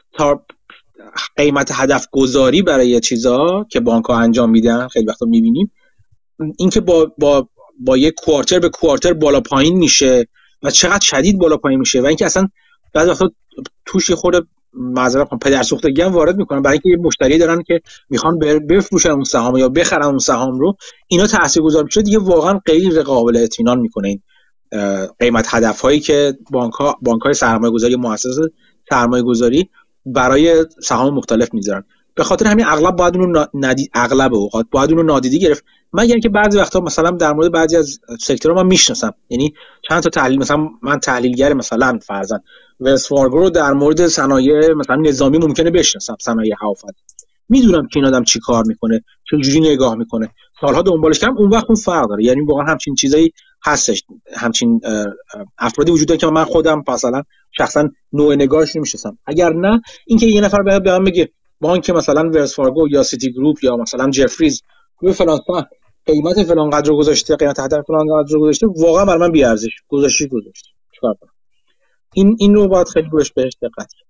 S2: قیمت هدف گذاری برای چیزا که بانک‌ها انجام میدن خیلی وقتا میبینیم اینکه با یک کوارتر به کوارتر بالا پایین میشه و چقدر شدید بالا پایین میشه و اینکه اصلا بعضی وقتا توش خود معذرت پدرسوختگی هم وارد میکنن، برای اینکه یه مشتری دارن که میخوان بفروشن اون سهام یا بخرن اون سهام رو، اینا تاثیرگذار میشه دیگه، واقعا غیر قابل اطمینان میکنه این قیمت هدفهایی که بانک‌های سرمایه‌گذاری، مؤسسات سرمایه‌گذاری برای سهام مختلف میذارن. به خاطر همین اغلب باید اون اغلب اوقات باید اون نادیده گرفت، مگر اینکه بعضی وقتا مثلا در مورد بعضی از سکتورها من میشناسم، یعنی چند تا تحلیل، مثلا من تحلیلگر مثلا فرضاً ویلز فارگو رو در مورد صنایع مثلا نظامی ممکنه بشناسم، صنایع هوافضا، میدونم که این آدم چی کار میکنه، چه جوری نگاه میکنه، سالها دنبالش کردم، اون وقت اون فرق داره. یعنی واقعا همچین چیزایی هستش، همچین افرادی وجود داره که من خودم مثلا شخصا نوع نگاهش رو میشناسم. اگر نه اینکه یه نفر به من بگه بانک مثلا ویلز فارگو یا سیتی گروپ یا مثلا جفریز روی فلان قیمت فلان قدر رو گذاشته، قیمت هدف فلان قدر رو گذاشته، واقعا برای من بی ارزش گذاشته چیکار کنم؟ این رو باید خیلی بهش دقت کنم.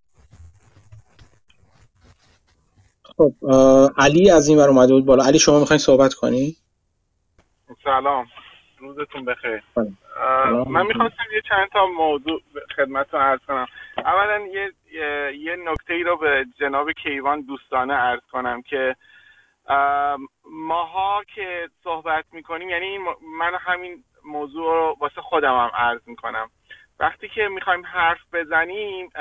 S2: خب علی از این ور اومده بود بالا. علی شما میخواین صحبت کنی؟
S7: سلام، روزتون بخیر. من میخواستم یه چند تا موضوع خدمتتون عرض کنم. اولا یه نکته‌ای رو به جناب کیوان دوستانه عرض کنم که ماها که صحبت میکنیم، یعنی من همین موضوع رو واسه خودم هم عرض میکنم، وقتی که میخوایم حرف بزنیم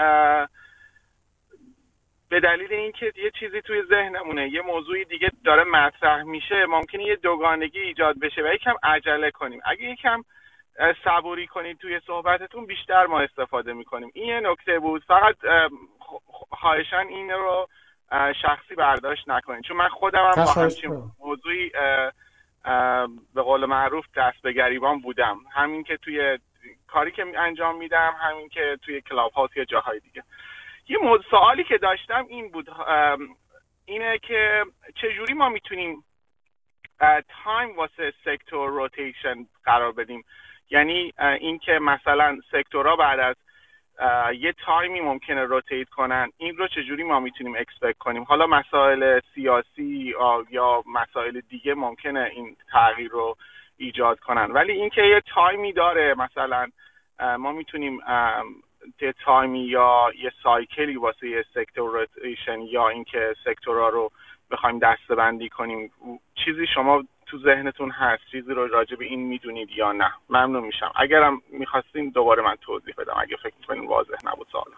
S7: به دلیل اینکه یه چیزی توی ذهنمونه، یه موضوعی دیگه داره مطرح میشه، ممکنه یه دوگانگی ایجاد بشه و یکم عجله کنیم. اگه یکم صبوری کنید توی صحبتتون بیشتر ما استفاده میکنیم. این یه نکته بود، فقط خواهشاً این رو شخصی برداشت نکنید، چون من خودم هم با همچین موضوعی به قول معروف دست به گریبان بودم، همین که توی کاری که انجام میدم، همین که توی کلاب هاوس یا جاهای دیگه. یه سوالی که داشتم این بود، اینه که چجوری ما میتونیم تایم واسه سکتور روتیشن قرار بدیم، یعنی این که مثلا سکتورها بعد از یه تایمی ممکنه روتیت کنن، این رو چجوری ما میتونیم اکسپکت کنیم؟ حالا مسائل سیاسی یا مسائل دیگه ممکنه این تغییر رو ایجاد کنن، ولی این که یه تایمی داره، مثلا ما میتونیم تایمی یا یه سایکلی واسه یه سکتور روتیشن یا اینکه سکتورها رو بخوایم دسته‌بندی کنیم، چیزی شما تو ذهنتون هست؟ چیزی رو راجع به این میدونید یا نه؟ ممنون میشم اگرم میخواستین دوباره من توضیح بدم اگه فکر می‌کنین واضح نبود سوالم.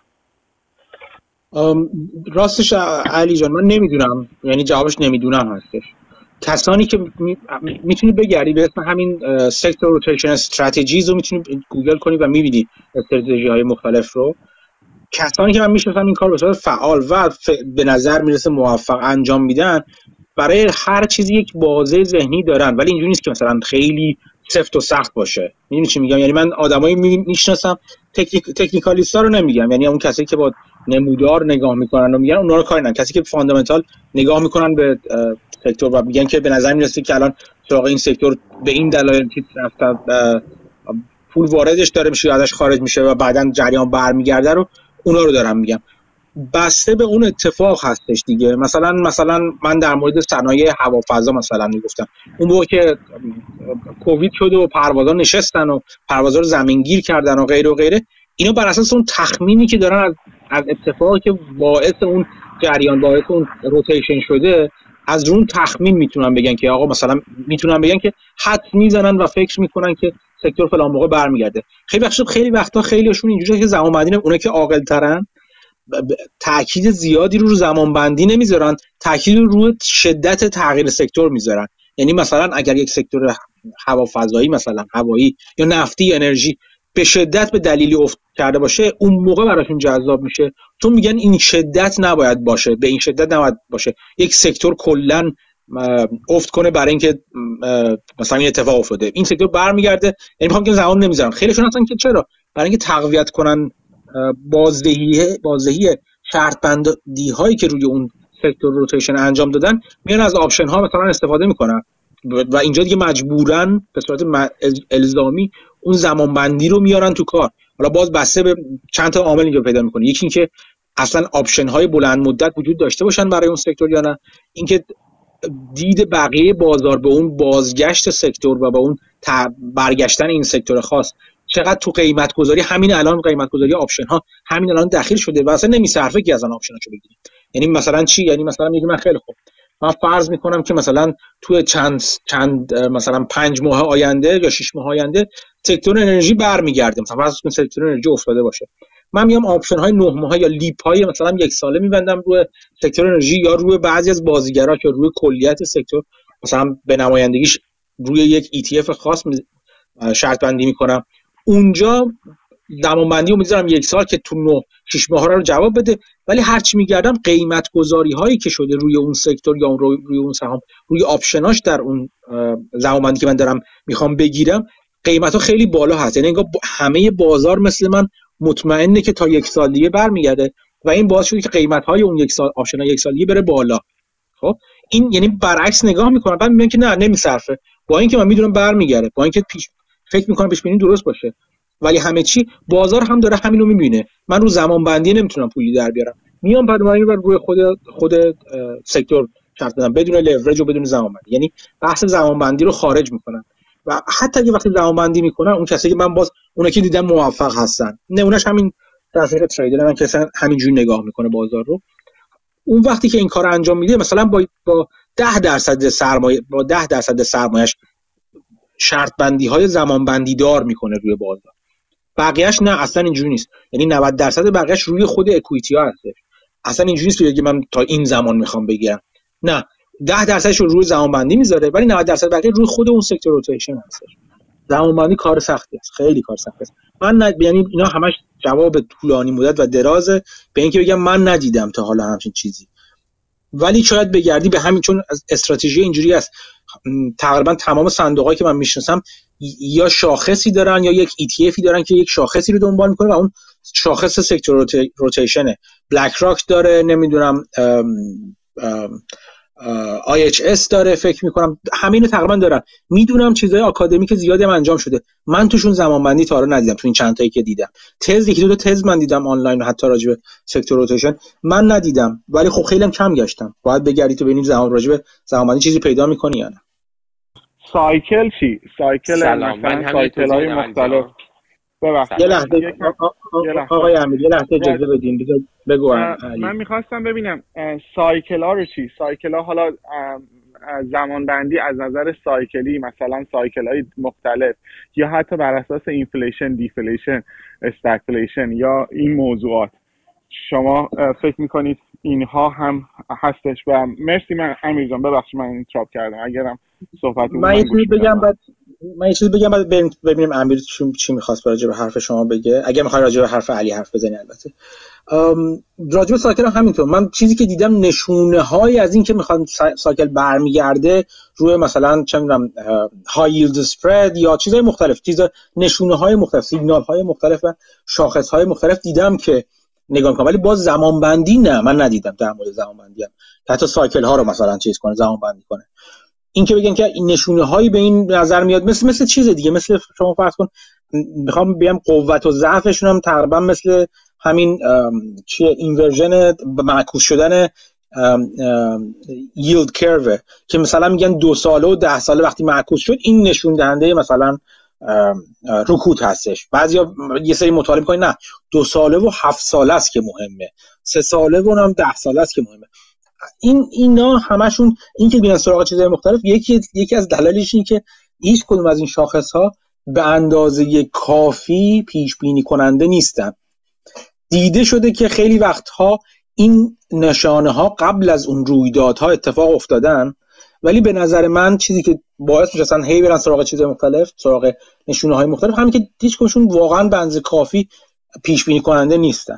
S2: راستش علی جان من نمیدونم، یعنی جوابش نمیدونم هستش. کسانی که میتونی بگردی به اسم همین سکتور روتیشن استراتژیز رو میتونی گوگل کنی و میبینی استراتژی های مختلف رو. کسانی که من میشناسم این کار به صورت فعال و به نظر میرسه موفق انجام میدن، برای هر چیزی یک بازه ذهنی دارن، ولی اینجوری نیست که مثلا خیلی سفت و سخت باشه. میدونی چی میگم؟ یعنی من آدمایی میشناسم، تکنیکالیستا رو نمیگم، یعنی اون کسایی که با نمودار نگاه میکنن و میگن اونا رو کاری ندارن، کسی که فاندامنتال نگاه میکنن به سکتور و میگن که به نظر میرسه که الان سراغ این سکتور به این دلایل رفته پول واردش داره میشه، ازش خارج میشه و بعداً جریان برمیگرده، رو اونا رو دارم میگم. بسته به اون اتفاق هستش دیگه. مثلا من در مورد صنایع هوافضا مثلا میگفتم، اون موقع که کووید شد و پروازا نشستن و پروازا رو زمینگیر کردن و غیره و غیره، اینا بر اساس اون تخمینی که دارن از اتفاقی که باعث اون جریان، باعث اون روتیشن شده، از اون تخمین میتونن بگن که آقا مثلا میتونن بگن که حد میزنن و فکر میکنن که سکتور فلان موقع برمیگرده. خیلی وقتا خیلیشون اینجوریه که زمانبندی، اونایی که عاقل‌ترن تأکید زیادی رو زمانبندی نمیذارن، تأکید رو شدت تغییر سکتور میذارن. یعنی مثلا اگر یک سکتور هوافضایی، مثلا هوایی یا نفتی، انرژی به شدت به دلیلی افت کرده باشه، اون موقع براشون جذاب میشه، تو میگن این شدت نباید باشه، به این شدت نباید باشه، یک سکتور کلا افت کنه برای اینکه مثلا این اتفاق افتاده، این سکتور برمیگرده. یعنی میخوام که زمان نمیذارن. خیلیشون هستن که چرا؟ برای اینکه تقویت کنن بازدهی شرط بندی هایی که روی اون سکتور روتیشن انجام دادن، میان از آپشن ها مثلا استفاده میکنن و اینجا دیگه مجبورن به صورت الزامی اون زمان بندی رو میارن تو کار. حالا باز بسته به چند تا عامل اینجا پیدا میکنه، یکی این که اصلا آپشن های بلند مدت وجود داشته باشن برای اون سکتور یا نه، اینکه دید بقیه بازار به اون بازگشت سکتور و به اون برگشتن این سکتور خاص چقدر تو قیمت گذاری، همین الان قیمت گذاری آپشن ها همین الان دخیل شده و اصلا نمیصرفه که از آن آپشناشو بگیریم. یعنی مثلا چی؟ یعنی مثلا میگم من خیلی خوب، من فرض میکنم که مثلا تو چند مثلا 5 ماه آینده یا 6 ماه آینده سکتور انرژی برمیگرده، مثلا فرض کن سکتور انرژی افتاده باشه، من میام آپشن های 9 ماهه یا لیپ های مثلا 1 ساله میبندم روی سکتور انرژی یا روی بعضی از بازیگرا که روی کلیت سکتور مثلا به نمایندگیش روی یک ETF خاص شرط بندی میکنم. اونجا زمان بندی رو میذارم 1 سال که تو 6 ماه رو جواب بده، ولی هرچی میگردم قیمت گذاری هایی که شده روی اون سکتور یا روی اون سهام، روی آپشناش در اون زمان بندی که من دارم میخوام بگیرم، قیمت ها خیلی بالا هست. یعنی انگار همه بازار مثل من مطمئنه که تا 1 سال دیگه برمیگرده و این باعث شده که قیمت های اون 1 سال آپشن ها 1 سال دیگه بره بالا. خب این یعنی برعکس نگاه میکنم، بعد میگن که نه نمیصرفه، با اینکه من میدونم برمیگرده، با اینکه فکر میکنم پیش بینی درست باشه، ولی همه چی بازار هم داره همین رو میبینه. من رو زمان بندی نمیتونم پولی در بیارم، میام بعد من روی خود سکتور شرط بدم بدون لورج و بدون زمان بندی، یعنی بحث زمان بندی رو خارج میکنم. و حتی اگه وقتی زمان بندی میکنن، اون کسایی که من باز اونا که دیدم موفق هستن، نمونهش همین رفیق تریدر من که اصلا همینجوری نگاه میکنه بازار رو، اون وقتی که این کار انجام میده مثلا با 10% سرمایه، با 10% سرمایه‌اش شرط بندی های زمان بندی دار میکنه روی بازار، بقیه‌اش نه، اصلا اینجوری نیست. یعنی 90% بقیه‌اش روی خود اکوئیتی ها هست، اصلا اینجوری نیست که من تا این زمان میخوام بگیرم، نه 10%ش رو روی زمان بندی میذاره، ولی 90% بقیه روی خود اون سکتور روتیشن هست. زمان بندی کار سختی است، خیلی کار سختی است. من یعنی اینا همش جواب طولانی مدت و درازه به اینکه بگم من ندیدم تا حالا همچین چیزی، ولی شاید بگردی به همین، چون استراتژی اینجوری است. تقریبا تمام صندوقایی که من میشناسم یا شاخصی دارن یا یک ETFی دارن که یک شاخصی رو دنبال میکنه و اون شاخص سکتور روتیشنه. بلک راک داره، نمیدونم IHS داره، فکر میکنم همینو تقریبا دارن. میدونم چیزای آکادمیک زیادی هم انجام شده، من توشون زمان بندی تا الان ندیدم. تو این چند تایی که دیدم تز، یکی دو تا تز من دیدم آنلاین، حتی راجع به سکتور روتیشن من ندیدم، ولی خب خیلی هم کم گشتم. باید بگردی تو ببینیم راجع به زمان بندی چیزی پیدا میکنی یا نه.
S6: سایکل چی؟ سایکل
S8: سلام،
S6: مثلا سایکل‌های مختلف.
S7: ببخشید
S2: یه لحظه
S7: یه لحظه.
S2: آقای امیر یه لحظه اجازه بدین بگو علی.
S7: من میخواستم ببینم سایکل ها رو چی؟ سایکل ها حالا زمان بندی از نظر سایکلی، مثلا سایکل های مختلف یا حتی بر اساس اینفلیشن، دیفلیشن، استگفلیشن یا این موضوعات، شما فکر میکنید اینها هم هستش؟ و مرسی. من امیر جان ببخشید من اینتراپ کردم، اگرم صحبتی
S2: من یه چیزی بگم بعد ببینیم امیر چی می‌خواست راجع به حرف شما بگه، اگه می‌خوای راجع به حرف علی حرف بزنی. البته راجع به سایکل هم همینطور، من چیزی که دیدم نشونه‌هایی از این که می‌خواد سایکل برمیگرده روی مثلا چه می‌دونم های ییلد اسپرد یا چیزهای مختلف، نشونه‌های مختلف، سیگنال‌های مختلف و شاخص‌های مختلف دیدم که نگاه می‌کنم، ولی باز زمان بندی نه، من ندیدم در مورد زمان بندی هم حتی سایکل ها رو مثلا چیز کنه، زمان بندی کنه. این که بگن که این نشونه‌هایی به این نظر میاد مثل چیز دیگه، مثل شما فرض کن میخوام بگم قوت و ضعفشون هم تقریبا مثل همین چیه اینورژن معکوس شدن ییلد کرو که مثلا میگن 2 ساله و 10 ساله وقتی معکوس شد این نشون دهنده مثلا رکود هستش. بعضیا یه سری مطالعه می‌کنن نه 2 ساله و 7 ساله است که مهمه، 3 ساله و هم 10 ساله است که مهمه. اینا همشون این که بیان سراغ چیزهای مختلف، یکی از دلایلش این که هیچ کدوم از این شاخص‌ها به اندازه کافی پیش بینی کننده نیستن. دیده شده که خیلی وقتها این نشانه‌ها قبل از اون رویدادها اتفاق افتادن، ولی به نظر من چیزی که باعث میشه اصلا هی برن سراغ چیزهای مختلف، سراغ نشونه‌های مختلف، همین که هیچ کدومشون واقعا به اندازه کافی پیش بینی کننده نیستن.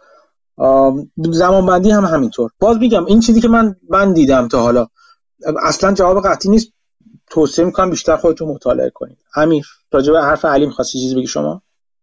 S2: زمان بندی هم همینطور. باز میگم این چیزی که من دیدم تا حالا اصلا جواب قطعی نیست، توصیه میکنم بیشتر خودتون مطالعه کنید. امیر راجع به حرف علی می‌خواستی چیزی بگی شما؟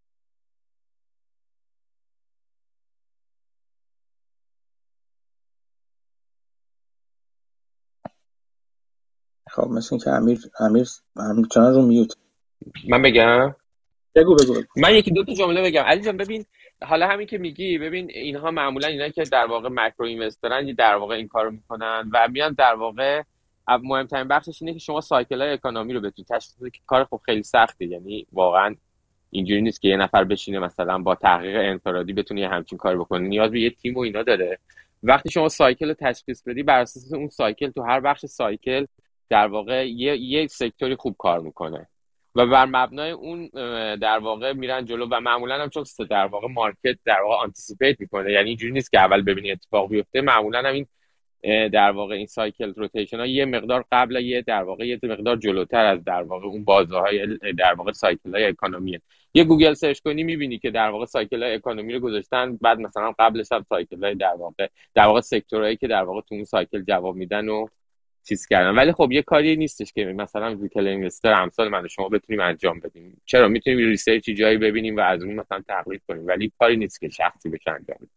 S2: خب مثل اینکه امیر چنان رو میوت.
S8: من بگم؟
S2: بگو.
S8: من یکی دو تا جمله بگم. علی جان ببین، حالا همین که میگی، ببین اینها معمولا اینایی که در واقع ماکرو اینوسترن در واقع این کارو میکنن و میان در واقع مهمترین بخشش اینه که شما سایکل های اکونومی رو بتونید تشخیص بدید، که کار خب خیلی سخته. یعنی واقعا اینجوری نیست که یه نفر بشینه مثلا با تحقیق انفرادی بتونه همچین کار بکنه، نیاز به یه تیم و اینا داره. وقتی شما سایکل رو تشخیص بدی، بر اساس اون سایکل تو هر بخش سایکل در واقع یه سکتوری خوب کار میکنه و بر مبنای اون در واقع میرن جلو و معمولا هم چون در واقع مارکت در واقع آنتیسیپیت میکنه، یعنی اینجوری نیست که اول ببینی اتفاق بیفته، معمولا هم این در واقع این سایکل روتیشن ها یه مقدار قبل، یه در واقع یه مقدار جلوتر از در واقع اون بازه‌های در واقع سایکل های اکونومیه. یه گوگل سرچ کنی میبینی که در واقع سایکل های اکونومی رو گذاشتن، بعد مثلا قبلش هم سایکل های در واقع سکتورهایی که در واقع تو اون سایکل جواب میدن و چیز کردن. ولی خب یه کاری نیستش که مثلا ریتیل اینوستر امثال من و شما بتونیم انجام بدیم. چرا؟ میتونیم ریسرچ جایی ببینیم و از اون مثلا تقلید کنیم، ولی کاری نیست که شخصی بشه انجام بده.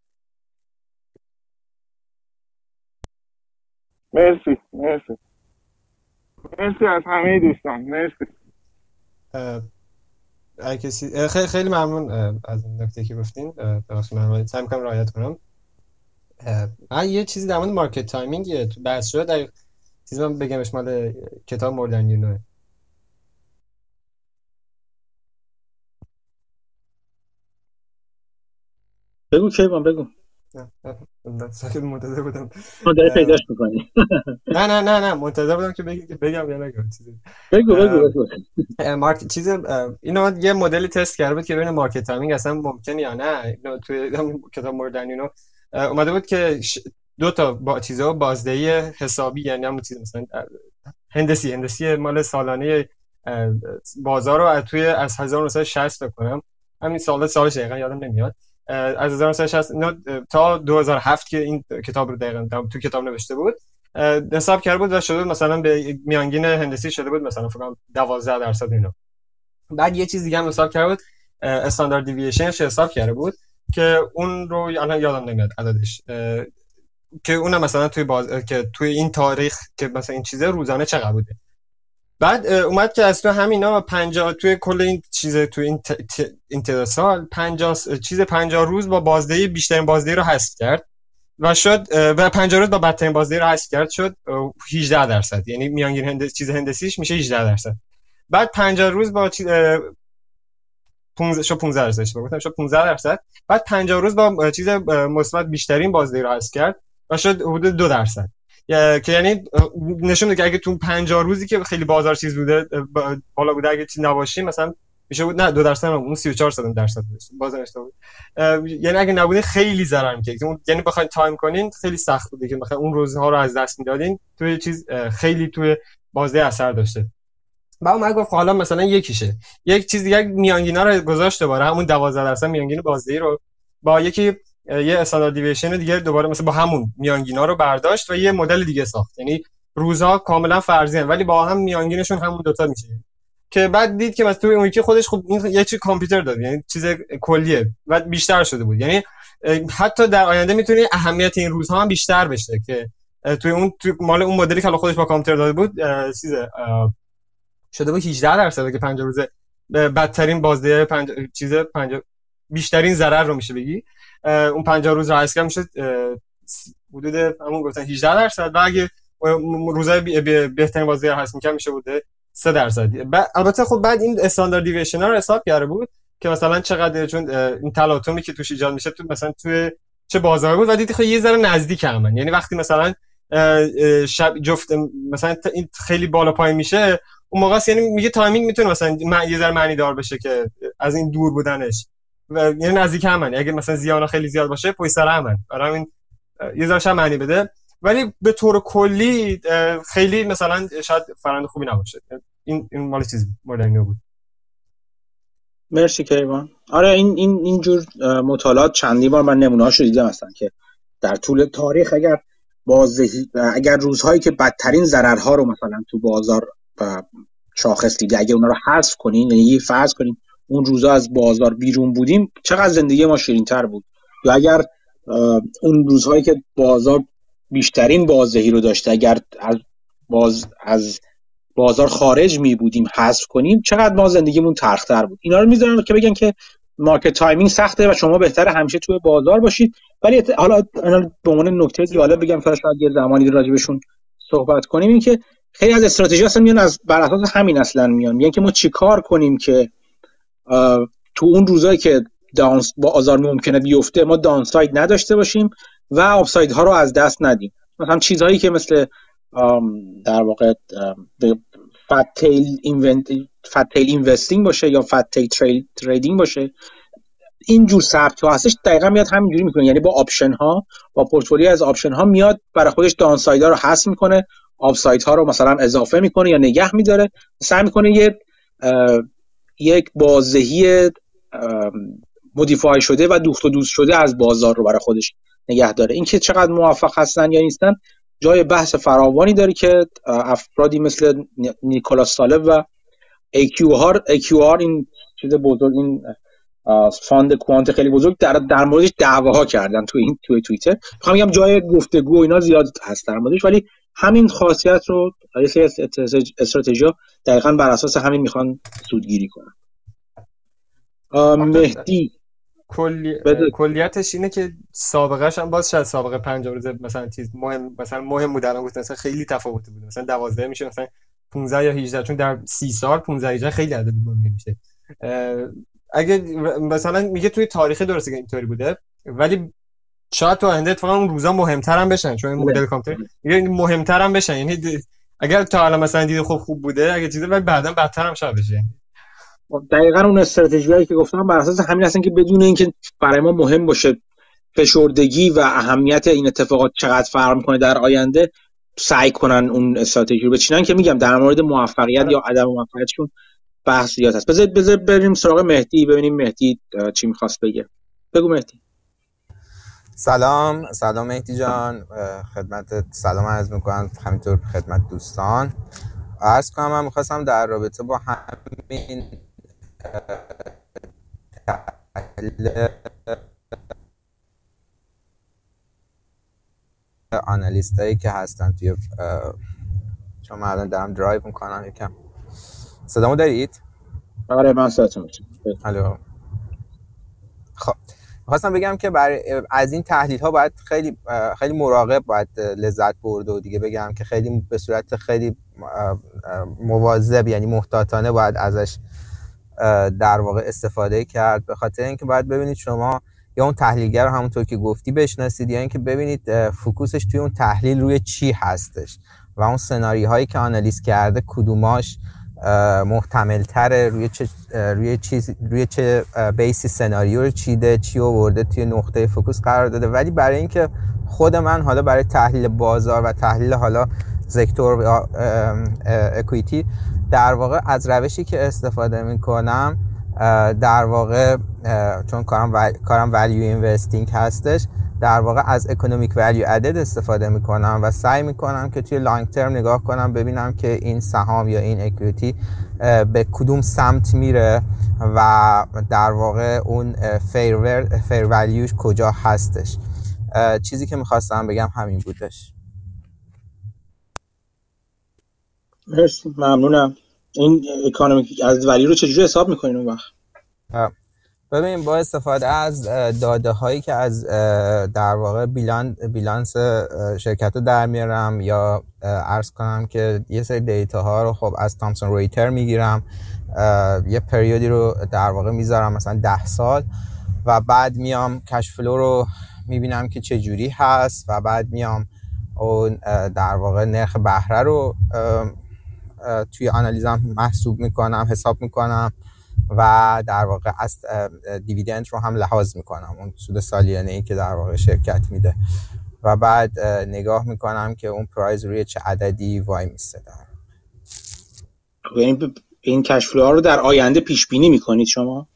S7: مرسی از همه دوستان. مرسی.
S4: کسی خیلی ممنون از این نکته که گفتین. بخاطر من سعی می‌کنم رعایت کنم. یه چیزی در مورد مارکت تایمینگ تو بحث شد، در چیزی من بگمش مال کتاب مور دن یو نو.
S2: بگو کیوان بگو.
S4: ساکت منتظر بودم.
S2: داری پیداش می‌کنی.
S4: نه منتظر بودم که بگم یا نگم چیزی.
S2: بگو.
S4: مارکت چیز اینو یه مدلی تست کرده بود که ببینه مارکت تایمینگ اصلا ممکنه یا نه. توی کتاب مور دن یو نو اومده بود که دو تا چیزا بازدهی حسابی، یعنی همون چیز مثلا هندسی مال سالانه بازار رو توی از 1960 بکنم، همین سالش دقیقاً یادم نمیاد، از 1960 تا 2007 که این کتاب رو دقیقاً تو کتاب نوشته بود حساب کرده بود و شده بود مثلا به میانگین هندسی شده بود مثلا فکر کنم 12% اینا. بعد یه چیز دیگه هم حساب کرده بود، استاندارد دیوییشنش حساب کرده بود که اون رو الان یادم نمیاد عددش، که اونم مثلا که توی این تاریخ که مثلا این چیزه روزانه چقدر بوده. بعد اومد که از تو همینا 50 توی کل این چیزه توی این تعداد سال 50 روز با بازدهی بیشترین بازدهی رو حذف کرد و شد و 50 روز با بدترین بازدهی رو حذف کرد، شد 18%. یعنی میانگین چیز هندسیش میشه 18%. بعد 50 روز با 15% اشتباه گفتم، شد 15%. بعد 50 روز با چیز مثبت بیشترین بازدهی رو حذف کرد و شد حدود 2%. که یعنی نشون میده که اگه تو 50 روزی که خیلی بازار چیز بوده بالا بوده، اگه چیز نباشیم مثلا میشه بود نه 2% اون 34% بازار اشتباه بود. یعنی اگه نبوده خیلی ضرر می‌کرد. یعنی بخواید تایم کنین خیلی سخت بوده که مثلا اون روزها رو از دست میدادین، توی چیز خیلی توی بازده اثر داشته. بعد من گفت حالا مثلا یکیشه یک چیز دیگه میانگینا رو گذاشت دوباره همون 12% میانگین بازدهی رو با یه استاندارد دیوییشن دیگه دوباره مثلا با همون میانگینا رو برداشت و یه مدل دیگه ساخت. یعنی روزها کاملا فرضی ان ولی با هم میانگینشون همون دوتا میشه. که بعد دید که مثلا توی اون یکی خودش خب این یه چیز کامپیوتر داد، یعنی چیز کلیه و بیشتر شده بود. یعنی حتی در آینده میتونه اهمیت این روزها هم بیشتر بشه که توی مال اون مدلی که خودش با کامپیوتر داده بود شده بود 18% که 50 روزه بدترین بازده بیشترین ضرر رو میشه بگی. اون 50 روز رو حذف کرد میشه حدود همون گفتن 18% و اگه روزای بهترین بازده رو حذف می‌کرد میشه بوده 3%. البته خب بعد این استاندارد دیوییشن ها رو حساب کرده بود که مثلا چقدر، چون این تلاطمی که توش ایجاد میشه تو مثلا توی چه بازاری بود و دید خب یه ذره نزدیک همن. یعنی وقتی مثلا شب جفت مثلا این خیلی بالا پایین میشه اون موقع یعنی میگه تایمینگ میتونه مثلا یه ذره معنی دار بشه که از این دور بودنش یعنی نزدیک همن. اگه مثلا زیانا خیلی زیاد باشه پشت سر همن، برای همین یه ذره معنی بده. ولی به طور کلی خیلی مثلا شاید فرآیند خوبی نباشه. این مال چیز مدرن بود.
S2: مرسی کیوان. آره این جور مطالعات چندی بار من نمونه‌هاشو دیدم مثلا که در طول تاریخ اگر روزهایی که بدترین ضررها رو مثلا تو بازار شاخص دیده اگه اونا رو حذف کنین، یعنی فرض کنین اون روزا از بازار بیرون بودیم چقدر زندگی ما شیرین‌تر بود، یا اگر اون روزهایی که بازار بیشترین بازدهی رو داشته اگر از بازار خارج می بودیم حذف کنیم چقدر ما زندگیمون تلخ‌تر بود. اینا رو میذارم که بگن که مارکت تایمینگ سخته و شما بهتره همیشه توی بازار باشید. ولی حالا به عنوان نکته جالب بگم که شاید یه زمانی راجبشون صحبت کنیم، این که خیلی از استراتژی اصلا میان بر اساس همین اصلا میگن که ما چیکار کنیم که تو اون روزایی که بازار ممکنه بیفته ما داونساید نداشته باشیم و آپساید ها رو از دست ندیم. مثلا چیزهایی که مثل در واقع فت تیل اینوستینگ باشه یا فت تیل تریدینگ باشه، این جور سبک ها هستش دقیقاً میاد همینجوری میکنه. یعنی با آپشن ها، با پورتفولیو از آپشن ها میاد برای خودش داونساید ها رو حذف میکنه، آپساید ها رو مثلا اضافه میکنه یا نگه میداره، سعی میکنه یک بازدهی مودیفای شده و دوخت و دوست شده از بازار رو برای خودش نگه داره. این که چقدر موفق هستن یا نیستن جای بحث فراوانی داره که افرادی مثل نیکولاس طالب و AQR این چیز بزرگ، این فاند کوانت خیلی بزرگ در موردش دعواها کردن توی توییتر. میخوام بگم جای گفتگو اینا زیاد هست در موردش، ولی همین خاصیت رو یه سری استراتژی‌ها دقیقاً بر اساس همین میخوان سودگیری کنن. مهدی
S4: کلیتش اینه که سابقه‌اش هم باز شاید سابقه 50 روز مثلا چیز مهم بود، الان گفتن مثلا خیلی تفاوت بود، مثلا 12 میشه مثلا 15 یا 18، چون در 30 سال 15 18 خیلی عدد مهمی میشه. اگه مثلا میگه توی تاریخ درسته که اینطوری بوده ولی شاید تو آینده اتفاقا اون روزا مهمتر هم بشن، چون این مدل کامپیوتر میگه مهمتر هم بشن. یعنی اگر تا الان مثلا دید خوب بوده اگه چیزی ولی بعدا بدتر هم شاید بشه.
S2: دقیقاً اون استراتژیایی که گفتم بر اساس همین هستن که بدون اینکه برای ما مهم باشه فشردگی و اهمیت این اتفاقات چقدر فرق می‌کنه در آینده، سعی کنن اون استراتژی رو بچینن که میگم در مورد موفقیت یا عدم موفقیتشون بحث زیاد هست. بذار بریم سراغ مهدی ببینیم مهدی چی می‌خواست بگه. بگو مهدی.
S9: سلام مهدی جان، خدمت سلام عرض می‌کنم، همینطور خدمت دوستان عرض کنم. من می‌خواستم در رابطه با همین آنالیستایی که هستن توی چون من الان دارم درایو میکنم یکم صدامو دارید؟
S2: آره من صداتون میشنوم.
S9: الو. خب می‌خواستم بگم که از این تحلیل ها باید خیلی مراقب باید لذت برد و دیگه بگم که خیلی به صورت خیلی مواظب یعنی محتاطانه باید ازش در واقع استفاده کرد، به خاطر اینکه باید ببینید شما یا اون تحلیلگر رو همونطور که گفتی بشناسید یا اینکه ببینید فوکوسش توی اون تحلیل روی چی هستش و اون سناریوهایی که آنالیز کرده کدوماش محتمل تره، روی چه بیسی سناریو رو چیده، چی آورده توی نقطه فوکوس قرار داده. ولی برای اینکه خود من حالا برای تحلیل بازار و تحلیل حالا سکتور اکویتی در واقع از روشی که استفاده میکنم، در واقع چون کارم ولیو اینوستینگ هستش، در واقع از اکونومیک ولیو ادد استفاده میکنم و سعی میکنم که توی لانگ ترم نگاه کنم ببینم که این سهام یا این اکویتی به کدوم سمت میره و در واقع اون فیر ولیوش کجا هستش. چیزی که میخواستم بگم همین بودش.
S2: مرسی، ممنونم. این اکونومیک از ولیو رو چجوری حساب میکنین اون وقت؟
S9: ببین با استفاده از داده هایی که از در واقع بیلانس شرکت رو در میارم یا عرض کنم که یه سری دیتا ها رو خب از تامسون رویتر میگیرم، یه پریودی رو در واقع میذارم مثلا 10 سال و بعد میام کش فلو رو میبینم که چه جوری هست و بعد میام اون در واقع نرخ بهره رو توی آنالیزم محسوب میکنم، حساب میکنم و در واقع از دیویدند رو هم لحاظ میکنم، اون سود سالیانه‌ای که در واقع شرکت میده و بعد نگاه میکنم که اون پرایز روی چه عددی وای میسته.
S2: این کش فلو ها رو در آینده پیش بینی میکنید شما؟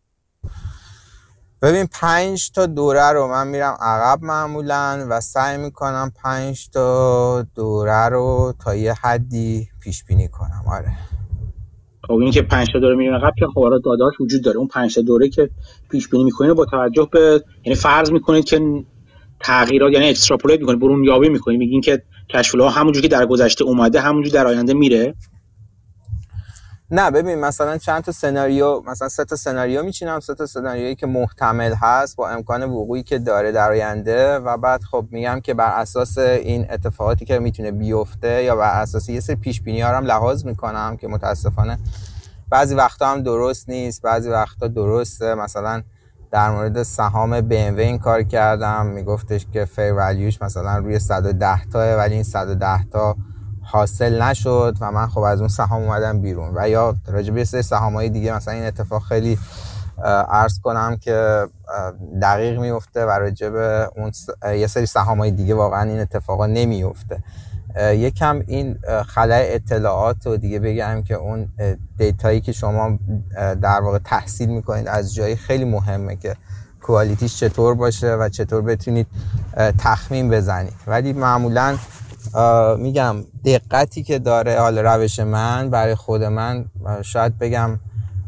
S9: ببین 5 تا دوره رو من میرم عقب معمولاً و سعی میکنم 5 تا دوره رو تا یه حدی پیش بینی کنم. آره.
S2: خب این که 5 تا دوره میرین عقب که خب آره داده‌اش وجود داره. اون 5 تا دوره که پیش بینی میکنید با توجه به، یعنی فرض میکنید که تغییرات، یعنی اکستراپولیت میکنید، برون یابی میکنید، میگین که کش فلو همونجوری که در گذشته اومده همونجوری در آینده میره.
S9: نه ببین مثلا چند تا سناریو، مثلا 3 تا سناریو میچینم، 3 تا سناریویی که محتمل هست با امکان وقوعی که داره در آینده و بعد خب میگم که بر اساس این اتفاقاتی که میتونه بیفته یا بر اساس یه سری پیش بینی‌ها هم لحاظ میکنم که متاسفانه بعضی وقتا هم درست نیست، بعضی وقتا درسته. مثلا در مورد سهام BMW این کار کردم، میگفتش که فیر ولیوش مثلا روی 110 تاه ولی این 110 تا حاصل نشد و من خب از اون سهام اومدم بیرون. و یا راجع به سری سهام‌های دیگه مثلا این اتفاق خیلی عرض کنم که دقیق میفته و راجع به اون یه سری سهام‌های دیگه واقعا این اتفاقا نمیفته. یکم این خلای اطلاعات رو دیگه بگم که اون دیتایی که شما در واقع تحصیل میکنید از جایی خیلی مهمه که کوالیتیش چطور باشه و چطور بتونید تخمین بزنید. ولی معمولاً میگم دقتی که داره حال روش من برای خود من شاید بگم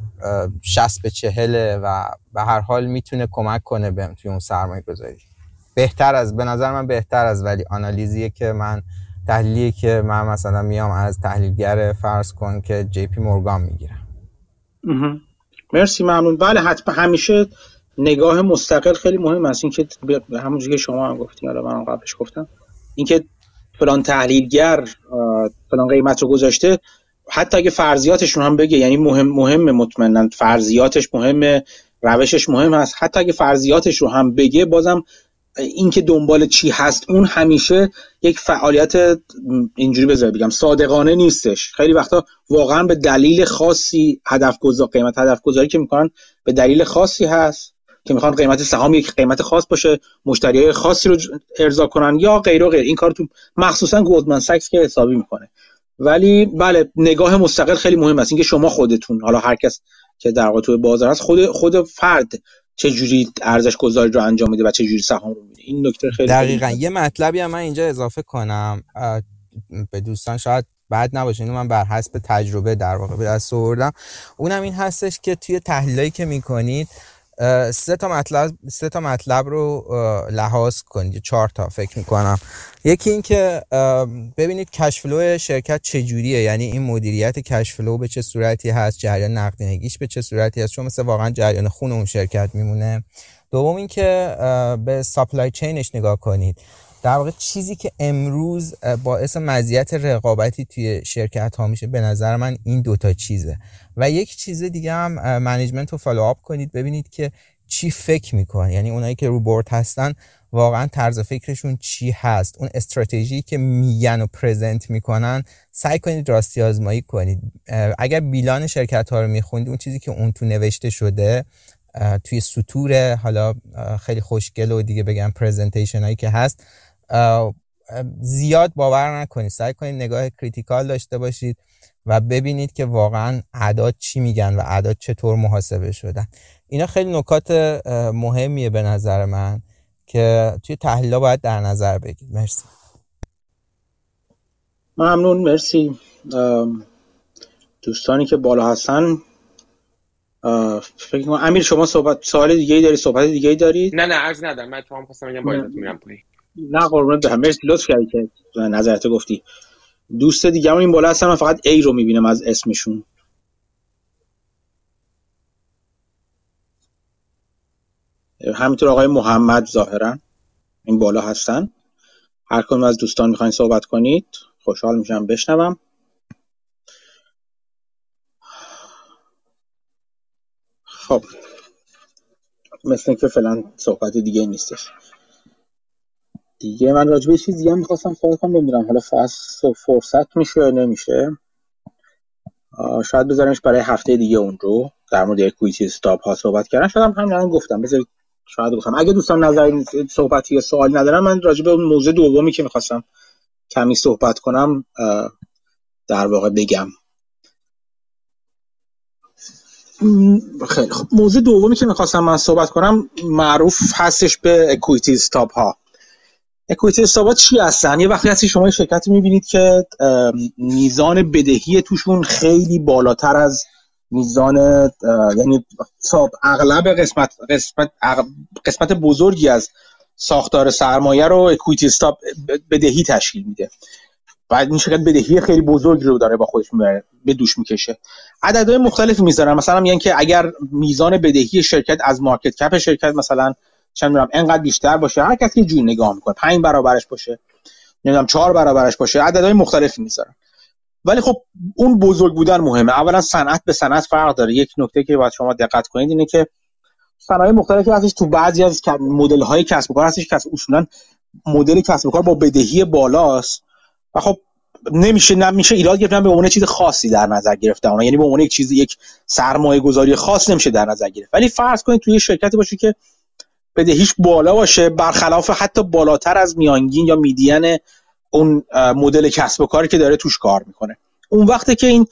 S9: 60-40 و به هر حال میتونه کمک کنه بهم توی اون سرمایه گذاری. به نظر من بهتر از ولی آنالیزیه که من تحلیلیه که من مثلا میام از تحلیلگر فرض کن که جی پی مورگان میگیرم.
S2: مرسی، ممنون. بله حتما همیشه نگاه مستقل خیلی مهم است. این که همونجوری که شما هم گفتین، حالا من قبلش گفتم، این که فلان تحلیلگر فلان قیمت رو گذاشته، حتی اگه فرضیاتشون هم بگه، یعنی مهمه مطمئنا فرضیاتش مهمه، روشش مهم هست، حتی اگه فرضیاتش رو هم بگه بازم این که دنبال چی هست اون همیشه یک فعالیت اینجوری بگم صادقانه نیستش. خیلی وقتا واقعا به دلیل خاصی قیمت هدف گذاری که میکنن به دلیل خاصی هست که میخوان قیمت سهام یک قیمت خاص باشه، مشتریای خاصی رو ارضا کنن یا غیر و غیر. این کار تو مخصوصا گلدمن ساکس که حسابی میکنه. ولی بله نگاه مستقل خیلی مهم است. اینکه شما خودتون، حالا هر کس که در واقع تو بازار هست، خود فرد چه جوری ارزش گذاری رو انجام میده و چه جوری سهام رو میده. این نکته خیلی
S9: دقیقاً. یه مطلبی هم من اینجا اضافه کنم به دوستان، شاید بد نباشه، اینو من بر حسب تجربه در واقع به دست آوردم. اونم این هستش که توی تحلیلایی که میکنید 3 تا مطلب رو لحاظ کنید، 4 تا فکر میکنم. یکی این که ببینید کش فلو شرکت چجوریه، یعنی این مدیریت کش فلو به چه صورتی هست، جریان نقدینگیش به چه صورتی هست، چون مثل واقعا جریان خون اون شرکت میمونه. دوم این که به سپلای چینش نگاه کنید. در واقع چیزی که امروز باعث مزیت رقابتی توی شرکت ها میشه به نظر من این دوتا چیزه. و یک چیز دیگه هم منیجمنت رو فالوآپ کنید، ببینید که چی فکر میکنن، یعنی اونایی که رو بورد هستن واقعا طرز فکرشون چی هست، اون استراتژی که میگن و پرزنت میکنن سعی کنید راستی آزمایی کنید. اگر بیلان شرکت ها رو میخوندید، اون چیزی که اون تو نوشته شده توی سطور حالا خیلی خوشگل و دیگه بگم پرزنتیشن هایی که هست زیاد باور نکنید، سعی کنید نگاه کریتیکال داشته باشید و ببینید که واقعا اعداد چی میگن و اعداد چطور محاسبه شدن. اینا خیلی نکات مهمیه به نظر من که توی تحلیل‌ها باید در نظر بگیرید. مرسی.
S2: ممنون، مرسی. دوستانی که بالا هستن فکر کنم امیر شما سوال دیگه‌ای داری، صحبت دیگه‌ای دارید؟
S8: نه عرض ندارم، من تو هم خواستم بگم باید میرم پایین.
S2: نه قربونت برم، مرسی لطف کردی که نظرت گفتی. دوست دیگه‌مون این بالا هستن، من فقط ای رو میبینم از اسمشون. همینطور آقای محمد ظاهرا این بالا هستن. هر کدوم از دوستان میخواین صحبت کنید خوشحال میشم بشنوم. خب مثل اینکه فعلا صحبت دیگه نیستش. دیگه من راجع به چیز دیگه میخواستم صحبت کنم، نمیدونم حالا فرصت میشه یا نمیشه. شاید بذاریمش برای هفته دیگه اون رو در مورد اکوئیتی استاپ ها صحبت کردن. شاید هم الان گفتم بذارید شاید گفتم. اگه دوستان نظری صحبتی یا سوالی ندارن من راجع به اون موضوع دومی که میخواستم کمی صحبت کنم در واقع بگم. خیلی خب، موضوع دومی که میخواستم من صحبت کنم معروف هستش به اکوئیتی استاپ ها. اکوئیتی استاپ ها چی هستن؟ یه وقتی هستی شما یه شرکتی میبینید که میزان بدهی توشون خیلی بالاتر از میزان یعنی اغلب قسمت بزرگی از ساختار سرمایه رو اکوئیتی استاپ بدهی تشکیل میده. بعد این شرکت بدهی خیلی بزرگی رو داره با خودش میبره، به دوش میکشه. عددهای مختلفی میذارن، مثلا میگن که اگر میزان بدهی شرکت از مارکت کپ شرکت مثلا چند میدونم اینقدر بیشتر باشه، هر کسی یه جوری نگاه میکنه، 5 برابرش باشه، نمیدونم 4 برابرش باشه، عددهای مختلفی میذارن. ولی خب اون بزرگ بودن مهمه. اولا صنعت به صنعت فرق داره. یک نکته که باید شما دقت کنید اینه که صنایع مختلفی هستش، تو بعضی از مدل‌های کسب و کار هستش که اصولاً مدل کسب و کار با بدهی بالاست و خب نمیشه ایراد گرفت به عنوان چیز خاصی در نظر گرفته اون، یعنی به عنوان یک سرمایه گذاری خاص نمیشه در نظر گرفت. ولی فرض کنید توی شرکتی باشه که بدهیش بالا باشه، برخلاف حتی بالاتر از میانگین یا میدین اون مدل کسب و کاری که داره توش کار میکنه، اون وقته که این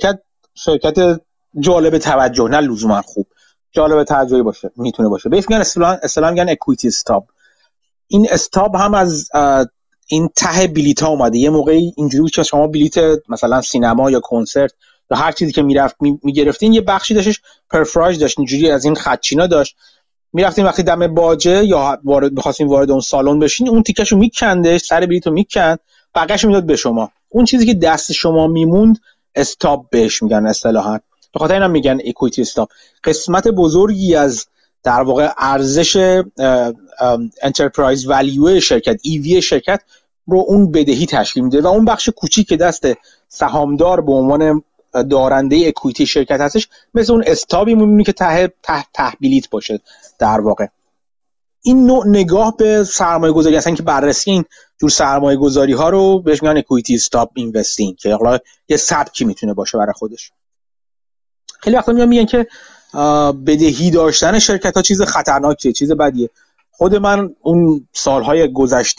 S2: شرکت جالب توجه، نه لزوما خوب، جالب توجهی باشه، میتونه باشه. بهش میگن اصطلاحاً میگن اکوئیتی استاپ. این استاپ هم از این ته بلیط ها اومده. یه موقعی اینجوری بود که شما بلیط مثلا سینما یا کنسرت یا هر چیزی که میگرفتین یه بخشی داشتش پرفراج داشت، اینجوری از این خدچینا داشت، میرفتین وقتی دم باجه یا بخواستین وارد اون سالن بشین اون تیکشو میکندش، سر بلیطو میکند، بقیه‌شو میداد به شما. اون چیزی که دست شما میموند استاپ بهش میگن اصطلاحاً. به خاطر اینا میگن اکوئیتی استاپ. قسمت بزرگی از در واقع ارزش انترپرایز ولیو شرکت، ایوی شرکت رو اون بدهی تشکیل میده و اون بخش کوچیک که دست سهامدار به عنوان دارنده اکوئیتی شرکت هستش مثل اون استابی میمونه که ته بلیط باشه. در واقع این نوع نگاه به سرمایه گذاری هستن که بررسی این جور سرمایه گذاری ها رو بهش میگن اکوئیتی استاپ اینوستینگ، که حالا یه سبکی میتونه باشه برای خودش. خیلی وقتا میگن که بدهی داشتن شرکت ها چیز خطرناکیه، چیز بدیه. خود من اون سالهای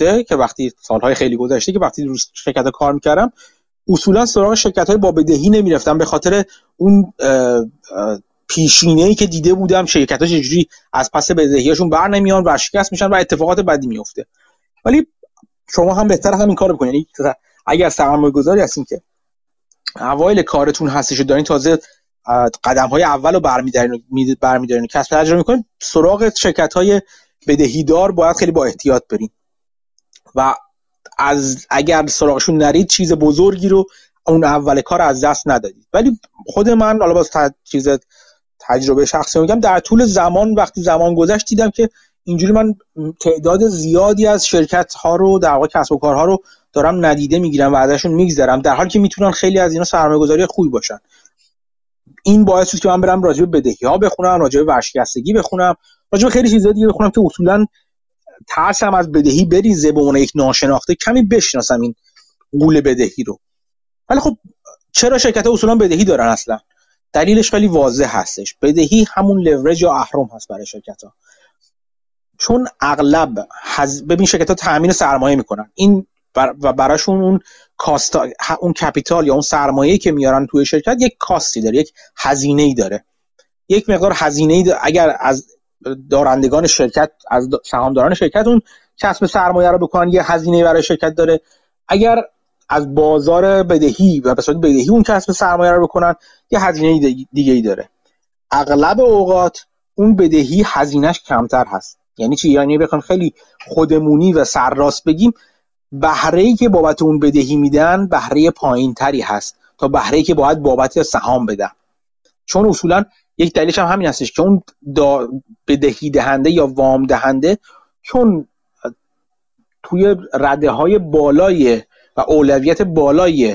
S2: خیلی گذشته که وقتی رو شرکت ها کار میکردم اصولا سراغ شرکت های با بدهی نمیرفتم، به خاطر اون پیشینه‌ای که دیده بودم شرکت ها چجوری از پس بدهیاشون بر نمیان، ورشکست میشن و اتفاقات بدی میفته. ولی شما هم بهتر همین کارو بکنید. یعنی اگر سرمایه‌گذاری هستین که اوایل کارتون هستش و دارین تازه قدم‌های اولو برمی‌دارین و کسب تجربه می‌کنین، سراغ شرکت‌های بدهیدار باید خیلی با احتیاط برین و اگر سراغشون نرید چیز بزرگی رو اون اول کار از دست ندادید. ولی خود من حالا باز تجربه شخصی میگم، در طول زمان وقتی زمان گذشت دیدم که اینجوری من تعداد زیادی از شرکت ها رو در واقع کسب و کارها رو دارم ندیده میگیرم و ازشون میگذرم، در حالی که میتونن خیلی از اینا سرمایه‌گذاری خوبی باشن. این باعث شد که من برم راجع به بدهی‌ها بخونم، راجع به ورشکستگی بخونم، راجع به خیلی چیزا دیگه بخونم که اصولاً ترسم از بدهی بریزه به عنوان یک ناشناخته، کمی بشناسم این غول بدهی رو. ولی خب چرا شرکت‌ها اصولاً بدهی دارن؟ اصلا دلیلش خیلی واضح هستش. بدهی همون لورج یا اهرم هست برای شرکت‌ها. چون اغلب ببین شرکت‌ها تامین سرمایه میکنن، این و براشون اون کاست، اون کپیتال یا اون سرمایه‌ای که میارن توی شرکت یک کاستی داره، یک هزینه‌ای داره، یک مقدار هزینه‌ای اگر از دارندگان شرکت، از سهامداران شرکت اون کسب سرمایه رو بکنن، یه هزینه‌ای برای شرکت داره. اگر از بازار بدهی و به صورت بدهی اون کسب سرمایه رو بکنن، یه هزینه دیگه‌ای داره. اغلب اوقات اون بدهی هزینه‌اش کمتر هست. یعنی چی؟ یعنی بخوام خیلی خودمونی و سرراست بگیم، بهره‌ای که بابت اون بدهی میدن بهره پایین‌تری هست تا بهره‌ای که باید بابت سهام بدن. چون اصولاً یک دلیلش هم همین هستش که اون بدهی دهنده یا وام دهنده چون توی رده‌های بالای و اولویت بالای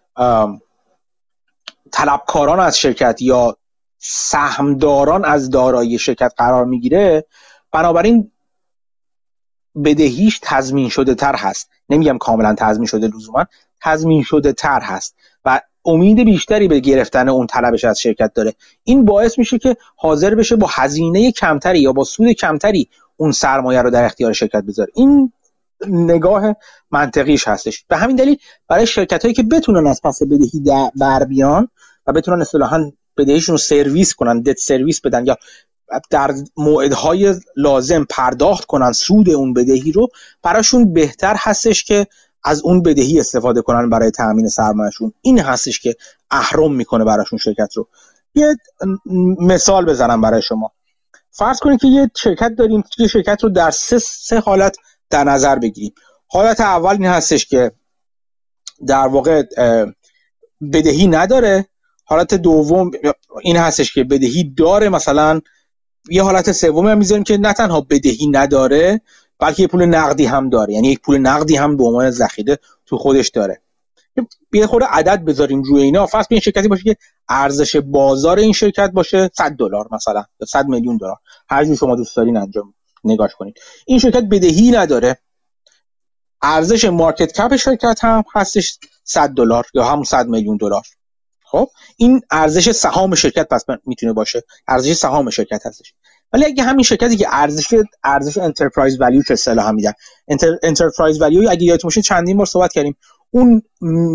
S2: طلبکاران از شرکت یا سهمداران از دارایی شرکت قرار میگیره، بنابراین بدهیش تضمین شده تر هست. نمیگم کاملا تضمین شده، لزوما تضمین شده تر هست و امید بیشتری به گرفتن اون طلبش از شرکت داره. این باعث میشه که حاضر بشه با هزینه کمتری یا با سود کمتری اون سرمایه رو در اختیار شرکت بذاره. این نگاه منطقیش هستش. به همین دلیل برای شرکتایی که بتونن از پس بدهی بر بیان و بتونن اصطلاحاً بدهیشون رو سرویس کنن، دت سرویس بدن یا در موعدهای لازم پرداخت کنن سود اون بدهی رو، براشون بهتر هستش که از اون بدهی استفاده کنن برای تامین سرمایه‌شون. این هستش که اهرم میکنه براشون شرکت رو. یه مثال بزنم برای شما. فرض کنید که یه شرکت داریم که شرکت رو در سه حالت در نظر بگیریم. حالت اول این هستش که در واقع بدهی نداره. حالت دوم این هستش که بدهی داره. مثلا یه حالت سوم هم میذاریم که نه تنها بدهی نداره بلکه یه پول نقدی هم داره، یعنی یک پول نقدی هم به عنوان ذخیره تو خودش داره. یه خورده عدد بذاریم روی اینا. فرض کنید شرکتی باشه که ارزش بازار این شرکت باشه $100 مثلا یا $100 میلیون، هر جور شما دوست دارین انجام نگاش کنید. این شرکت بدهی نداره، ارزش مارکت کپ شرکت هم هستش $100 یا همون $100 میلیون. خب این ارزش سهام شرکت پس میتونه باشه، ارزش سهام شرکت هستش. ولی اگه همین شرکتی که ارزش انترپرایز ولیو که اصطلاحا میگن، انترپرایز ولیو اگه یادتون باشه چندین بار صحبت کردیم، اون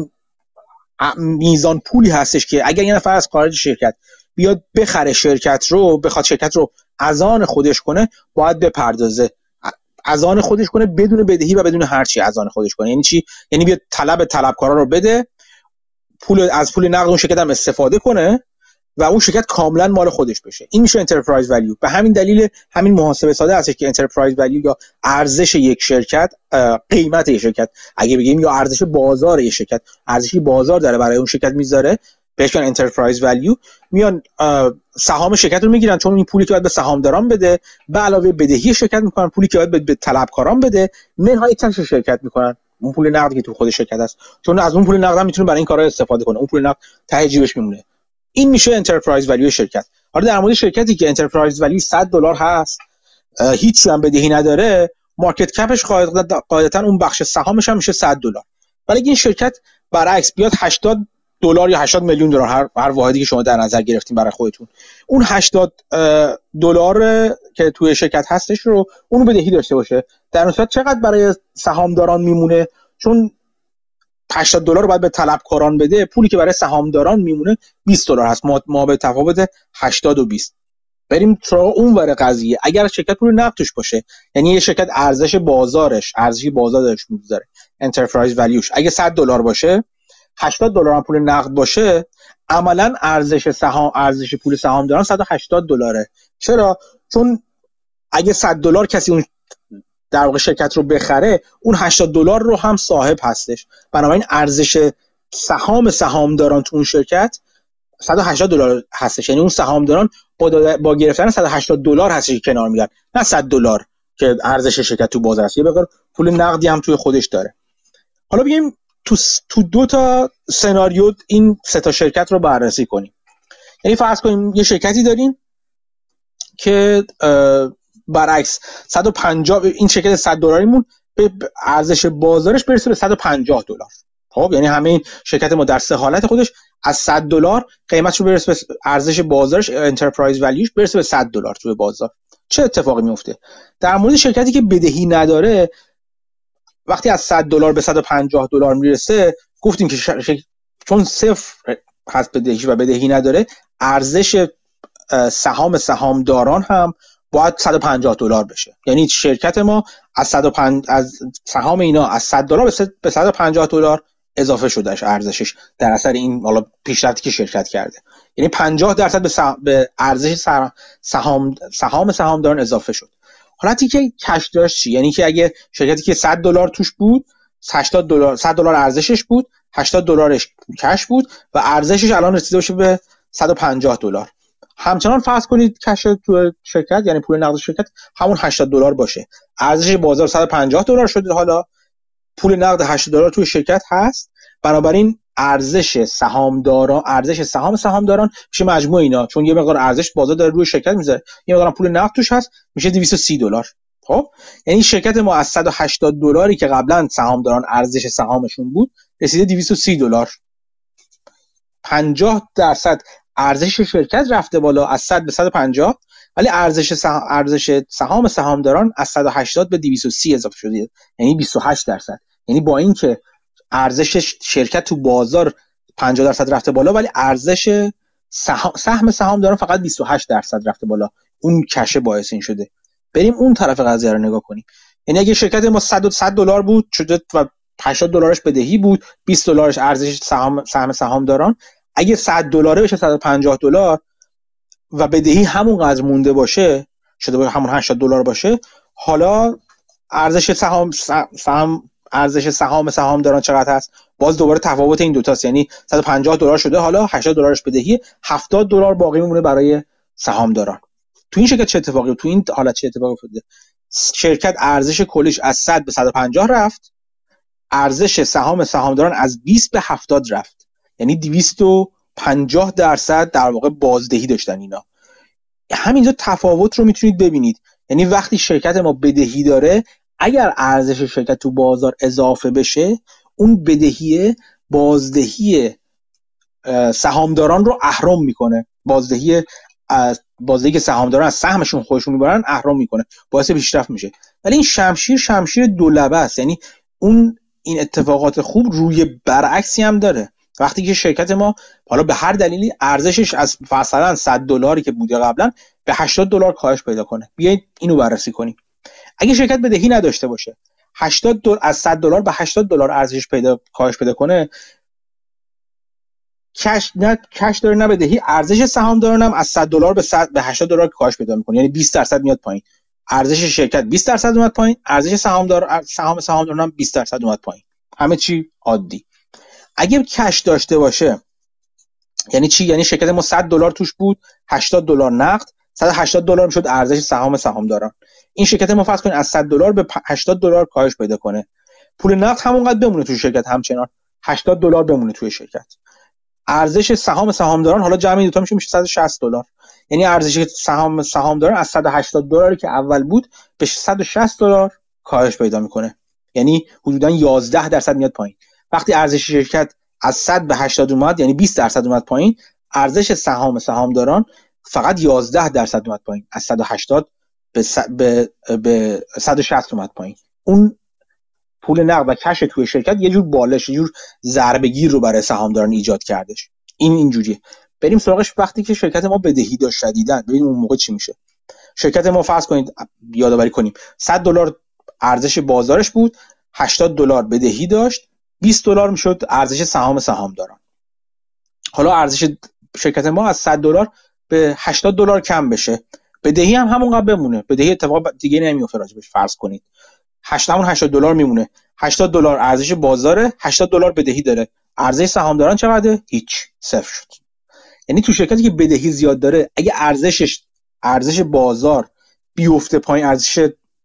S2: میزان پولی هستش که اگر یه نفر از خارج شرکت بیاد بخره شرکت رو، بخواد شرکت رو از آن خودش کنه، باید بپردازه از آن خودش کنه بدون بدهی و بدون هر چی از آن خودش کنه. یعنی چی؟ یعنی بیاد طلبکارا رو بده، از پول نقد اون شرکت هم استفاده کنه و اون شرکت کاملا مال خودش بشه. این میشه انترپرایز ولیو. به همین دلیل همین محاسبه ساده هستش که انترپرایز ولیو یا ارزش یک شرکت، قیمت یک شرکت اگه بگیم، یا ارزش بازار یک شرکت، ارزشی بازار داره برای اون شرکت میذاره، بهش میگن انترپرایز ولیو. میان سهام شرکت رو میگیرن، چون این پولی که باید به سهامداران بده به علاوه بدهی شرکت میکنن، پولی که باید به طلبکاران بده منهای کش شرکت میکنن، اون پول نقدی که تو خود شرکت هست، چون از اون پول نقد هم میتونه برای این کارا استفاده کنه، اون پول نقد ته جیبش میمونه. این میشه انترپرایز ولیو شرکت. حالا در مورد شرکتی که انترپرایز ولیو $100 هست، هیچ هم بدهی نداره، مارکت کپش قاعدتا اون بخش سهامش هم میشه $100. ولی این شرکت برعکس بیاد $80 یا $80 میلیون هر واحدی که شما در نظر گرفتین برای خودتون، اون $80 که توی شرکت هستش رو اونو بدهی داشته باشه، در اون صورت چقدر برای سهامداران میمونه؟ چون $80 رو باید به طلبکاران بده، پولی که برای سهامداران میمونه $20 هست، ما به تفاوت 80 و 20. بریم سراغ اون ور قضیه. اگر شرکت پول نقد توش باشه، یعنی یه شرکت ارزشی بازار داشت میذاره، انترپرایز ولیوش اگه $100 باشه، $80 هم پول نقد باشه، عملاً ارزش پول سهامداران $180. چرا؟ چون اگه $100 کسی اون در واقع شرکت رو بخره، اون $80 رو هم صاحب هستش. بنابراین ارزش سهامداران تو اون شرکت $180 هستش. یعنی اون سهامداران با گرفتن $180 هستش که کنار میاد، نه $100. که ارزش شرکت تو بازار است، یه مقدار پول نقدی هم توی خودش داره. حالا بیایم تو دو تا سناریو این سه تا شرکت رو بررسی کنیم. یعنی فرض کنیم یه شرکتی داریم که برعکس 150 این شرکت 100 دلاریمون به ارزش بازارش برسه به 150 دلار. خب یعنی همه این شرکت ما در سه حالت خودش از 100 دلار قیمتش رو برسه به ارزش بازارش، انترپرایز ولیوش برسه به 100 دلار توی بازار. چه اتفاقی میفته؟ در مورد شرکتی که بدهی نداره، وقتی از 100 دلار به 150 دلار میرسه، گفتیم که چون صفر هست بدهی و بدهی نداره، ارزش سهامداران هم باید 150 دلار بشه. یعنی شرکت ما از سهام اینا از 100 دلار به 150 دلار اضافه شدهش ارزشش در اثر این حالا پیشرفتی که شرکت کرده. یعنی 50% به ارزش سهامداران اضافه شد. حالتی که کش داشت چی؟ یعنی که اگه شرکتی که 100 دلار توش بود، 80 دلار 100 دلار ارزشش بود، 80 دلارش کش بود و ارزشش الان رسیده باشه به 150 دلار. همچنان فرض کنید کش تو شرکت یعنی پول نقد شرکت همون 80 دلار باشه. ارزش بازار 150 دلار شده، حالا پول نقد 80 دلار توی شرکت هست، بنابراین ارزش سهام سهامداران میشه مجموع اینا، چون یه مقدار ارزش بازار داره روی شرکت میذاره، یه مقدار پول نقد توش هست، میشه 230 دلار. خب یعنی شرکت ما از 180 دلاری که قبلا سهامداران ارزش سهامشون بود رسیده 230 دلار. 50% ارزش شرکت رفته بالا از 100 به 150، ولی ارزش سهام سهامداران از 180 به 230 اضافه شده، یعنی 28%. یعنی با اینکه ارزش شرکت تو بازار 50% رفته بالا، ولی ارزش سهم سهامداران فقط 28% رفته بالا. اون کشه باعث این شده. بریم اون طرف قضیه رو نگاه کنیم. یعنی اگه شرکت ما 100 دلار بود شده و 80 دلارش بدهی بود، 20 دلارش ارزش سهم سهامداران، اگه 100 دلاره بشه 150 دلار و بدهی همون قدر مونده باشه، شده باشه همون 80 دلار باشه، حالا ارزش سهام سهامداران چقدر هست؟ باز دوباره تفاوت این دوتاست. یعنی 150 دلار شده، حالا 80 دلارش بدهی، 70 دلار باقی میمونه برای سهامداران. تو این شرکت چه اتفاقی؟ تو این حالت چه اتفاقی افتاده؟ شرکت ارزش کلیش از 100 به 150 رفت، ارزش سهامداران از 20 به 70 رفت. یعنی 250% در واقع بازدهی داشتن اینا. همینجا تفاوت رو میتونید ببینید. یعنی وقتی شرکت ما بدهی داره، اگر ارزش شرکت تو بازار اضافه بشه، اون بدهی بازدهی سهامداران رو اهرم میکنه. بازدهی که سهامداران از سهمشون خودشون میبرن اهرم میکنه، باعث پیشرفت میشه. ولی این شمشیر دو لبه است. یعنی این اتفاقات خوب روی برعکسی هم داره. وقتی که شرکت ما حالا به هر دلیلی ارزشش از مثلا 100 دلاری که بوده قبلا به 80 دلار کاهش پیدا کنه، بیایید اینو بررسی کنیم. اگه شرکت بدهی نداشته باشه، 80 دلار از 100 دلار به 80 دلار ارزشش کاهش پیدا کنه، کش داره نه بدهی، ارزش سهامداران هم از 100 دلار به 80 دلار کاهش پیدا میکنه، یعنی 20% میاد پایین. ارزش شرکت 20% اومد پایین، ارزش سهامداران هم 20% اومد پایین. همه چی عادی. اگه کش داشته باشه یعنی چی؟ یعنی شرکت ما 100 دلار توش بود، 80 دلار نقد، 180 دلار میشد ارزش سهامداران. این شرکت ما فرض کنید از 100 دلار به 80 دلار کاهش پیدا کنه، پول نقد همونقدر بمونه توی شرکت، همچنان 80 دلار بمونه توی شرکت. ارزش سهامداران حالا جمع این دو تا میشه 160 دلار. یعنی ارزش سهامداران از 180 دلاری که اول بود به 160 دلار کاهش پیدا میکنه. یعنی حدوداً 11% میاد پایین. وقتی ارزش شرکت از 100 به 80 اومد، یعنی 20% اومد پایین، ارزش سهامداران فقط 11% اومد پایین، از 180 به 160 اومد پایین. اون پول نقد و کش توی شرکت یه جور بالش، یه جور ضربه گیر رو برای سهامداران ایجاد کردش. اینجوریه. بریم سراغش. وقتی که شرکت ما بدهی داشت شدیداً، ببین اون موقع چی میشه. شرکت ما فرض کنید یادآوری کنیم 100 دلار ارزش بازارش بود، 80 دلار بدهی داشت، 20 دلار میشد ارزش سهامداران. حالا ارزش شرکت ما از 100 دلار به 80 دلار کم بشه، بدهی هم همونقدر بمونه. بدهی اتفاق دیگه نمیافته راجبش. فرض کنید 80 دلار میمونه. 80 دلار ارزش بازاره، 80 دلار بدهی داره. ارزش سهامداران چقدره؟ هیچ، صفر شد. یعنی تو شرکتی که بدهی زیاد داره، اگه ارزش بازار بیفته پایین، ارزش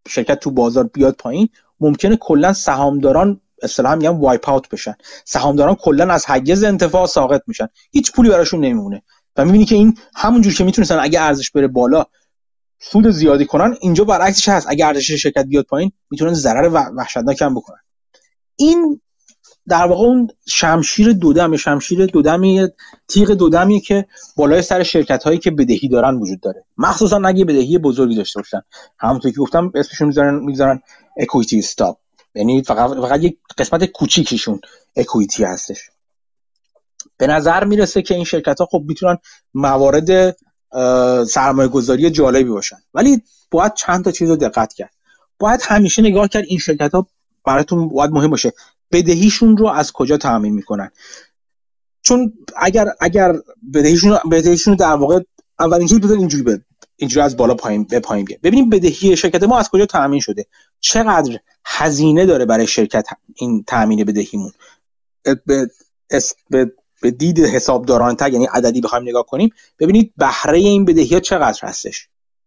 S2: شرکت تو بازار بیاد پایین، ممکنه کلا سهامداران اصطلاحاً میگن وایپ اوت بشن، سهامداران کلا از حیز انتفاع ساقط میشن، هیچ پولی براشون نمیمونه. و میبینی که این همونجوری که میتونستن اگه ارزش بره بالا سود زیادی کنن، اینجا برعکسش هست، اگه ارزش شرکت بیاد پایین میتونن ضرر وحشتناک هم بکنن. این در واقع اون شمشیر دودمی، تیغ دودمیه که بالای سر شرکت‌هایی که بدهی دارن وجود داره، مخصوصا اگه بدهی بزرگی داشته باشن. همونطور که گفتم اسمشون میذارن اکوئیتی استاپ، یعنی فقط یک قسمت کوچیکیشون اکوئیتی هستش. به نظر میرسه که این شرکت‌ها خب میتونن موارد سرمایه‌گذاری جالبی باشن، ولی باید چند تا چیز رو دقت کرد. باید همیشه نگاه کرد این شرکت‌ها براتون باید مهم باشه بدهیشون رو از کجا تامین میکنن. چون اگر بدهیشون در واقع اولین چیز بذارید اینجوری از بالا به پایین بیاد. ببینیم بدهی شرکت ما از کجا تامین شده، چقدر هزینه داره برای شرکت این تامین بدهیمون. به دید حسابداران تر، یعنی عددی بخوایم نگاه کنیم، ببینید بهره این بدهی‌ها چقدر هستش،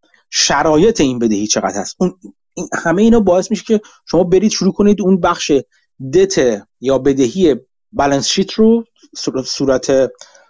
S2: شرایط این بدهی چقدر هست. همه اینا باعث میشه که شما برید شروع کنید اون بخش دت یا بدهی بالانس شیت رو، صورت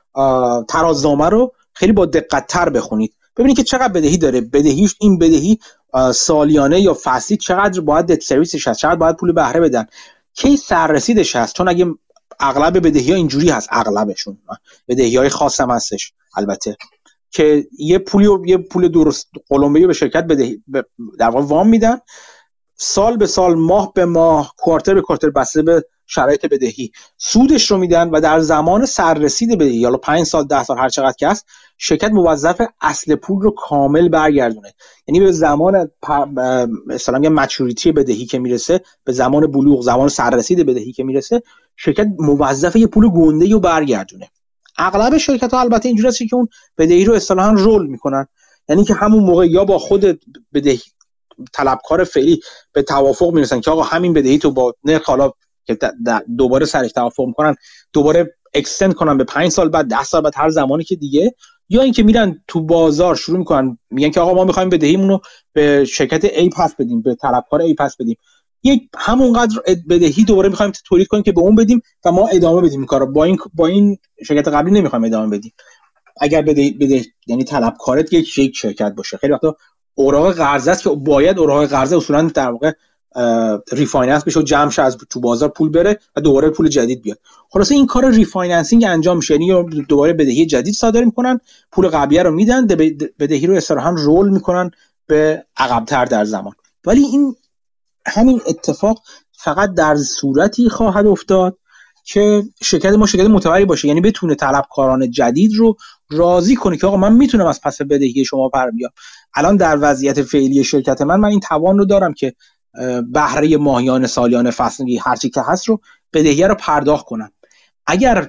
S2: ترازنامه رو خیلی با دقت تر بخونید، ببینید که چقدر بدهی داره، بدهیش این بدهی سالیانه یا فصلی چقدر باید دت سرویسش هست، چقدر باید پول بهره بدن، کی سررسیدش هست. چون اگه اغلب بدهی‌ها اینجوری هست، اغلبشون بدهی‌های خاص هم هستش البته، که یه پول درست قلمبه‌ای به شرکت بدهی در واقع وام میدن، سال به سال، ماه به ماه، کوارتر به کوارتر، بسته به شرایط بدهی سودش رو میدن و در زمان سررسید بدهی، حالا 5 سال 10 سال هر چقدر که هست، شرکت موظف اصل پول رو کامل برگردونه. یعنی به زمان مثلا میگم مچوریتی بدهی که میرسه، به زمان بلوغ، زمان سررسید بدهی که میرسه، شرکت موظفه یه پول گنده‌ای رو برگردونه. اغلب شرکت‌ها البته اینجوری هست که اون بدهی رو اصطلاحاً رول میکنن، یعنی که همون موقع یا با خود بدهی طلبکار فعلی به توافق میرسن که آقا همین بدهی تو با نرخ حالا که دوباره سرش توافق میکنن دوباره اکستند کنن به 5 سال بعد، 10 سال بعد، هر زمانی که دیگه، یا اینکه میرن تو بازار شروع میکنن میگن که آقا ما میخوایم بدهیمون رو به شرکت A پس بدیم، به طلبکار A پس بدیم، یک همونقدر بدهی دوباره میخوایم تولید کنیم که به اون بدیم و ما ادامه بدیم این کارو. با این شرکت قبلی نمیخوایم ادامه بدیم. اگر بدهی یعنی طلبکارت یک شرکت باشه، خیلی وقتا اوراق قرضه است که باید اوراق قرضه اصولا در واقع ریفایننس بشه و جمع شه، از تو بازار پول بره و دوباره پول جدید بیاد. خلاصه این کار ریفایننسینگ انجام میشه، یعنی دوباره بدهی جدید صادر میکنن، پول قبلیه رو میدن، بدهی رو اصطلاحاً رول میکنن به عقب‌تر در زمان. ولی همین اتفاق فقط در صورتی خواهد افتاد که شرکت ما شرکت معتبری باشه، یعنی بتونه طلبکاران جدید رو راضی کنه که آقا من میتونم از پس بدهی شما پر بیام. الان در وضعیت فعلی شرکت من این توان رو دارم که بهره ماهیانه، سالیانه، فصلی، هر چی که هست رو بدهی رو پرداخت کنم. اگر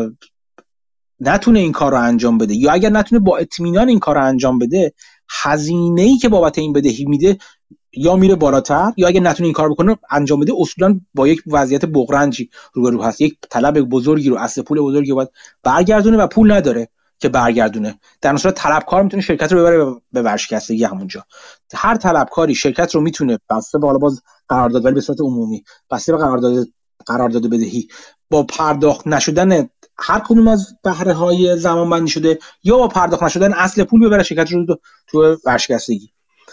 S2: نتونه این کار رو انجام بده یا اگر نتونه با اطمینان این کار رو انجام بده، هزینه‌ای که بابت این بدهی میده یا میره بالاتر، یا اگه نتونه این کار بکنه انجام بده، اصولا با یک وضعیت بغرنجی روبرو هست، یک طلب بزرگی رو، اصل پول بزرگی رو باید برگردونه و پول نداره که برگردونه. در اون صورت طلبکار میتونه شرکت رو ببره به ورشکستگی همونجا. هر طلبکاری شرکت رو میتونه بسته به، حالا باز قرارداد ولی به صورت عمومی، بسته به قرارداد بدهی، با پرداخت نشدن هر کدوم از بهره های زمان بندی شده یا با پرداخت نشدن اصل پول ببره شرکت رو تو ورشکستگی.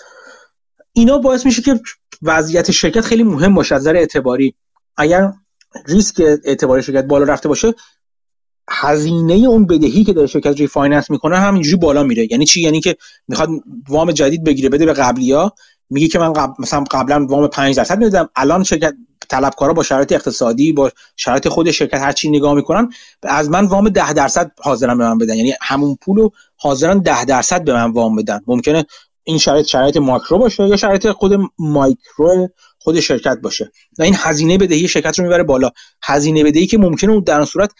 S2: اینا باعث میشه که وضعیت شرکت خیلی مهم باشه از نظر اعتباری. اگر ریسک اعتباری شرکت بالا رفته باشه، هزینه اون بدهی که داره شرکت ریفایننس میکنه همینجوری بالا میره. یعنی چی؟ یعنی که میخواد وام جدید بگیره بده به قبلیا، میگه که من مثلا قبلا وام 5% میدادم، الان شرکت طلبکارا با شرایط اقتصادی، با شرایط خود شرکت هر چی نگاه میکنن، از من وام 10% حاضرن به من بدن، یعنی همون پولو حاضرن 10% به من وام بدن. ممکنه این شرایط ماکرو باشه یا شرایط خود مایکرو خود شرکت باشه و این هزینه بدهی شرکت رو میبره بالا. هزینه بدهی که ممکنه در اون صورت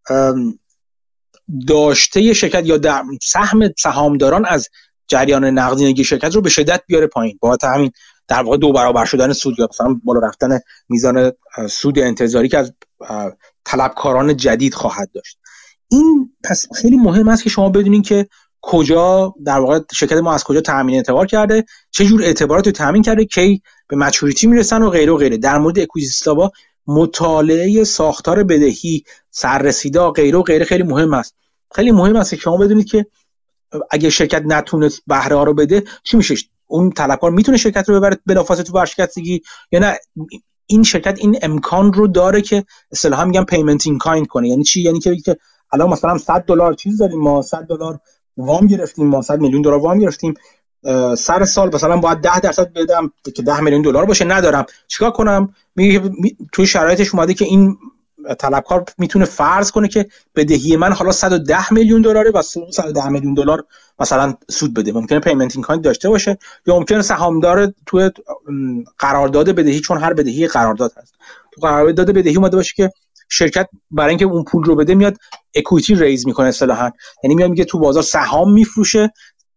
S2: داشته شرکت یا سهم سهامداران از جریان نقدینگی شرکت رو به شدت بیاره پایین، بابت همین در واقع 2 برابر شدن سود یا مثلا بالا رفتن میزان سود انتظاری که از طلبکاران جدید خواهد داشت. این پس خیلی مهم است که شما بدونین که کجا در واقع شرکت ما از کجا تامین اعتبار کرده، چه جور اعتبارات رو تامین کرده، کی به مچوریتی میرسن و غیره و غیره. در مورد اکویتی استابا مطالعه ساختار بدهی، سررسیدها، غیره و غیره خیلی مهم است. خیلی مهم است که شما بدونید که اگه شرکت نتونه بهره ها رو بده چی میشه. اون طلبکار میتونه شرکت رو ببره بلافاصله تو ورشکستگی یا نه این شرکت این امکان رو داره که اصطلاحا میگن پیمنت این کایند کنه. یعنی چی؟ یعنی که الان مثلا $100 چیز داریم، ما $100 وام گرفتیم، ما $100 میلیون وام گرفتیم، سر سال مثلا باید 10% بدم که $10 میلیون باشه، ندارم، چیکار کنم؟ توی شرایطش اومده که این طلبکار میتونه فرض کنه که بدهی من حالا $110 میلیون و $110 میلیون مثلا سود بده. ممکنه پیمنت این کایند داشته باشه یا ممکنه سهامدار توی قرارداد بدهی، چون هر بدهی قرارداد هست، تو قرارداد بدهی اومده باشه که شرکت برای اینکه اون پول رو بده میاد اکوئیتی ریز میکنه اصطلاحاً، یعنی میاد میگه تو بازار سهام میفروشه،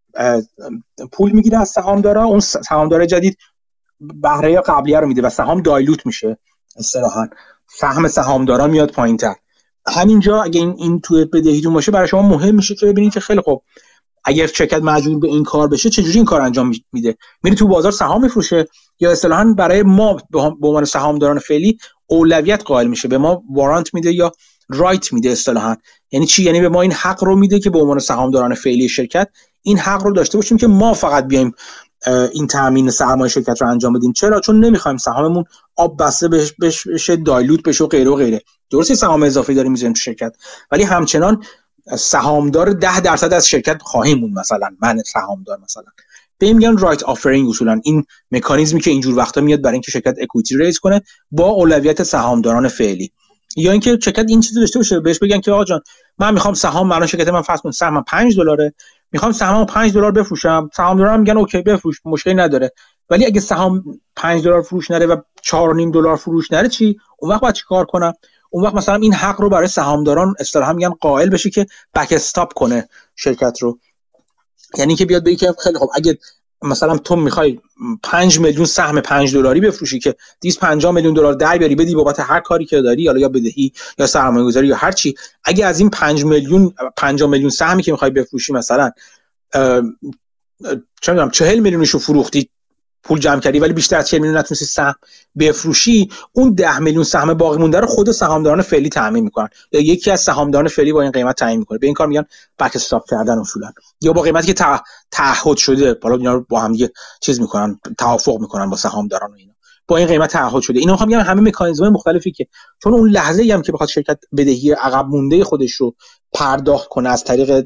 S2: پول میگیره از سهامدارا، اون سهامدار جدید بهره قبلیه رو میده و سهام دایلوت میشه اصطلاحاً، سهم سهامدارا میاد پایینتر. همینجا اگه این توی بدهیتون باشه برای شما مهم میشه که ببینید که خیلی خوب اگر شرکت مجبور به این کار بشه چجوری این کار انجام میده. میره تو بازار سهام میفروشه یا اصطلاحاً برای ما به عنوان سهامداران فعلی اولویت قائل میشه، به ما وارانت میده یا رایت میده اصطلاحاً. یعنی چی؟ یعنی به ما این حق رو میده که به عنوان سهامداران فعلی شرکت این حق رو داشته باشیم که ما فقط بیایم این تامین سرمایه شرکت رو انجام بدیم. چرا؟ چون نمیخوایم سهاممون آب بسته بشه، دایلوت بشه و غیره و غیره. درسته سهام اضافی داریم میذاریم تو شرکت، ولی همچنان سهامدار 10% از شرکت خواهیم مون. مثلا من سهامدار مثلا به میگن رایت آفرینگ، اصولا این مکانیزمی که اینجور وقتا میاد برای اینکه شرکت اکوئیتی ریز کنه با اولویت سهامداران فعلی، یا اینکه شرکت این چیزو داشته باشه بهش بگن که آقا جان من میخوام سهام، الان شرکت من فرض کن سهمم $5، میخوام سهامو $5 بفروشم. سهامدارا میگن اوکی بفروش، مشکلی نداره، ولی اگه سهام $5 فروش نره و $4.5 فروش نره چی؟ اون وقت باید چیکار کنم؟ اون وقت مثلا این حق رو برای سهامداران اصطلاحا میگن قائل بشه که بک استاپ کنه شرکت رو. یعنی که بیاد بگه که خیلی خب اگه مثلا تو میخوای 5 میلیون سهم $5 بفروشی که $250 میلیون در بیاری بدی بابت هر کاری که داری، حالا یا بدهی یا سرمایه‌گذاری یا هر چی، اگه از این 5 میلیون سهمی که میخوای بفروشی مثلا چه میدونم 40 میلیونشو فروختی، پول جمع کردی، ولی بیشتر از 40 میلیون نتونستی سهم بفروشی، اون 10 میلیون سهم باقی مونده رو خود سهامداران فعلی تامین میکنن یا یکی از سهامداران فعلی با این قیمت تعیین میکنه. به این کار میگن بک استاپ کردن اصولا، یا با قیمتی که تعهد شده، حالا اینا رو با هم دیگه چیز میکنن، توافق میکنن با سهامداران و اینا، با این قیمت تعهد شده. اینا میگن همه مکانیزم‌های مختلفی که چون اون لحظه‌ای هم که بخواد شرکت بدهی عقب مونده خودش رو پرداخت کنه از طریق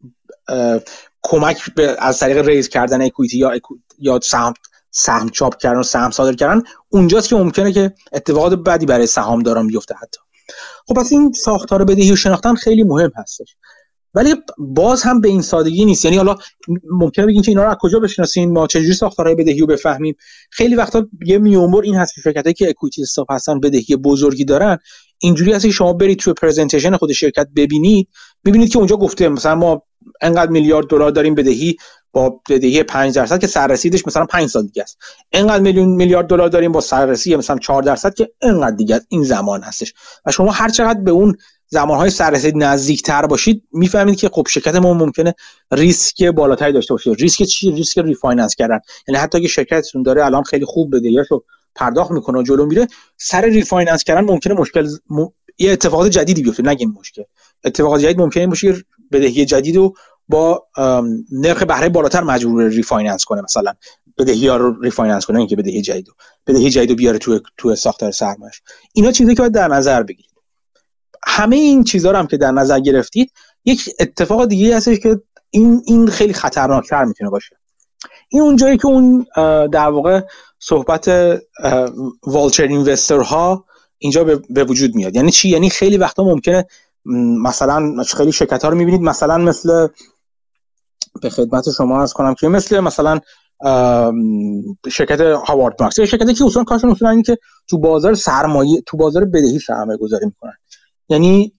S2: کمک از طریق ریز کردن اکوئیتی یا سهم چاپ کردن و سهم صادر کردن، اونجاست که ممکنه که اتفاقات بدی برای سهامداران بیفته حتی. خب پس این ساختار بدهی رو شناختن خیلی مهم هستش، ولی باز هم به این سادگی نیست. یعنی حالا ممکنه بگین که اینا رو از کجا بشناسیم، ما چجوری ساختارهای بدهی رو بفهمیم؟ خیلی وقتا یه میونبر این هست که شرکتایی که اکوئیتی استاپ هستن، بدهی بزرگی دارن، اینجوری هست که شما برید توی پرزنتیشن خود شرکت ببینید که اونجا گفته مثلا ما انقدر میلیارد دلار داریم بدهی با بدهی 5% که سررسیدش مثلا 5 سال دیگه است، انقدر میلیارد دلار داریم با سررسید مثلا 4% که انقدر دیگه این زمان هستش. و شما هر چقدر به اون زمانهای سررسید نزدیکتر باشید میفهمید که خب شرکت ما ممکنه ریسک بالاتری داشته باشه. ریسک چی؟ ریسک ریفایننس کردن. یعنی حتی اگه شرکتتون داره الان خیلی خوب بدهیاشو پرداخت میکنه و جلو میره، سر ریفایننس کردن ممکنه یه اتفاقات جدیدی بیفته. نگیم مشکل، اتفاقات جدید ممکنه باشه بدهی جدیدو با نرخ بهره بالاتر مجبور ریفایننس کنه، مثلا بدهی‌ها رو ریفایننس کنه، اینکه بدهی جدیدو بیاره تو ساختار سرمایه‌اش. اینا چیزایی که باید در نظر بگیرید. همه این چیزا رو هم که در نظر گرفتید، یک اتفاق دیگه هستش که این خیلی خطرناکتر میتونه باشه. این اونجایی که اون در واقع صحبت والچر اینوسترها اینجا به وجود میاد. یعنی چی؟ یعنی خیلی وقتا ممکنه مثلا خیلی شرکت‌ها رو می‌بینید مثلا مثل به خدمت شما عرض کنم که مثلا شرکت هاوارد مارکس، یا شرکتی که اصلا کارشون اصولا اینه که تو بازار سرمایه، تو بازار بدهی سرمایه گذاری میکنن. یعنی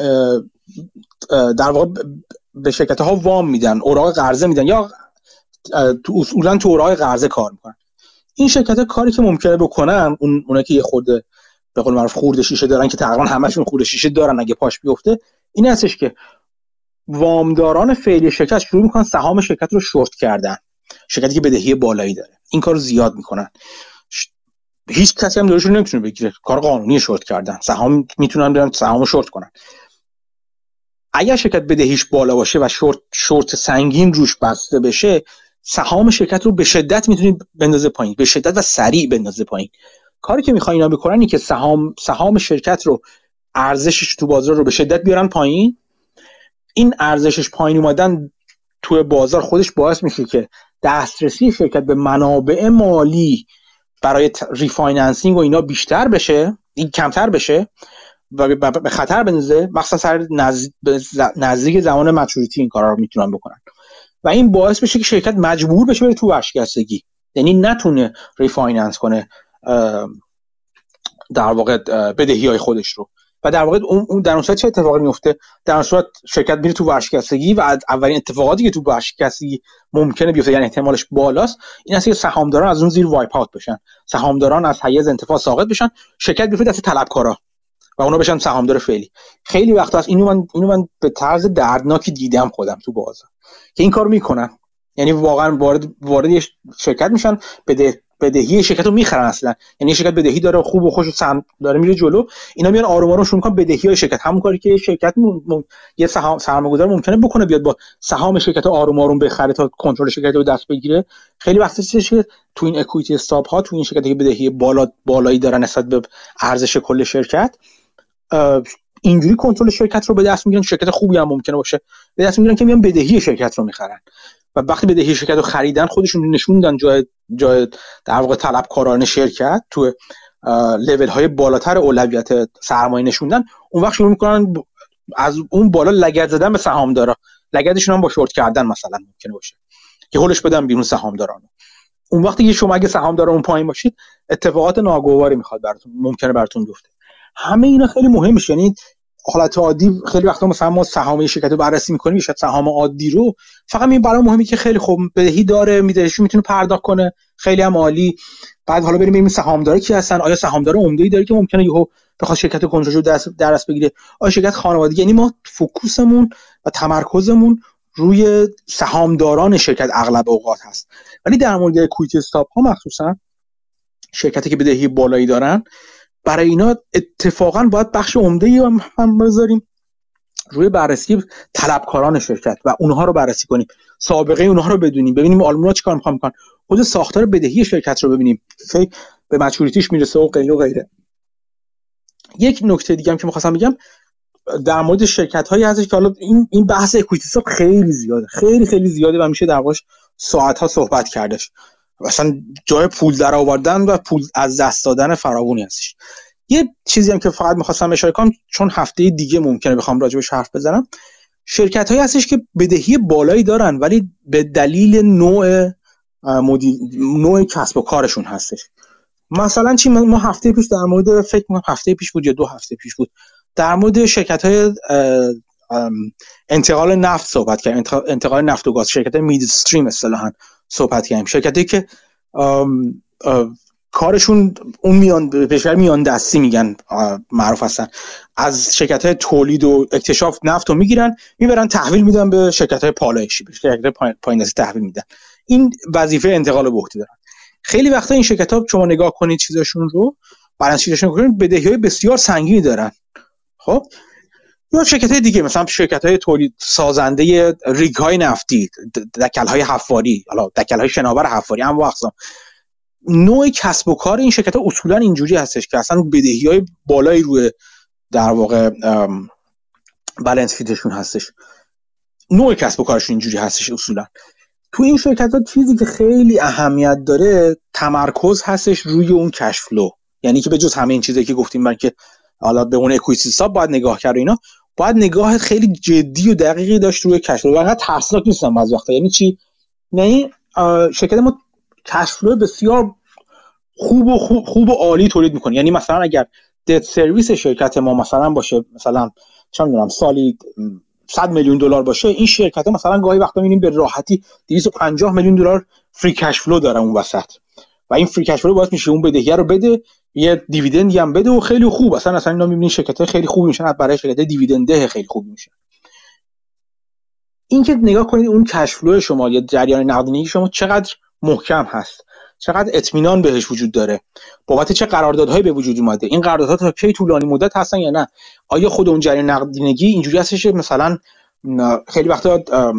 S2: در واقع به شرکت‌ها وام میدن، اوراق قرضه میدن، یا اصولا تو اوراق قرضه کار میکنن. این شرکت‌ها کاری که ممکنه بکنن، اونایی که یه خورده به قول معروف خورده شیشه دارن، که تقریبا همشون خورده شیشه دارن اگه پاش بیفته، این هستش که وامداران فعلی شرکت شروع میکنن سهام شرکت رو شورت کردن، شرکتی که بدهی بالایی داره این کارو زیاد میکنن. هیچ کسی هم دورشون نمیتونه بگیره، کار قانونی شورت کردن، سهام میتونن برن سهامو شورت کنن. اگر شرکت بدهیش بالا باشه و شورت سنگین روش بسته بشه، سهام شرکت رو به شدت میتونه بندازه پایین، به شدت و سریع بندازه پایین. کاری که میخوان اینا بکنن اینه که سهام شرکت رو، ارزشش تو بازار رو به شدت بیارن پایین. این ارزشش پایین اومدن تو بازار خودش باعث میشه که دسترسی شرکت به منابع مالی برای ریفایننسینگ و اینا بیشتر بشه، این کمتر بشه و به خطر بندازه، مخصوصا سر نزدیک زمان مچوریتی این کارا رو میتونن بکنن و این باعث بشه که شرکت مجبور بشه بره تو ورشکستگی، یعنی نتونه ریفایننس کنه در واقع بدهی‌های خودش رو. و در واقع اون در اون صورت چه اتفاقی میفته؟ در اون صورت شرکت میره تو ورشکستگی و اولین اتفاقاتی که تو ورشکستگی ممکنه بیفته، یعنی احتمالش بالاست، این است که سهامداران از اون زیر وایپ اوت بشن، سهامداران از حیز انتفاع ساقط بشن، شرکت بیفته دست طلبکارا و اونا بشن سهامدار فعلی. خیلی وقت هست اینو من به طرز دردناکی دیدم خودم تو بازار که این کارو میکنن، یعنی واقعا وارد شرکت میشن، بدهی شرکت رو میخرن اصلا، یعنی شرکت بدهی داره خوب و خوش و سهم داره میره جلو، اینا میان آروم آروم شروع میکنن بدهی‌های شرکت، همون کاری که شرکت یه سرمایه‌گذار ممکنه بکنه، بیاد با سهام شرکت آروم آروم بخره تا کنترل شرکت رو دست بگیره. خیلی وقتا چیه تو این اکوئیتی استاپ ها، تو این شرکتی که بدهی بالایی دارن نسبت به ارزش کل شرکت، اینجوری کنترل شرکت رو به دست میگیرن. شرکت خوبی هم ممکنه باشه به دست میگیرن که میان بدهی شرکت رو میخرن و وقتی بدهی شرکت رو خریدن خودشون نشوندن جای در واقع طلبکاران شرکت تو لول های بالاتر اولویت سرمایه نشوندن، اون وقت شروع میکنن از اون بالا لگد زدن به سهامدارا، لگدشون هم با شورت کردن مثلا ممکنه باشه که هولش بدن بیرون سهامداران. اون وقتی که شما اگه سهامدارا اون پایین باشید، اتفاقات ناگواری ممکنه براتون بیفته. همه اینا خیلی مهمه. یعنی حالت عادی خیلی وقتا مثلا ما سهام شرکت رو بررسی می‌کنیم، شاید سهام عادی رو فقط این برای مهمه که خیلی خوب بدهی داره، میدهش میتونه پرداخت کنه، خیلی هم عالی. بعد حالا بریم ببینیم سهامدارا کی هستن، آیا سهامدار عمده‌ای داره که ممکنه یهو بخواد شرکت کنترل رو در دست بگیره، آیا شرکت خانوادگی. یعنی ما فوکوسمون و تمرکزمون روی سهامداران شرکت اغلب اوقات هست. ولی در مورد اکوئیتی استاپ ها مخصوصا شرکتی که بدهی بالایی دارن، برای اینا اتفاقا باید بخش عمده‌ای هم بذاریم روی بررسی طلبکاران شرکت و اونها رو بررسی کنیم، سابقه اونها رو بدونیم، ببینیم آلمونا چیکار می‌کنن، خود ساختار بدهی شرکت رو ببینیم، به مچوریتیش میرسه و غیره و غیره. یک نکته دیگه هم که می‌خواستم بگم در مورد شرکت‌هایی هستش که حالا این بحث اکوئیتی استاپ خیلی زیاده، خیلی زیاده و میشه در واقع ساعت‌ها صحبت کردش. مثلا جای پول در آوردن و پول از دست دادن فراوانی هستش. یه چیزی هم که فقط می‌خواستم اشاره کنم چون هفته دیگه ممکنه بخوام راجبش حرف بزنم، شرکت‌هایی هستش که بدهی بالایی دارن ولی به دلیل نوع کسب و کارشون هستش. مثلا چی، ما هفته پیش در مورد فکر می‌کنم هفته پیش بود یا 2 هفته پیش بود در مورد شرکت‌های انتقال نفت صحبت کردیم، انتقال نفت و گاز، شرکت میدستریم اصطلاحاً صحبت کردیم، شرکتی که کارشون اون میان دستی میگن معروف هستن، از شرکت‌های تولید و اکتشاف نفت رو میبرن تحویل میدن به شرکت‌های پالایشی، به شرکت‌های پایین دستی تحویل میدن. این وظیفه انتقال به عهده دارن. خیلی وقتا این شرکت‌ها شما نگاه کنید چیزاشون رو، بالانس شیتشون رو کنید، بدهی‌های بسیار سنگینی دارن. خب یا شرکت‌های دیگه مثلا شرکت‌های تولید سازنده ریگ‌های نفتی، دکل‌های حفاری، حالا دکل‌های شناور حفاری، هم اقسام، نوع کسب و کار این شرکت‌ها اصولاً اینجوری هستش که اصلا بدهی‌های بالایی روی در واقع بالانس شیتشون هستش. نوع کسب و کارشون اینجوری هستش اصولاً. تو این شرکت‌ها چیزی که خیلی اهمیت داره تمرکز هستش روی اون کش فلو، یعنی که به جز همه این چیزایی که گفتیم من که حالا به اون اکوئیتی استاپ باید نگاه کرد، اینا باید نگاه خیلی جدی و دقیقی داشت روی کش فلو. واقعا ترسناک نیستم بعضی وقتا. یعنی چی؟ یعنی شرکت ما کش فلو بسیار خوب و عالی تولید میکنه. یعنی مثلا اگر دت سرویس شرکت ما مثلا باشه، مثلا چه میدونم سالی 100 میلیون دلار باشه، این شرکت ها مثلا گاهی وقتا میبینیم به راحتی 250 میلیون دلار فری کش فلو داره اون وسط و این فری کش فلو باعث میشه اون بدهی رو بده، یه دیویدندی هم بده و خیلی خوب. اصلا اینا میبینین شرکت‌ها خیلی خوب میشن، برای شرکت دیویدنده خیلی خوب میشن. این که نگاه کنید اون کش فلو شما یا جریان نقدینگی شما چقدر محکم هست، چقدر اطمینان بهش وجود داره، بابت چه قراردادهایی به وجود اومده، این قراردادها تا کی طولانی مدت هستن یا نه، آیا خود اون جریان نقدینگی اینجوری هستش مثلا خیلی وقتا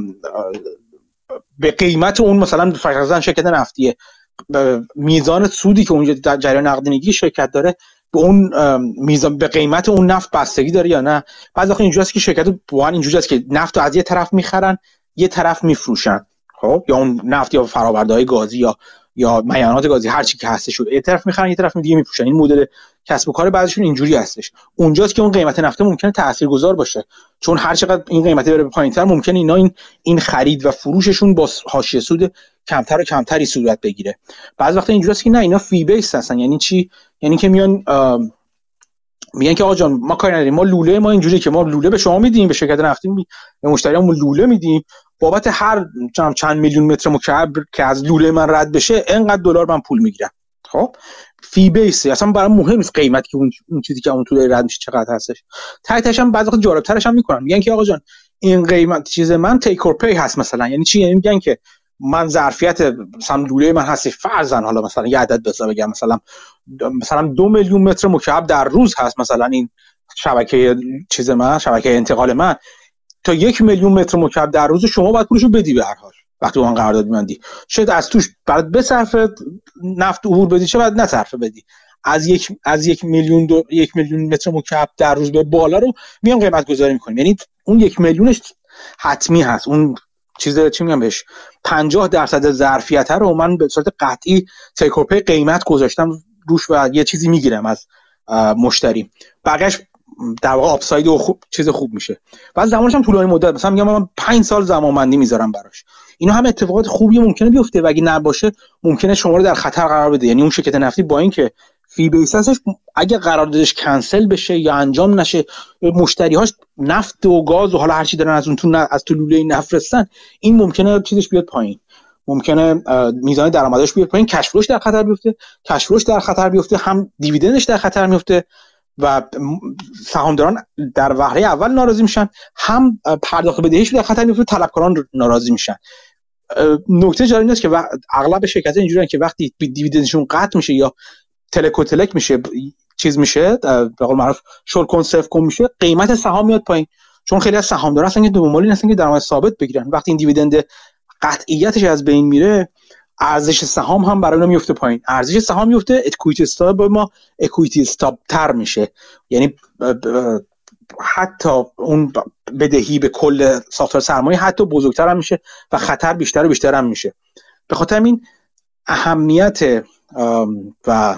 S2: به قیمت اون مثلا فرضاً شرکت نفتیه میزان سودی که اونجا در جریان نقدینگی شرکت داره به اون میزان به قیمت اون نفت بستگی داره یا نه. بعضی وقتا اینجوری است که شرکت واقعا اینجوری است که نفت رو از یه طرف میخرن یه طرف میفروشن، خب یا اون نفت یا فرآورده‌های گازی یا معدنیات گازی هر چی که هستش رو یه طرف میخرن یه طرف دیگه میفروشن. این مدل کسب و کار بعضیشون اینجوری هستش. اونجاست که اون قیمت نفت ممکنه تاثیرگذار باشه، چون هر چقدر این قیمت بره پایین‌تر ممکنه اینا این خرید و فروششون با حاشیه سود کمتر و کمتری صورت بگیره. بعضی وقتا اینجوری است که نه اینا فی بیس هستن. یعنی چی؟ یعنی که میگن که آقا جان ما کاری نداریم، ما لوله ما اینجوریه که ما لوله به شما میدیم، به شرکت نفتی به مشتریامون لوله میدیم، بابت هر چند میلیون متر مکعب که از لوله من رد بشه اینقدر دلار من پول میگیرم. خب فی بیس اصلا برام مهم نیست قیمتی که اون چیزی که اون تو رد میشه چقدر هستش. تایتش هم بعضی وقت جالب‌ترش هم میکنن، میگن که آقا جان این قیمت چیز من تیک اور پی هست مثلا. یعنی چی؟ یعنی میگن که من ظرفیت مثلا لوله من هست فرضاً حالا مثلا یه عدد بگم مثلا 2 میلیون متر مکعب در روز هست مثلا این شبکه چیز من، شبکه انتقال من، تا 1 میلیون متر مکعب در روز شما باید پولشو بدی به هر حال وقتی اون قرارداد می‌بندی. شاید از توش بعد به صرف نفت عبور بدی، چه بعد نه صرف بدی. از 1 میلیون متر مکعب در روز به بالا رو میام قیمت گذاری می‌کنیم. یعنی اون 1 میلیونش حتمی هست، اون چیز چی میگم بهش 50% ظرفیت رو من به صورت قطعی تیک اور پی قیمت گذاشتم روش و یه چیزی میگیرم از مشتری، بقیه‌اش در واقع آپساید و چیز خوب میشه. بعد زمانش هم طولانی مدت، مثلا میگم من 5 سال زمانبندی میذارم براش. اینا هم اتفاقات خوبی ممکنه بیفته و اگه نباشه ممکنه شما رو در خطر قرار بده. یعنی اون شرکت نفتی با اینکه فی بیسش اگه قراردادش کنسل بشه یا انجام نشه، مشتری‌هاش نفت و گاز و حالا هر چی دارن از اون از تو لوله نفرستن، این ممکنه چیزش بیاد پایین، ممکنه میزان درآمدش بیاد پایین، کش فلوش در خطر بیفته، هم دیویدندش در خطر میفته و سهامداران در وهله اول ناراضی میشن، هم پرداخت بدهیش در خطر میفته، طلبکاران ناراضی میشن. نکته جالب اینه که اغلب شرکت‌ها اینجوریه که وقتی دیویدندشون قطع میشه یا تلک میشه، چیز میشه به قول معروف شورت کن سرف کن میشه، قیمت سهام میاد پایین، چون خیلی از سهامدارا هستن که دنبال هستن که درآمد ثابت بگیرن. وقتی این دیویدند قطعیتش از بین میره، ارزش سهام هم برای اونها میفته پایین. ارزش سهام میفته، اکوئیتی استاب ما اکوئیتی استاب تر میشه، یعنی حتی اون بدهی به کل ساختار سرمایه حتی بزرگتر هم میشه و خطر بیشتر و بیشتر هم میشه. به خاطر همین اهمیت و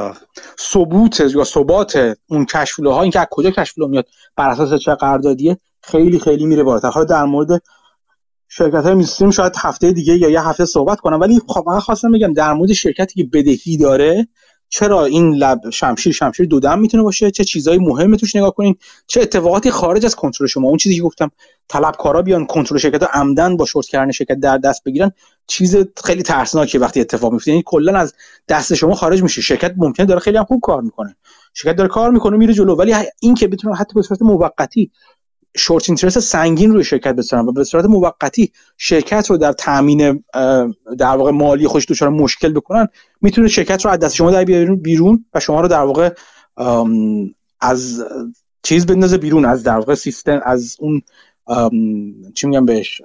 S2: ثبات اون کش فلوها، این که از کجا کش فلو میاد بر اساس چه قراردادیه، خیلی خیلی میره بالاتر. حالا در مورد شرکت‌های میستریم شاید هفته دیگه یا یه هفته صحبت کنم، ولی من خواستم بگم در مورد شرکتی که بدهی داره چرا این لب شمشیر دو دم میتونه باشه، چه چیزایی مهمه توش نگاه کنین، چه اتفاقاتی خارج از کنترل شما. اون چیزی که گفتم طلبکارا بیان کنترل شرکت‌ها عمدن با شورت کردن شرکت در دست بگیرن، چیز خیلی ترسناکه وقتی اتفاق میفته. یعنی کلا از دست شما خارج میشه. شرکت ممکنه داره خیلی هم خوب کار میکنه، شرکت داره کار میکنه میره جلو، ولی این که بتونه حتی به صورت موقتی شورت اینترست سنگین روی شرکت بذارن و به صورت موقتی شرکت رو در تامین در واقع مالی خودش دچار مشکل بکنن، میتونه شرکت رو از دست شما در بیرون و شما رو در واقع از چیز بندازه بیرون، از در واقع سیستم، از اون چی میگم بهش،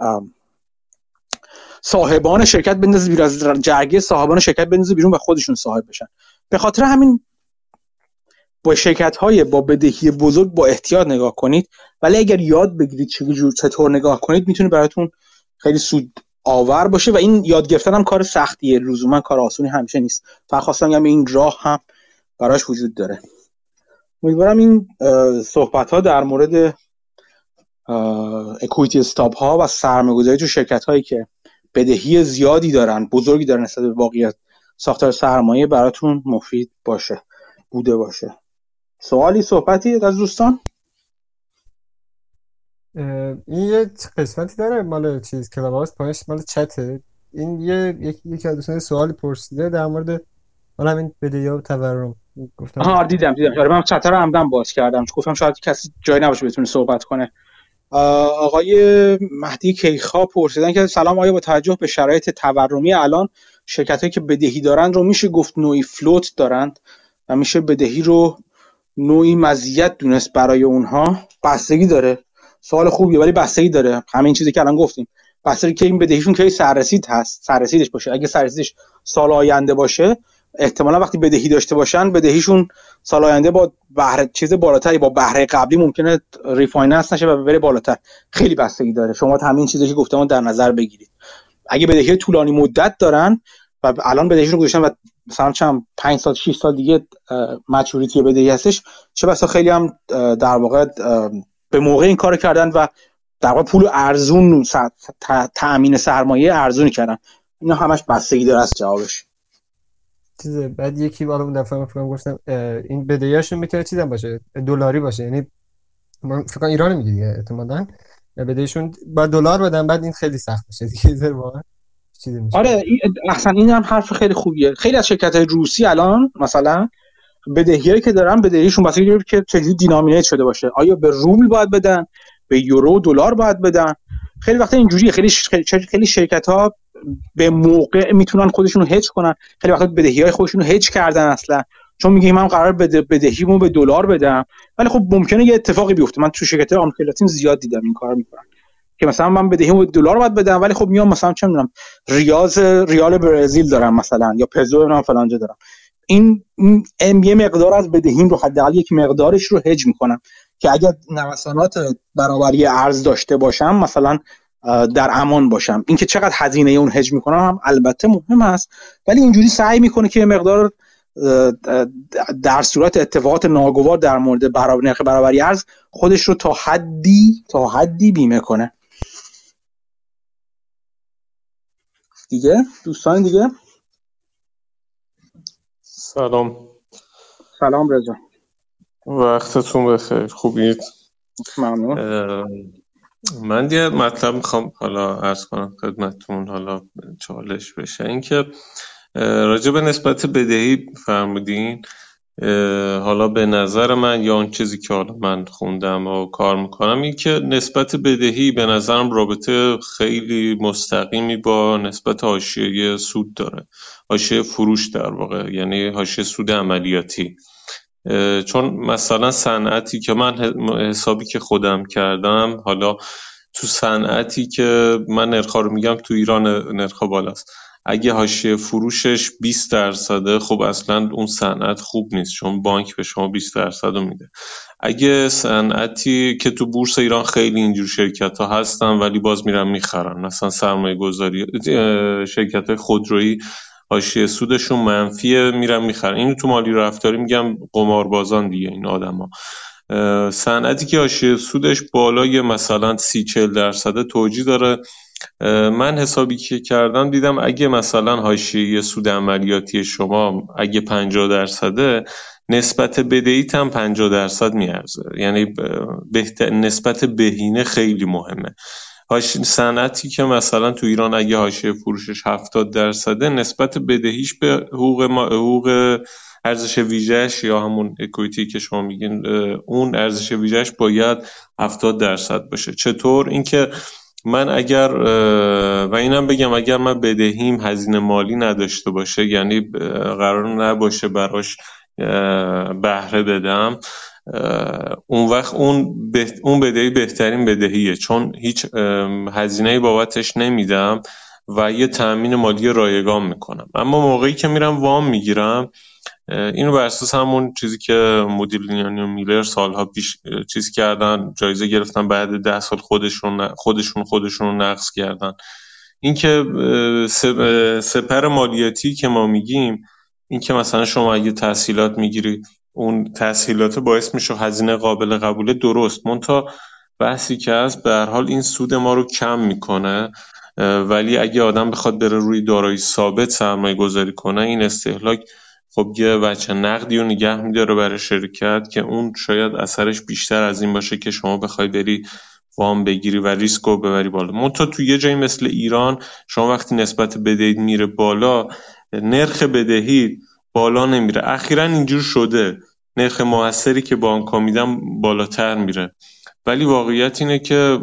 S2: صاحبان شرکت بندازه بیرون، از جرگه صاحبان شرکت بندازه بیرون و خودشون صاحب بشن. به خاطر همین با شرکت‌های با بدهی بزرگ با احتیاط نگاه کنید، ولی اگر یاد بگیرید چطور نگاه کنید میتونه براتون خیلی سود آور باشه و این یاد گرفتن هم کار سختیه، لزوما کار آسونی همیشه نیست. فقط خواستم بگم این راه هم براش وجود داره. امیدوارم این صحبت‌ها در مورد اکوئیتی استاب ها و سرمایه‌گذاری تو شرکت‌هایی که بدهی زیادی دارن، بزرگی دارن نسبت به واقعیت ساختار سرمایه براتون مفید بوده باشه. سوالی صحبتی از دوستان؟
S4: این یه قسمتی داره مال چیز کلاب هاوس پایینش مال چته. این یکی از دوستان سوالی پرسیده در مورد حالا همین بدهی و تورم.
S2: گفتم دیدم. من چت رو عمدن باز کردم چون گفتم شاید کسی جای نباشه بتونه صحبت کنه. آقای مهدی کیخا پرسیدن که سلام، آیا با توجه به شرایط تورمی الان شرکتایی که بدهی دارند رو میشه گفت نوعی فلوت دارند و میشه بدهی رو نوعی مزیت دونست برای اونها؟ بستگی داره. سوال خوبیه ولی بستگی داره. همین چیزی که الان گفتیم، بستگی که این بدهیشون کی سررسیدش باشه. اگه سررسیدش سال آینده باشه، احتمالا وقتی بدهی داشته باشن بدهیشون سال آینده با بهره چیز بالاتری، با بهره قبلی ممکنه ریفایننس نشه و بره بالاتر. خیلی بستگی داره. شما همین چیزی که گفتم در نظر بگیرید. اگه بدهی طولانی مدت دارن و الان بدهیشون رو گذاشتن و مثلا چند 5 سال 6 سال دیگه مچوریتی بدهی هستش، چه بسا خیلی هم در واقع به موقع این کارو کردن و در واقع پول ارزون، تامین سرمایه ارزونی کردن. اینا همش بستگی داره از جوابش.
S4: بعد یکی بالا دفعه گفتم این بدهیاشون میتونه چیزا باشه، دلاری باشه. یعنی من فکر کنم ایران میگه دیگه، احتمالاً بدهیشون با دلار بدن، بعد این خیلی سخت میشه دیگه واقعا چیزی میشه.
S2: آره اصلا این هم حرف خیلی خوبیه. خیلی از شرکت‌های روسی الان مثلا بدهیایی که دارن، بدهیشون بستگی داره که چجوری دینامینیت شده باشه. آیا به روبل باید بدن، به یورو، دلار باید بدن؟ خیلی وقتا اینجوریه. خیلی شرکت‌ها به موقع میتونن خودشون رو هج کنن. خیلی وقتا بدهی‌های خودشون رو هج کردن اصلا، چون میگه من قرار بدهیمو به دلار بدم. ولی خب ممکنه یه اتفاقی بیفته. من تو شرکت‌های آمریکا لاتین زیاد دیدم این کارو میکنن که مثلا من بدهیمو به دلار باید بدم، ولی خب میام مثلا چه میدونم ریال برزیل دارم مثلا، یا پزو من فلان جا دارم. این یه مقدار از بدهیم رو، حداقل یک مقدارش رو هج میکنم که اگر نوسانات برابری ارز داشته باشم مثلا در امان باشم. اینکه چقدر هزینه اون هج میکنم هم البته مهم هست، ولی اینجوری سعی میکنه که مقدار در صورت اتفاقات ناگوار در مورد نرخ برابری ارز خودش رو تا حدی بیمه کنه. دیگه دوستان دیگه سلام رضا،
S10: وقتتون بخیر. خوبید؟
S2: ممنون.
S10: من یه مطلب میخوام حالا عرض کنم خدمتتون، حالا چالش بشه. این که راجع به نسبت بدهی فرمودین، حالا به نظر من یا اون چیزی که حالا من خوندم و کار میکنم، این که نسبت بدهی به نظرم رابطه خیلی مستقیمی با نسبت حاشیه سود داره، حاشیه فروش در واقع، یعنی حاشیه سود عملیاتی. چون مثلا صنعتی که من حسابی که خودم کردم، حالا تو صنعتی که من نرخا رو میگم، تو ایران نرخا بالاست، اگه حاشیه فروشش 20%، خب اصلا اون صنعت خوب نیست، چون بانک به شما 20% رو میده. اگه صنعتی که تو بورس ایران خیلی اینجور شرکت ها هستن ولی باز میرن میخرن، مثلا سرمایه گذاری شرکت خودرویی حاشیه سودشون منفیه، میرن میخرن. اینو تو مالی رفتاری میگم قماربازان دیگه این آدما. صنعتی که حاشیه سودش بالای مثلا 30-40% توجیه داره، من حسابی که کردم دیدم اگه مثلا حاشیه سود عملیاتی شما اگه 50%، نسبت بدهیت هم 50% میارزه. یعنی نسبت بهینه خیلی مهمه. صنعتی که مثلا تو ایران اگه حاشیه فروشش 70%، نسبت بدهیش به حقوق ارزش ویژه‌اش یا همون اکویتی که شما میگین، اون ارزش ویژه‌اش باید 70% باشه. چطور؟ اینکه من اگر و اینم بگم اگر من بدهیم هزینه مالی نداشته باشه، یعنی قرار نباشه براش بهره بدم، اون وقت اون بدهی بهترین بدهیه، چون هیچ هزینه‌ای بابتش نمیدم و یه تأمین مالی رایگان میکنم. اما موقعی که میرم وام میگیرم، اینو بر اساس همون چیزی که مودیلیانی و میلر سالها پیش چیز کردن، جایزه گرفتن، بعد 10 سال خودشون رو نقض کردن. این که سپر مالیاتی که ما میگیم، این که مثلا شما اگه تسهیلات میگیری، اون تسهیلات باعث میشه هزینه قابل قبوله، درست، منتها بحثی که هست به هر حال این سود ما رو کم میکنه. ولی اگه آدم بخواد بره روی دارایی ثابت سرمایه گذاری کنه، این استهلاک خب یه بچه نقدی رو نگه میداره برای شرکت که اون شاید اثرش بیشتر از این باشه که شما بخوای بری وام بگیری و ریسک رو ببری بالا. منتها تو یه جایی مثل ایران، شما وقتی نسبت بدهی میره بالا، نرخ بدهی بالا نمیره. اخیراً اینجور شده نرخ موثری که بانک‌ها میدن بالاتر میره ولی واقعیت اینه که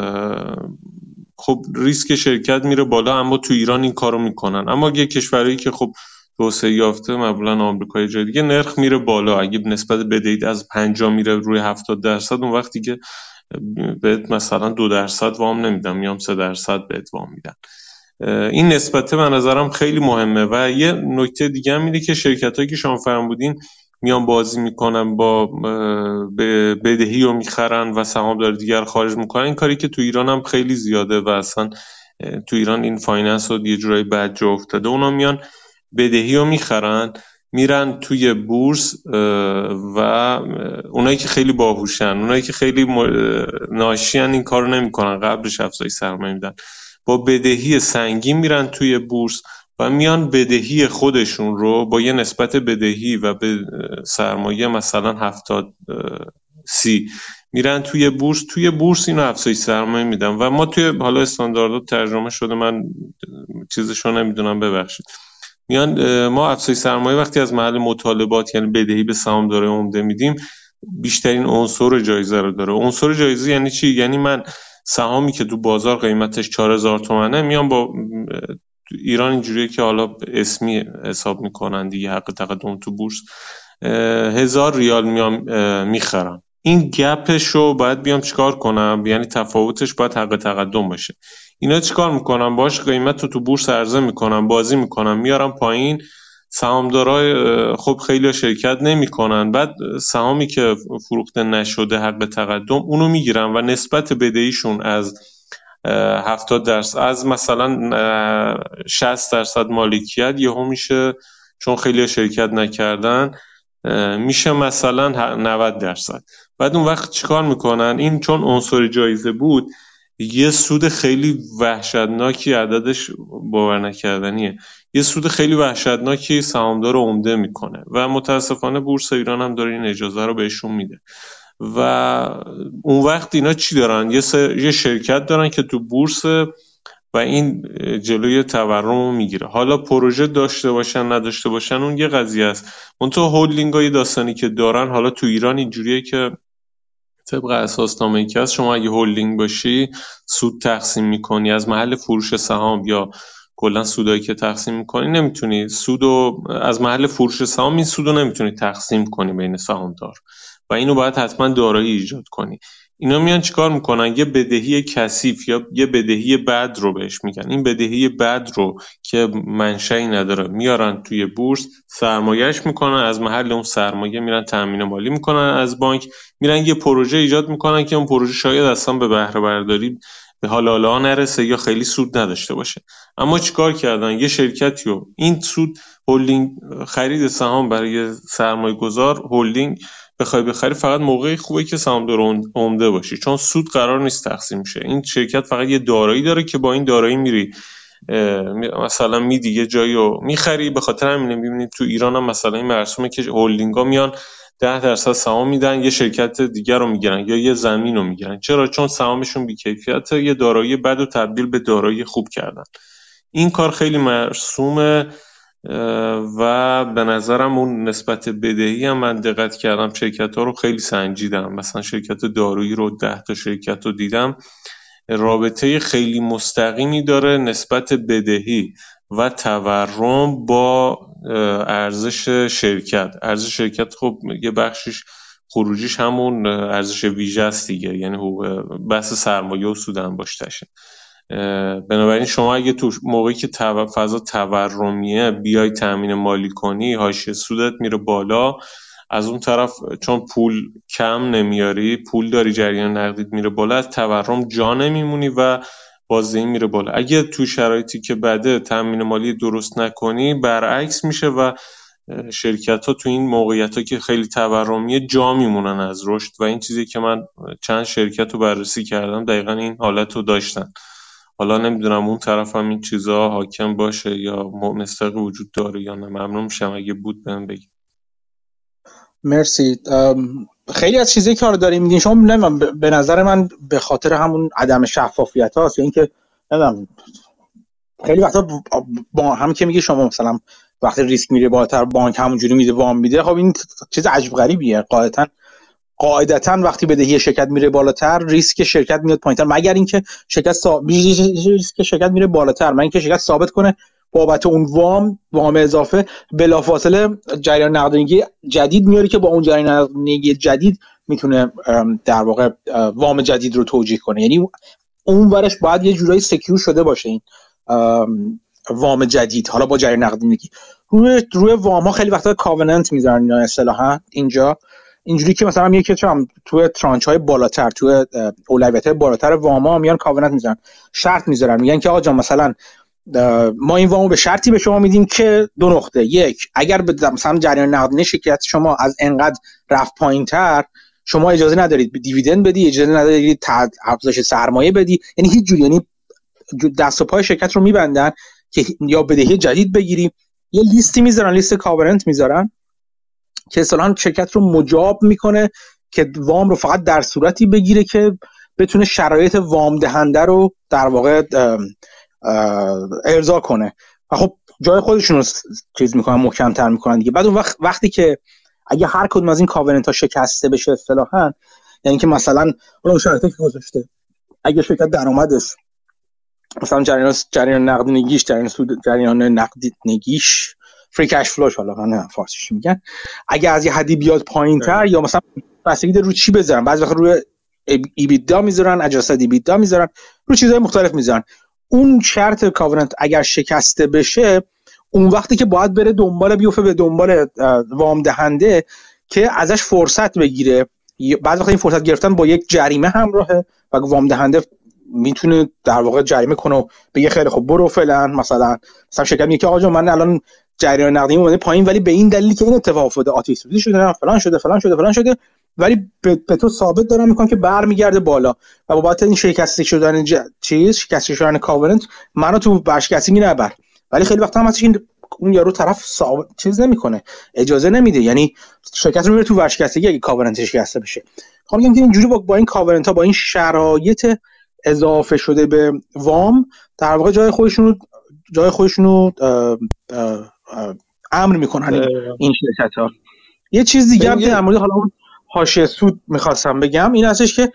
S10: خب ریسک شرکت میره بالا، اما تو ایران این کارو میکنن. اما یه کشوری که خب توسعه یافته، معمولا آمریکا جای دیگه، نرخ میره بالا. اگه نسبت بدهی از 50 میره روی 70%، اون وقتی که بهت مثلا 2% وام نمیدن، میام 3% بهت وام میدن. این نسبت به نظرم خیلی مهمه. و یه نکته دیگه هم اینه که شرکتایی که شما فرمودین میان بازی میکنن با بدهی رو میخرن و سهامدار دیگر خارج میکنن، این کاری که تو ایران هم خیلی زیاده و اصلا تو ایران این فایننس رو یه جورایی بد جا افتاده. اونا میان بدهی رو میخرن، میرن توی بورس و اونایی که خیلی باهوشن، اونایی که خیلی ناشیان، این کارو نمیکنن، قبلش افزایش سرمایه میدن، با بدهی سنگین میرن توی بورس و میان بدهی خودشون رو با یه نسبت بدهی و به سرمایه مثلا 70-30 میرن توی بورس اینو افزایش سرمایه میدن. و ما توی حالا استانداردها ترجمه شده، من چیزشو نمیدونم ببخشید، میان ما افزایش سرمایه وقتی از محل مطالبات یعنی بدهی به سهامدار عمده میدیم، بیشترین عنصر جایزه رو داره. عنصر جایزه یعنی چی؟ یعنی من سهامی که تو بازار قیمتش 4000 تومنه، میام با ایران اینجوریه که حالا اسمی حساب میکنن دیگه، حق تقدم تو بورس 1000 ریال میام میخرم. این گپش رو باید بیام چیکار کنم؟ یعنی تفاوتش باید حق تقدم باشه. اینا چیکار میکنم؟ باش قیمت رو تو بورس عرضه میکنم، بازی میکنم، میارم پایین. سهامدارای خب خیلی شرکت نمیکنن، بعد سهامی که فروخته نشده حق تقدم اونو میگیرن و نسبت بدهیشون از 70% از مثلا 60% مالکیت یهو میشه، چون خیلی شرکت نکردن، میشه مثلا 90%. بعد اون وقت چیکار میکنن؟ این چون عنصر جایزه بود، یه سود خیلی وحشتناکی، عددش باور نکردنیه، یه سود خیلی وحشتناکی سهامدار عمده میکنه و متاسفانه بورس ایران هم داره این اجازه رو بهشون میده. و اون وقت اینا چی دارن؟ یه شرکت دارن که تو بورس و این جلوی تورم رو میگیره. حالا پروژه داشته باشن نداشته باشن اون یه قضیه است. منتها هولدینگ های داستانی که دارن، حالا تو ایران اینجوریه که طبق اساسنامه‌ای که هست، شما اگه هولدینگ باشی سود تقسیم میکنی از محل فروش سهام یا کلا سودایی که تقسیم میکنی، نمیتونی سودو از محل فروش سهام این سودو نمیتونی تقسیم کنی بین سهامدار و اینو باید حتما دارایی ایجاد کنی. اینا میان چیکار میکنن؟ یه بدهی کثیف یا یه بدهی بد رو بهش میگن. این بدهی بد رو که منشأی نداره میارن توی بورس، سرمایه‌اش میکنن، از محل اون سرمایه میرن تامین مالی میکنن از بانک، میرن یه پروژه ایجاد میکنن که اون پروژه شاید اصلا به بهره برداری به حالا نرسه یا خیلی سود نداشته باشه. اما چیکار کردن؟ یه شرکتی رو این سود هولدینگ، خرید سهام برای سرمایه گذار، هولدینگ بخری فقط موقعی خوبه که سهامدار عمده باشی، چون سود قرار نیست تقسیم شه. این شرکت فقط یه دارایی داره که با این دارایی میری مثلا میدی یه جایی رو میخری. به خاطر همین میبینید تو ایران هم مثلا این مرسومه که هولدینگ‌ها میان 10% سهام میدن، یه شرکت دیگر رو میگیرن یا یه زمین رو میگیرن. چرا؟ چون سهامشون بی‌کیفیته، یه دارایی بد رو تبدیل به دارایی خوب کردن. این کار خیلی مرسومه و به نظرم اون نسبت بدهی هم من دقت کردم شرکت ها رو خیلی سنجیدم. مثلا شرکت دارویی رو 10 تا شرکت رو دیدم، رابطه خیلی مستقیمی داره نسبت بدهی و تورم با ارزش شرکت. ارزش شرکت خب یه بخشش خروجیش همون ارزش ویژه است دیگه، یعنی بحث سرمایه و سود انباشتشه. بنابراین شما اگه تو موقعی که فضا تورمیه بیای تامین مالی کنی، حاشیه سودت میره بالا. از اون طرف چون پول کم نمیاری، پول داری، جریان نقدیت میره بالا، از تورم جا نمیمونی و بازدهی میره بالا. اگه تو شرایطی که بده تامین مالی درست نکنی، برعکس میشه و شرکت ها تو این موقعیت ها که خیلی تورمیه جا میمونن از رشد. و این چیزی که من چند شرکت رو بررسی کردم دقیقا این حالت رو داشتن. حالا نمیدونم اون طرف هم این چیزها حاکم باشه یا مستقی وجود داره یا نه. ممنون میشم اگه بود بهم بگید.
S2: مرسی. خیلی از چیزایی که داریم میگین شما، نمیدونم، به نظر من به خاطر همون عدم شفافیت هاست یا اینکه نمیدونم خیلی وقتا با هم که میگه شما مثلا وقتی ریسک میره بالاتر بانک همونجوری میده وام میده. خب این چیز عجیب غریبیه. قاعدتا وقتی بدهی شرکت میره بالاتر ریسک شرکت میاد پایینتر، مگر اینکه ریسک شرکت میره بالاتر، مگر اینکه شرکت ثابت کنه بابت اون وام اضافه بلافاصله جریان نقدینگی جدید میاره که با اون جریان نقدینگی جدید میتونه در واقع وام جدید رو توجیه کنه. یعنی اون ورش باید یه جورایی سکیور شده باشه این وام جدید. حالا با جریان نقدینگی روی وام ها خیلی وقتا کاوننت میذارن یا اصطلاحا اینجا اینجوری که مثلا میگه که تو ترانچ های بالاتر، تو اولویت های بالاتر وام ها میان کاوننت میذارن، شرط میذارن، میگن که آقا جان مثلا ما این وامو به شرطی به شما میدیم که 2 نقطه: یک، اگر مثلا جریان نقدینگی شرکت شما از انقدر رفت پایینتر شما اجازه ندارید به دیویدند بدی، اجازه ندارید افزایش سرمایه بدی، یعنی هیچ جوری، یعنی دست و پای شرکت رو میبندن که یا بدهی جدید بگیری. یه لیستی میذارن، لیست کاورنت میذارن که اصلا شرکت رو مجاب میکنه که وام رو فقط در صورتی بگیره که بتونه شرایط وام دهنده رو در واقع ارضا کنه و خب جای خودشون رو چیز میکنن، محکم‌تر میکنن دیگه. بعد اون وقتی که اگه هر کدوم از این کاورنت ها شکسته بشه اصطلاحاً، یعنی که مثلا اون شرایطی که گذاشته اگه شرکت درآمدش مثلا جریان نقدینگیش، جریان نقدینگیش فری کش فلوش، حالا من فارسیش میگن، اگه از یه حدی بیاد پایینتر یا مثلا بستگی داره رو چی بذارن، بعضی وقت روی ایبیدا میذارن، اجاست ایبیدا میذارن، رو چیزهای مختلف میذارن. اون شرط کاورنت اگر شکسته بشه اون وقتی که باید بره بیفته به دنبال وام دهنده که ازش فرصت بگیره. بعضی وقت این فرصت گرفتن با یک جریمه همراهه و وام دهنده میتونه در واقع جریمه کنه و بگه خیلی خب برو فعلا مثلا شرکت میگه که آقا جان من الان جریان نقدینگی اومده پایین ولی به این دلیل که این اتفاق افتاده، آتش سوزی شده، فلان شده ولی به تو ثابت دارم میکنم که برمیگرده بالا و بابت این شکسته شدن شکسته شدن کاورنت منو تو برشکستگی نبر. ولی خیلی وقت هم هستش این اون یارو طرف چیز نمیکنه، اجازه نمیده، یعنی شرکت رو میره تو ورشکستگی اگه کاورنتش شکسته بشه. خب میگم که اینجوری با این کاورنت ها، با این شرایط اضافه شده به وام در واقع جای خودشون رو امر میکنن این شرکت ها. یه چیز دیگه هم که در مورد حالا اون حاشیه سود میخواستم بگم این هستش که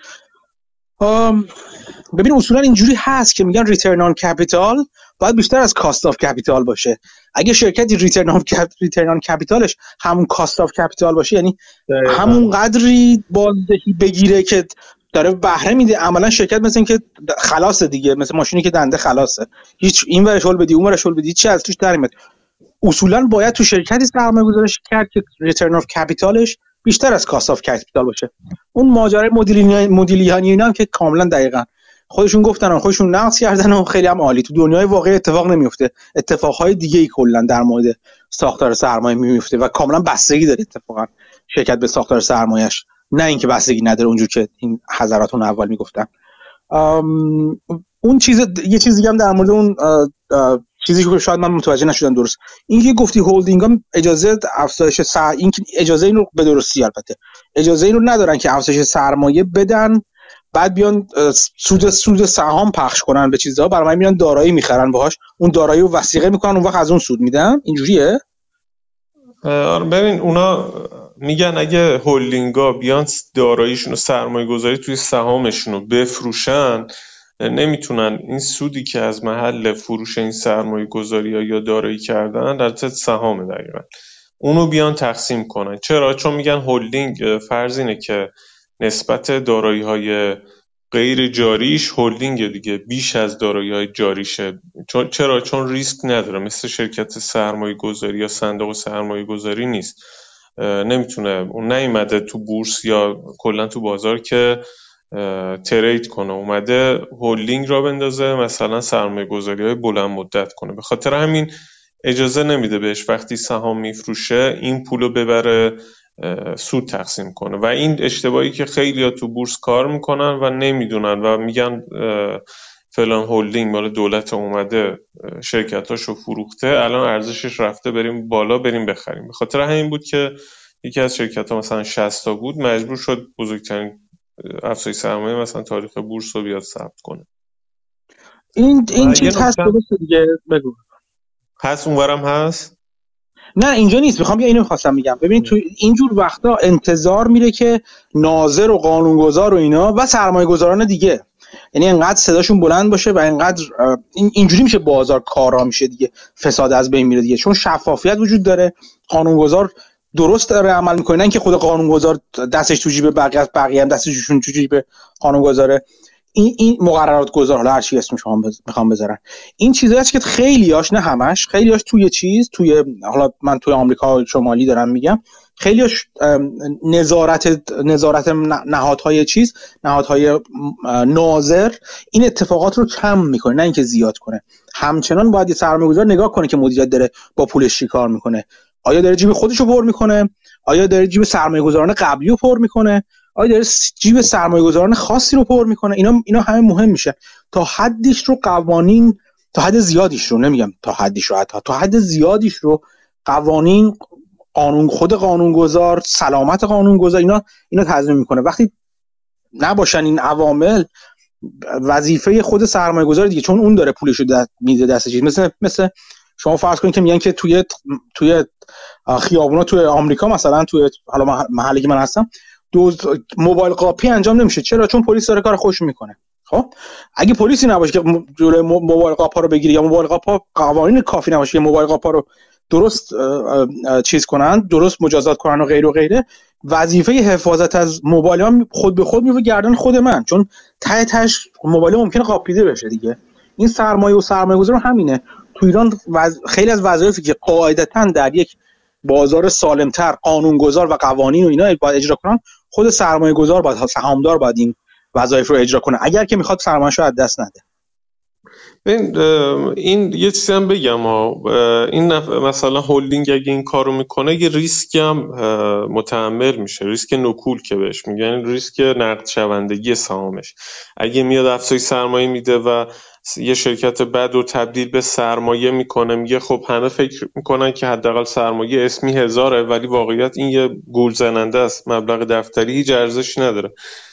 S2: ببین اصولا اینجوری هست که میگن ریترن آن کپیتال باید بیشتر از کاست آف کپیتال باشه. اگه شرکتی ریترن آن کپیتالش همون کاست آف کپیتال باشه، یعنی همون قدری بازدهی بگیره که داره بهره میده، عملا شرکت مثل این که خلاصه دیگه، مثل ماشینی که دنده خلاصه، هیچ این ورش هول بدی اون ورش هول بدی چی از توش در میاد. اصولا باید تو شرکتی سرمایه گذاری کرد که ریترن آف کپیتالش بیشتر از کاست آف کپیتال باشه. اون ماجرای مدیریانی اینا هم که کاملا دقیقاً خودشون گفتن و خودشون نقص کردن و خیلی هم عالی. تو دنیای واقعی اتفاق نمیفته، اتفاقهای دیگه ای کلا در مورد ساختار سرمایه میفته و کاملا بستگی داره اتفاقا شرکت به ساختار سرمایه‌اش، نه اینکه بستگی نداره اونجور که این حضراتون اول میگفتن. اون یه چیز دیگه هم در مورد اون چیزی که شاید من متوجه نشدم درست، این که گفتی هولدینگ ها اجازه افزایش این که اجازه این رو به درستی البته اجازه این رو ندارن که افزایش سرمایه بدن بعد بیان سود سهام پخش کنن به چیزها، برای من میان دارایی میخرن باهاش، اون دارایی رو وثیقه میکنن اون وقت از اون سود میدن. اینجوریه؟
S10: ببین اونا میگن اگه هولدینگا بیان داراییشون و سرمایه گذاری توی سهامشون رو بفروشن نمیتونن این سودی که از محل فروش این سرمایه گذاری یا دارایی کردن در تحت سهام دقیقا اونو بیان تقسیم کنن. چرا؟ چون میگن هولدینگ فرض اینه که نسبت دارایی های غیر جاریش هولدینگ دیگه بیش از دارایی های جاریشه. چرا؟ چون ریسک نداره، مثل شرکت سرمایه گذاری یا صندوق سرمایه گذاری نیست، نمیتونه، اون نیومده تو بورس یا کلا تو بازار که ترید کنه، اومده هولدینگ را بندازه مثلا سرمایه گذاری های بلند مدت کنه، به خاطر همین اجازه نمیده بهش وقتی سهام میفروشه این پولو ببره سود تقسیم کنه. و این اشتباهی که خیلی‌ها تو بورس کار میکنن و نمیدونن و میگن فلان هولدینگ مال دولت اومده شرکتاشو فروخته الان ارزشش رفته بریم بالا بریم بخریم. به خاطر همین بود که یکی از شرکت‌ها مثلا 60 تا بود مجبور شد بزرگترین افزایش سرمایه مثلا تاریخ بورس رو بیاد ثبت کنه.
S2: این چیز هست درست دیگه، بگو.
S10: هست اونورم هست؟
S2: نه اینجا نیست، میخوام اینو می‌خواستم بگم. ببین تو اینجور وقتا انتظار میره که ناظر و قانونگذار و اینا و سرمایه‌گذاران دیگه، یعنی انقدر صداشون بلند باشه و انقدر اینجوری میشه بازار کارا میشه دیگه، فساد از بین میره دیگه، چون شفافیت وجود داره، قانونگذار درست داره عمل میکنه، نه اینکه خود قانونگذار دستش تو جیب بقیه هم دستشون تو جیب قانونگذاره. این مقررات گذار، حالا هر چی اسمش میخوام بذارن، این چیزایی هست که خیلیاش، نه همش، خیلیاش توی حالا من توی آمریکا شمالی دارم میگم، خیلیاش نظارت نهادهای ناظر این اتفاقات رو کم میکنه، نه اینکه زیاد کنه. همچنان باید یه سرمایه‌گذار نگاه کنه که مدیریت داره با پولش چی کار میکنه، آیا داره جیب خودش رو پر میکنه، آیا داره جیب سرمایه‌گذاران قبلی رو پر میکنه، آیا داره جیب سرمایه‌گذاران خاصی رو پر میکنه. اینا همه مهم میشه. تا حدیش رو قوانین، تا حد زیادیش رو، نمیگم تا حدیش رو، حتی تا حد زیادیش رو قوانین، خود قانونگذار، سلامت قانونگذار اینا تضمین میکنه. وقتی نباشن این عوامل، وظیفه خود سرمایه‌گذار دیگه، چون اون داره پولش رو میده دستش. مثل شما فرض کنید که میگن که توی خیابونا توی آمریکا مثلا، توی حالا محلی که من هستم، موبایل قاپی انجام نمیشه. چرا؟ چون پلیس داره کار خوش میکنه. خب اگه پلیسی نباشه که جلوی موبایل قاپا رو بگیره، یا موبایل قاپا قوانین کافی نباشه که موبایل قاپا رو درست چیز کنن، درست مجازات کنن و غیره و غیره، وظیفه حفاظت از موبایل ها خود به خود میره گردن خود من، چون تهش موبایل ممکنه قاپیده بشه دیگه. این سرمایه و سرمایه‌گذار همینه. تو ایران خیلی از وظایفی که قاعدتاً در یک بازار سالمتر قانونگذار و قوانین و اینا باید اجرا کنن، خود سرمایه‌گذار باید، سهامدار باید این وظایف رو اجرا کنه، اگر که میخواد سرمایه‌شو از دست نده.
S10: این یه چیزی هم بگم این مثلا هولدینگ اگه این کارو میکنه یه ریسکی هم متحمل میشه، ریسک نکول که بهش میگن، ریسک نقد شوندگی سهامش. اگه میاد افزایش سرمایه میده و یه شرکت بد رو تبدیل به سرمایه میکنه، میگه خب همه فکر میکنن که حداقل سرمایه اسمی 1000، ولی واقعیت این یه گول زننده است، مبلغ دفتری هیچ ارزشی نداره.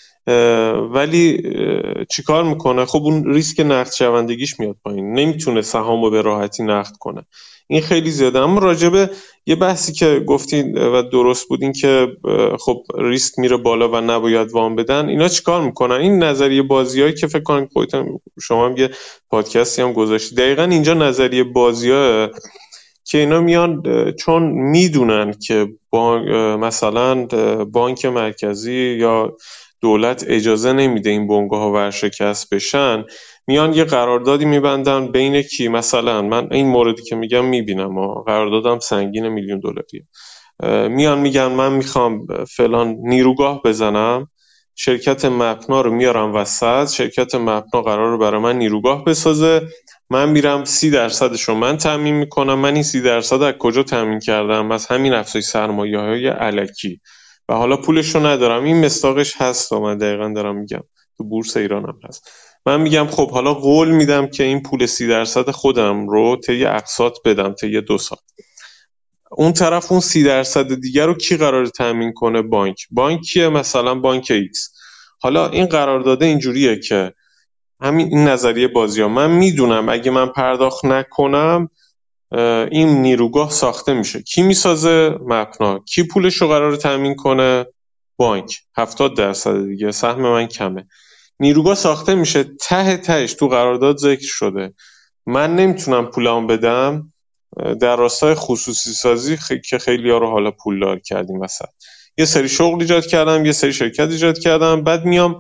S10: ولی چیکار میکنه؟ خب اون ریسک نقد شوندگیش میاد پایین، نمیتونه سهامو به راحتی نقد کنه. این خیلی زیاده. اما راجبه یه بحثی که گفتین و درست بود، این که خب ریسک میره بالا و نباید وام بدن، اینا چیکار میکنن؟ این نظریه بازیایی که فکر کنم خودتون شما هم یه پادکستی هم گذاشتید، دقیقاً اینجا نظریه بازیاه که اینا میان چون میدونن که مثلا بانک مرکزی یا دولت اجازه نمیده این بنگاه‌ها ورشکست بشن، میان یه قراردادی میبندن بین کی، مثلا من این موردی که میگم میبینم قراردادم سنگین $1,000,000، میان میگن من میخوام فلان نیروگاه بزنم، شرکت مپنا رو میارم وسط، شرکت مپنا قراره برای من نیروگاه بسازه، من میرم 30% رو من تامین میکنم. من این 30% از کجا تامین کردم؟ از همین افزایش سرمایه‌های الکی، و حالا پولش رو ندارم. این مصداقش هست و من دقیقاً دارم میگم، تو بورس ایران هم هست. من میگم خب حالا قول میدم که این پول 30% خودم رو طی اقساط بدم طی 2 سال. اون طرف اون 30% دیگر رو کی قراره تامین کنه؟ بانکیه، مثلا بانک ایکس. حالا این قرارداد اینجوریه که این نظریه بازی‌ها، من میدونم اگه من پرداخت نکنم این نیروگاه ساخته میشه. کی میسازه؟ مپنا. کی پولش رو قراره تامین کنه؟ بانک. 70% دیگه، سهم من کمه. نیروگاه ساخته میشه، تهش تو قرارداد ذکر شده من نمیتونم پولمو بدم، در راستای خصوصی سازی که خیلی ها رو حالا پولدار کردیم وسط. یه سری شغل ایجاد کردم، یه سری شرکت ایجاد کردم، بعد میام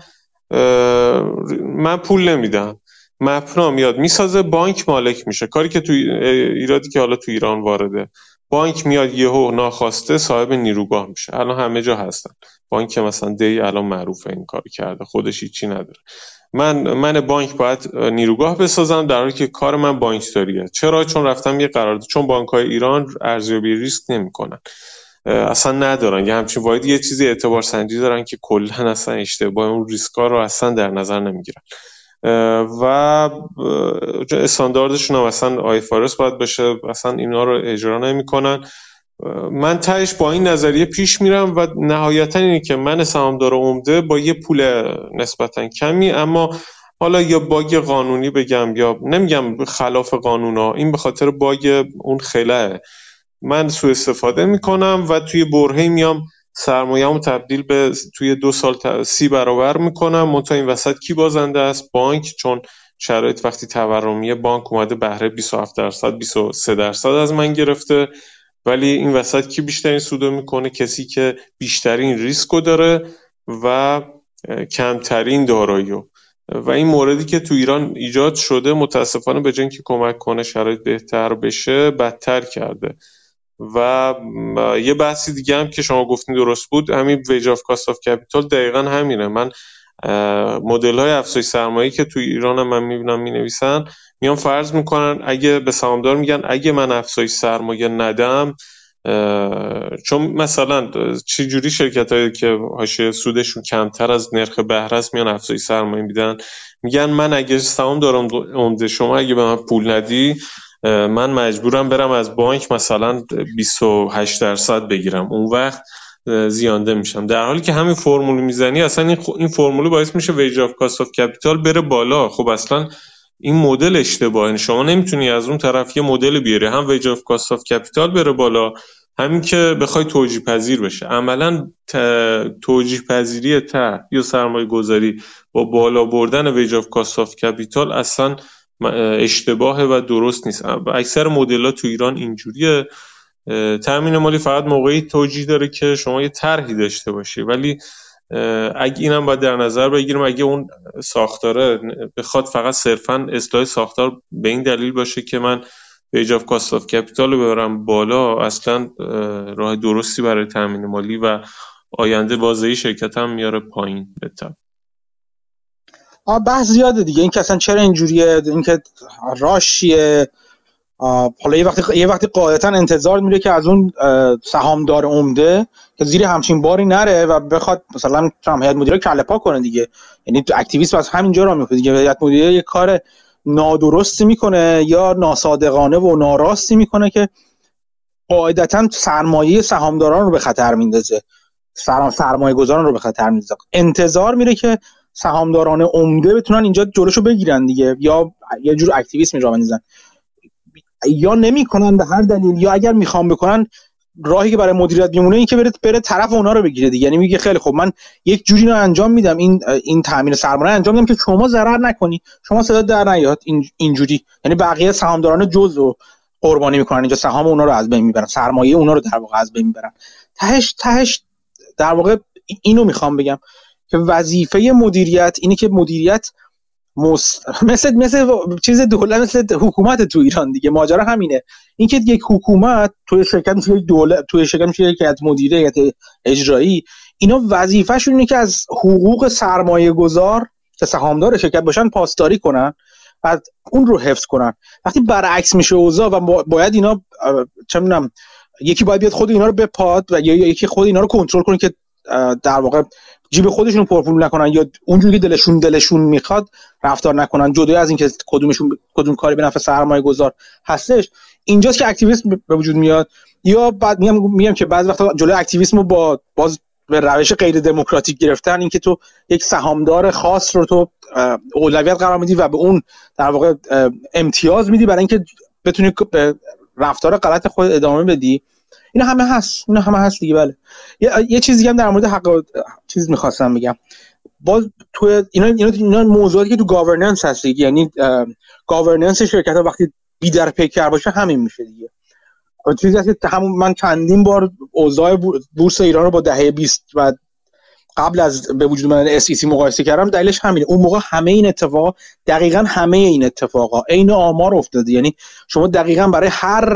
S10: من پول نمیدم، مپنا میاد میسازه، بانک مالک میشه. کاری که تو ایرادی که حالا تو ایران وارده، بانک میاد یهو ناخواسته صاحب نیروگاه میشه. الان همه جا هستن. بانک مثلا دی الان معروفه این کارو کرده، خودش هیچی نداره. من بانک باید نیروگاه بسازم در حالی که کار من بانکداریه. چرا؟ چون رفتم یه قرارداد، چون بانک‌های ایران ارزیابی ریسک نمی‌کنن، اصلا ندارن، یه همچین واحدی یه چیزی اعتبار سنجی دارن که کلا اصلا اشتباه، اون ریسکا رو اصلا در نظر نمیگیرن و استانداردشون هم اصلا آیفارس باید بشه، اصلا اینا رو اجرا نمیکنن. من تهش با این نظریه پیش میرم و نهایتا اینه که من سهامدار عمده با یه پول نسبتا کمی، اما حالا یا باگ قانونی بگم یا نمیگم خلاف قانونا، این به خاطر باگ اون خلاه، من سوء استفاده میکنم و توی برهه میام سرمایه‌مو تبدیل به توی 2 سال 30 برابر میکنم. منتها این وسط کی بازنده است؟ بانک، چون شرایط وقتی تورمیه بانک اومده بهره 27% 23% از من گرفته، ولی این وسط کی بیشترین سودو میکنه؟ کسی که بیشترین ریسکو داره و کمترین داراییو. و این موردی که تو ایران ایجاد شده متاسفانه به جای اینکه کمک کنه شرایط بهتر بشه بدتر کرده. و یه بحثی دیگه هم که شما گفتین درست بود، همین ویج آف کاست آف کپیتال دقیقاً همینه. من مدل‌های افزایش سرمایه‌ای که تو ایران هم من می‌بینم می‌نویسن، میان فرض میکنن اگه به سهامدار میگن اگه من افزایش سرمایه ندم، چون مثلا چه جوری شرکتایی که حاشیه سودشون کمتر از نرخ بهره است میان افزایش سرمایه میدن، میگن من اگه سهام دارم عمده، شما اگه به من پول ندی من مجبورم برم از بانک مثلا 28% بگیرم، اون وقت زیانده میشم. در حالی که همین فرمول میزنی اصلا این فرمول باعث میشه ویج آف کاست آف کپیتال بره بالا. خب اصلا این مدل اشتباهه. شما نمیتونی از اون طرف یه مدل بیاری هم ویج آف کاست آف کپیتال بره بالا، همین که بخوای توجیه پذیر بشه. عملا توجیه پذیری یا سرمایه گذاری با بالا بردن ویج آف کاست آف کپیتال اصلا اشتباهه و درست نیست. اکثر مدل‌ها تو ایران اینجوریه. تامین مالی فقط موقعی توجیه داره که شما یه طرحی داشته باشی، ولی اگه اینم باید در نظر بگیریم اگه اون ساختاره بخواد فقط صرفاً اصلاح ساختار به این دلیل باشه که من ویج آف کاست آف کپیتال رو ببرم بالا، اصلا راه درستی برای تامین مالی و آینده بازدهی شرکت هم میاره پایین. بهتر
S2: بحث زیاده دیگه، این که اصلا چرا اینجوریه، این که راشیه. حالا یه وقتی قاعدتا انتظار میره که از اون سهامدار عمده که زیر همچین باری نره و بخواد مثلا هیئت مدیره کله پا کنه دیگه. یعنی اکتیویسم از همینجا را میفته دیگه. هیئت مدیره یه کار نادرستی میکنه یا ناصادقانه و ناراستی میکنه که قاعدتا سرمایه سهامداران رو به خطر میندازه، سرمایه گذاران رو به خطر میندازه. انتظار میره که سهامداران عمده بتونن اینجا جلوشو بگیرن دیگه، یا یه جور اکتیویسم راه بندازن، یا نمیکنن به هر دلیل، یا اگر میخوام بکنن راهی که برای مدیریت میمونه این که بره طرف اونا رو بگیره دیگه. یعنی میگه خیلی خب من یک جوری رو انجام میدم، این تامین سرمایه انجام میدم که شما ضرر نکنی، شما صدا در نیاد اینجوری. یعنی بقیه سهامداران جزء قربانی میکنن اینجا، سهام اونا رو از بین میبرن، سرمایه اونا رو در واقع از بین میبرن. تهش در واقع اینو میخوام بگم که وظیفه مدیریت اینه که مدیریت مثل چیز دولت، مثل حکومت تو ایران دیگه. ماجرا همینه، اینکه یک حکومت توی شرکت میشه یک دولت، توی شرکت میشه یک هیئت مدیره، هیئت اجرایی. اینا وظیفه‌شون اینه که از حقوق سرمایه گذار که سهامدار شرکت باشن پاسداری کنن و اون رو حفظ کنن. وقتی برعکس میشه اوضاع و باید اینا چه میدونم یکی باید بیاد خود اینا رو بپاد و یا یکی خود اینا رو کنترل کنه که در واقع جیب خودشون رو پرپول نکنن یا اونجوری که دلشون میخواد رفتار نکنن، جدا از اینکه کدوم کاری به نفع سرمایه گذار هستش. اینجاست که اکتیویسم به وجود میاد. یا بعد میگم که بعضی وقتا جلوی اکتیویسم رو باز به روش غیر دموکراتیک گرفتن، اینکه تو یک سهامدار خاص رو تو اولویت قرار میدی و به اون در واقع امتیاز میدی برای اینکه بتونی به رفتار غلط خود ادامه بدی. اینا همه هست دیگه. بله یه چیز دیگه هم در مورد حق چیز می‌خواستم بگم. باز تو اینا موضوعاتی که تو گاورننس هست دیگه، یعنی گاورننس شرکت‌ها وقتی بی‌در پیکر باشه همین میشه دیگه. چیزی هست که من چندین بار اوضاع بورس ایران رو با دهه 20 و قبل از به وجود اومدن SEC مقایسه کردم. دلیلش همینه. اون موقع همه این اتفاقا عین آمار افتاده. یعنی شما دقیقاً برای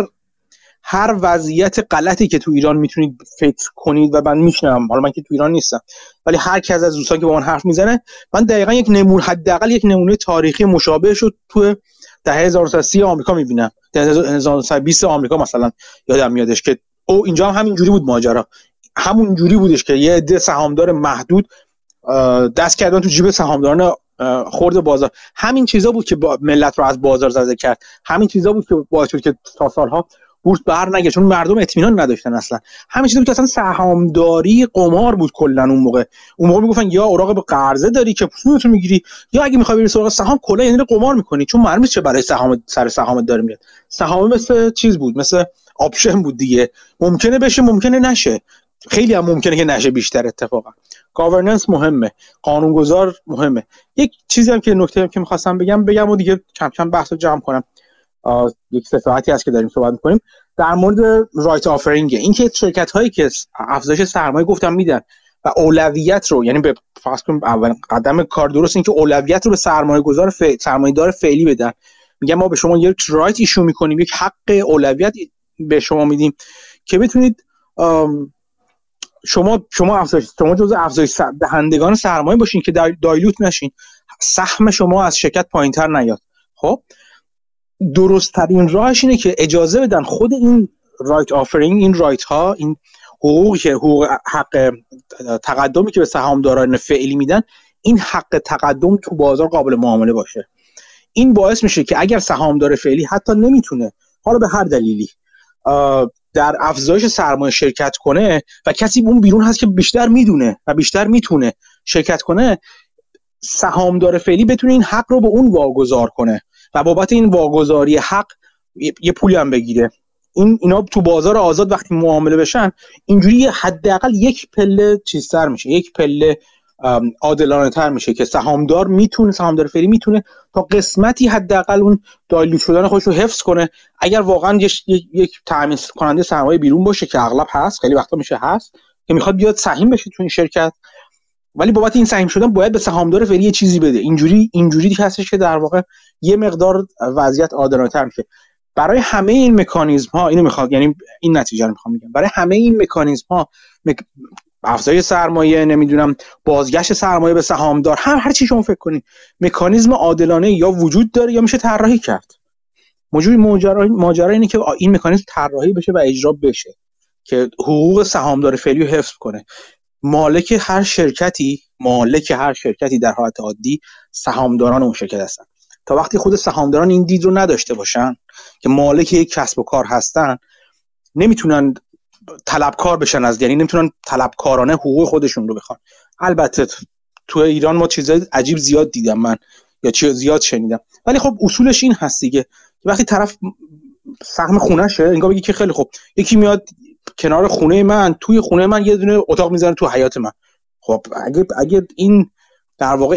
S2: هر وضعیت غلطی که تو ایران میتونید فکر کنید و من میشنم، حالا من که تو ایران نیستم ولی هر کی از دوستان که با من حرف میزنه، من دقیقاً حداقل یک نمونه تاریخی مشابه شد تو دهه 1930 آمریکا میبینم. دهه 1920 آمریکا مثلا یادم میادش که اینجا هم همینجوری بود ماجرا. همون جوری بودش که یه عده سهامدار محدود دست کردن تو جیب سهامداران خرد بازار. همین چیزا بود که ملت رو از بازار زده کرد. همین چیزا بود که باعث شد که تا سالها بورس بر نگه، چون مردم اطمینان نداشتن. اصلا همین چیزی بود که اصلا سهامداری قمار بود کلا. اون موقع میگفتن یا اوراق به قرضه داری که پولتو میگیری، یا اگه میخوای بری سراغ سهام کلا یعنی قمار میکنی، چون معلومه چه برای سهام سر سهامت داره میاد. سهام مثل چیز بود، مثل آپشن بود دیگه. ممکنه بشه ممکنه نشه، خیلی هم ممکنه که نشه بیشتر. اتفاقا گاورننس مهمه، قانونگذار مهمه. یک چیزی هم که نکته هم که می‌خواستم بگم و دیگه کم کم بحثو جمع کنم، یک ساعتی هست که داریم صحبت می‌کنیم در مورد رایت آفرینگ. این که شرکت‌هایی که افزایش سرمایه گفتم میدن و اولویت رو، یعنی به فرض کنیم اول قدم کار درست این که اولویت رو به سرمایه‌گذار سرمایه‌دار فعلی بدن. میگم ما به شما یک رایت ایشو می‌کنیم، یک حق اولویت به شما میدیم که بتونید شما جزء افزایش دهندگان سرمایه باشین که دایلوت نشین، سهم شما از شرکت پایین‌تر نیاد. خب درست ترین راهش اینه که اجازه بدن خود این رایت آفرینگ، این رایت ها، این حقوق حق تقدمی که به سهامداران فعلی میدن، این حق تقدم تو بازار قابل معامله باشه. این باعث میشه که اگر سهامدار فعلی حتی نمیتونه حالا به هر دلیلی در افزایش سرمایه شرکت کنه و کسی اون بیرون هست که بیشتر میدونه و بیشتر میتونه شرکت کنه، سهامدار فعلی بتونه این حق رو به اون واگذار کنه و بابت این واگذاری حق یه پولی هم بگیره. اینا تو بازار آزاد وقتی معامله بشن اینجوری حداقل یک پله چیزتر میشه، یک پله عادلانه تر میشه که سهامدار فعلی میتونه تا قسمتی حداقل اون دایلوت شدن خودش رو حفظ کنه. اگر واقعا یک تامین کننده سرمایه بیرون باشه که اغلب هست، خیلی وقتا میشه هست، که میخواد بیاد سهیم بشه تو این شرکت، ولی بابت این سهیم شدن باید به سهامدار فعلی یه چیزی بده. اینجوری هستش که در واقع یه مقدار وضعیت عادلانه تر میشه. برای همه این مکانیزم ها یعنی این نتیجه رو میخوام بگم، برای همه این مکانیزم ها، افزایش سرمایه، نمیدونم بازگشت سرمایه به سهامدار، هر چی شما فکر کنید، مکانیزم عادلانه یا وجود داره یا میشه طراحی کرد. ماجرا اینه که این مکانیزم طراحی بشه و اجرا بشه که حقوق سهامدار فعلی رو حفظ کنه. مالک هر شرکتی در حالت عادی سهامداران اون شرکت هستن. تا وقتی خود سهامداران این دید رو نداشته باشن که مالک یک کسب و کار هستن، نمیتونن طلبکار بشن یعنی نمیتونن طلبکارانه حقوق خودشون رو بخوان. البته تو ایران ما چیزای عجیب زیاد دیدم من یا زیاد شنیدم، ولی خب اصولش این هست دیگه که وقتی طرف سهم خونه‌شه انگار بگی که خیلی خب یکی میاد کنار خونه من، توی خونه من یه دونه اتاق میزنه تو حیاط من. خب اگه این در واقع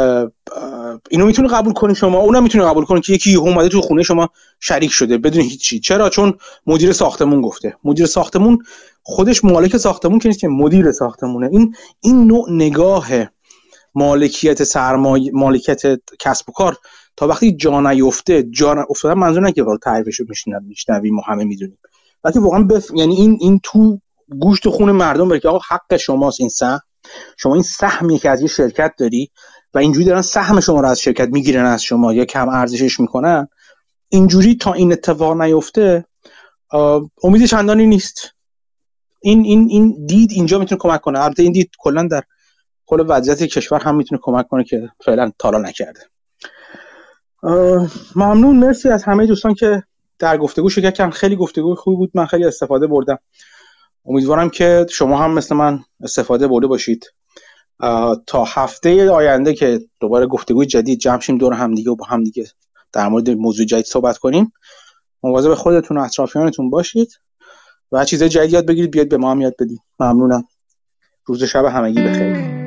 S2: اینو میتونه قبول کنی شما، اونم میتونه قبول کنه که یکی اومده تو خونه شما شریک شده بدون هیچی. چرا؟ چون مدیر ساختمون گفته. مدیر ساختمون خودش مالک ساختمون که نیست، که مدیر ساختمونه. این نوع نگاه مالکیت سرمایه، مالکیت کسب و کار تا وقتی جا نیفتادن، منظور نه که وارد تعریفش میشنویم ما همه میدونیم، وقتی واقعا یعنی این تو گوشت خون مردم بره که آقا حق شماست این سهم، شما این سهمی که از یه شرکت داری و اینجوری دارن سهم شما رو از شرکت میگیرن از شما یا کم ارزشش میکنن، اینجوری تا این اتفاق نیفته امید چندانی نیست. این دید اینجا میتونه کمک کنه. البته این دید کلا در کل وضعیت کشور هم میتونه کمک کنه که فعلا تالا نکرده. ممنون، مرسی از همه دوستان که در گفتگو شرکت کردن. خیلی گفتگو خوبی بود، من خیلی استفاده بردم. امیدوارم که شما هم مثل من استفاده برده باشید. تا هفته آینده که دوباره گفتگوی جدید جمع شیم دور هم دیگه و با هم دیگه در مورد موضوع جدید صحبت کنیم، مواظب خودتون و اطرافیانتون باشید و چیزای جدید یاد بگیرید، بیاد به ما هم یاد بدید. ممنونم. روز شب همگی بخیر.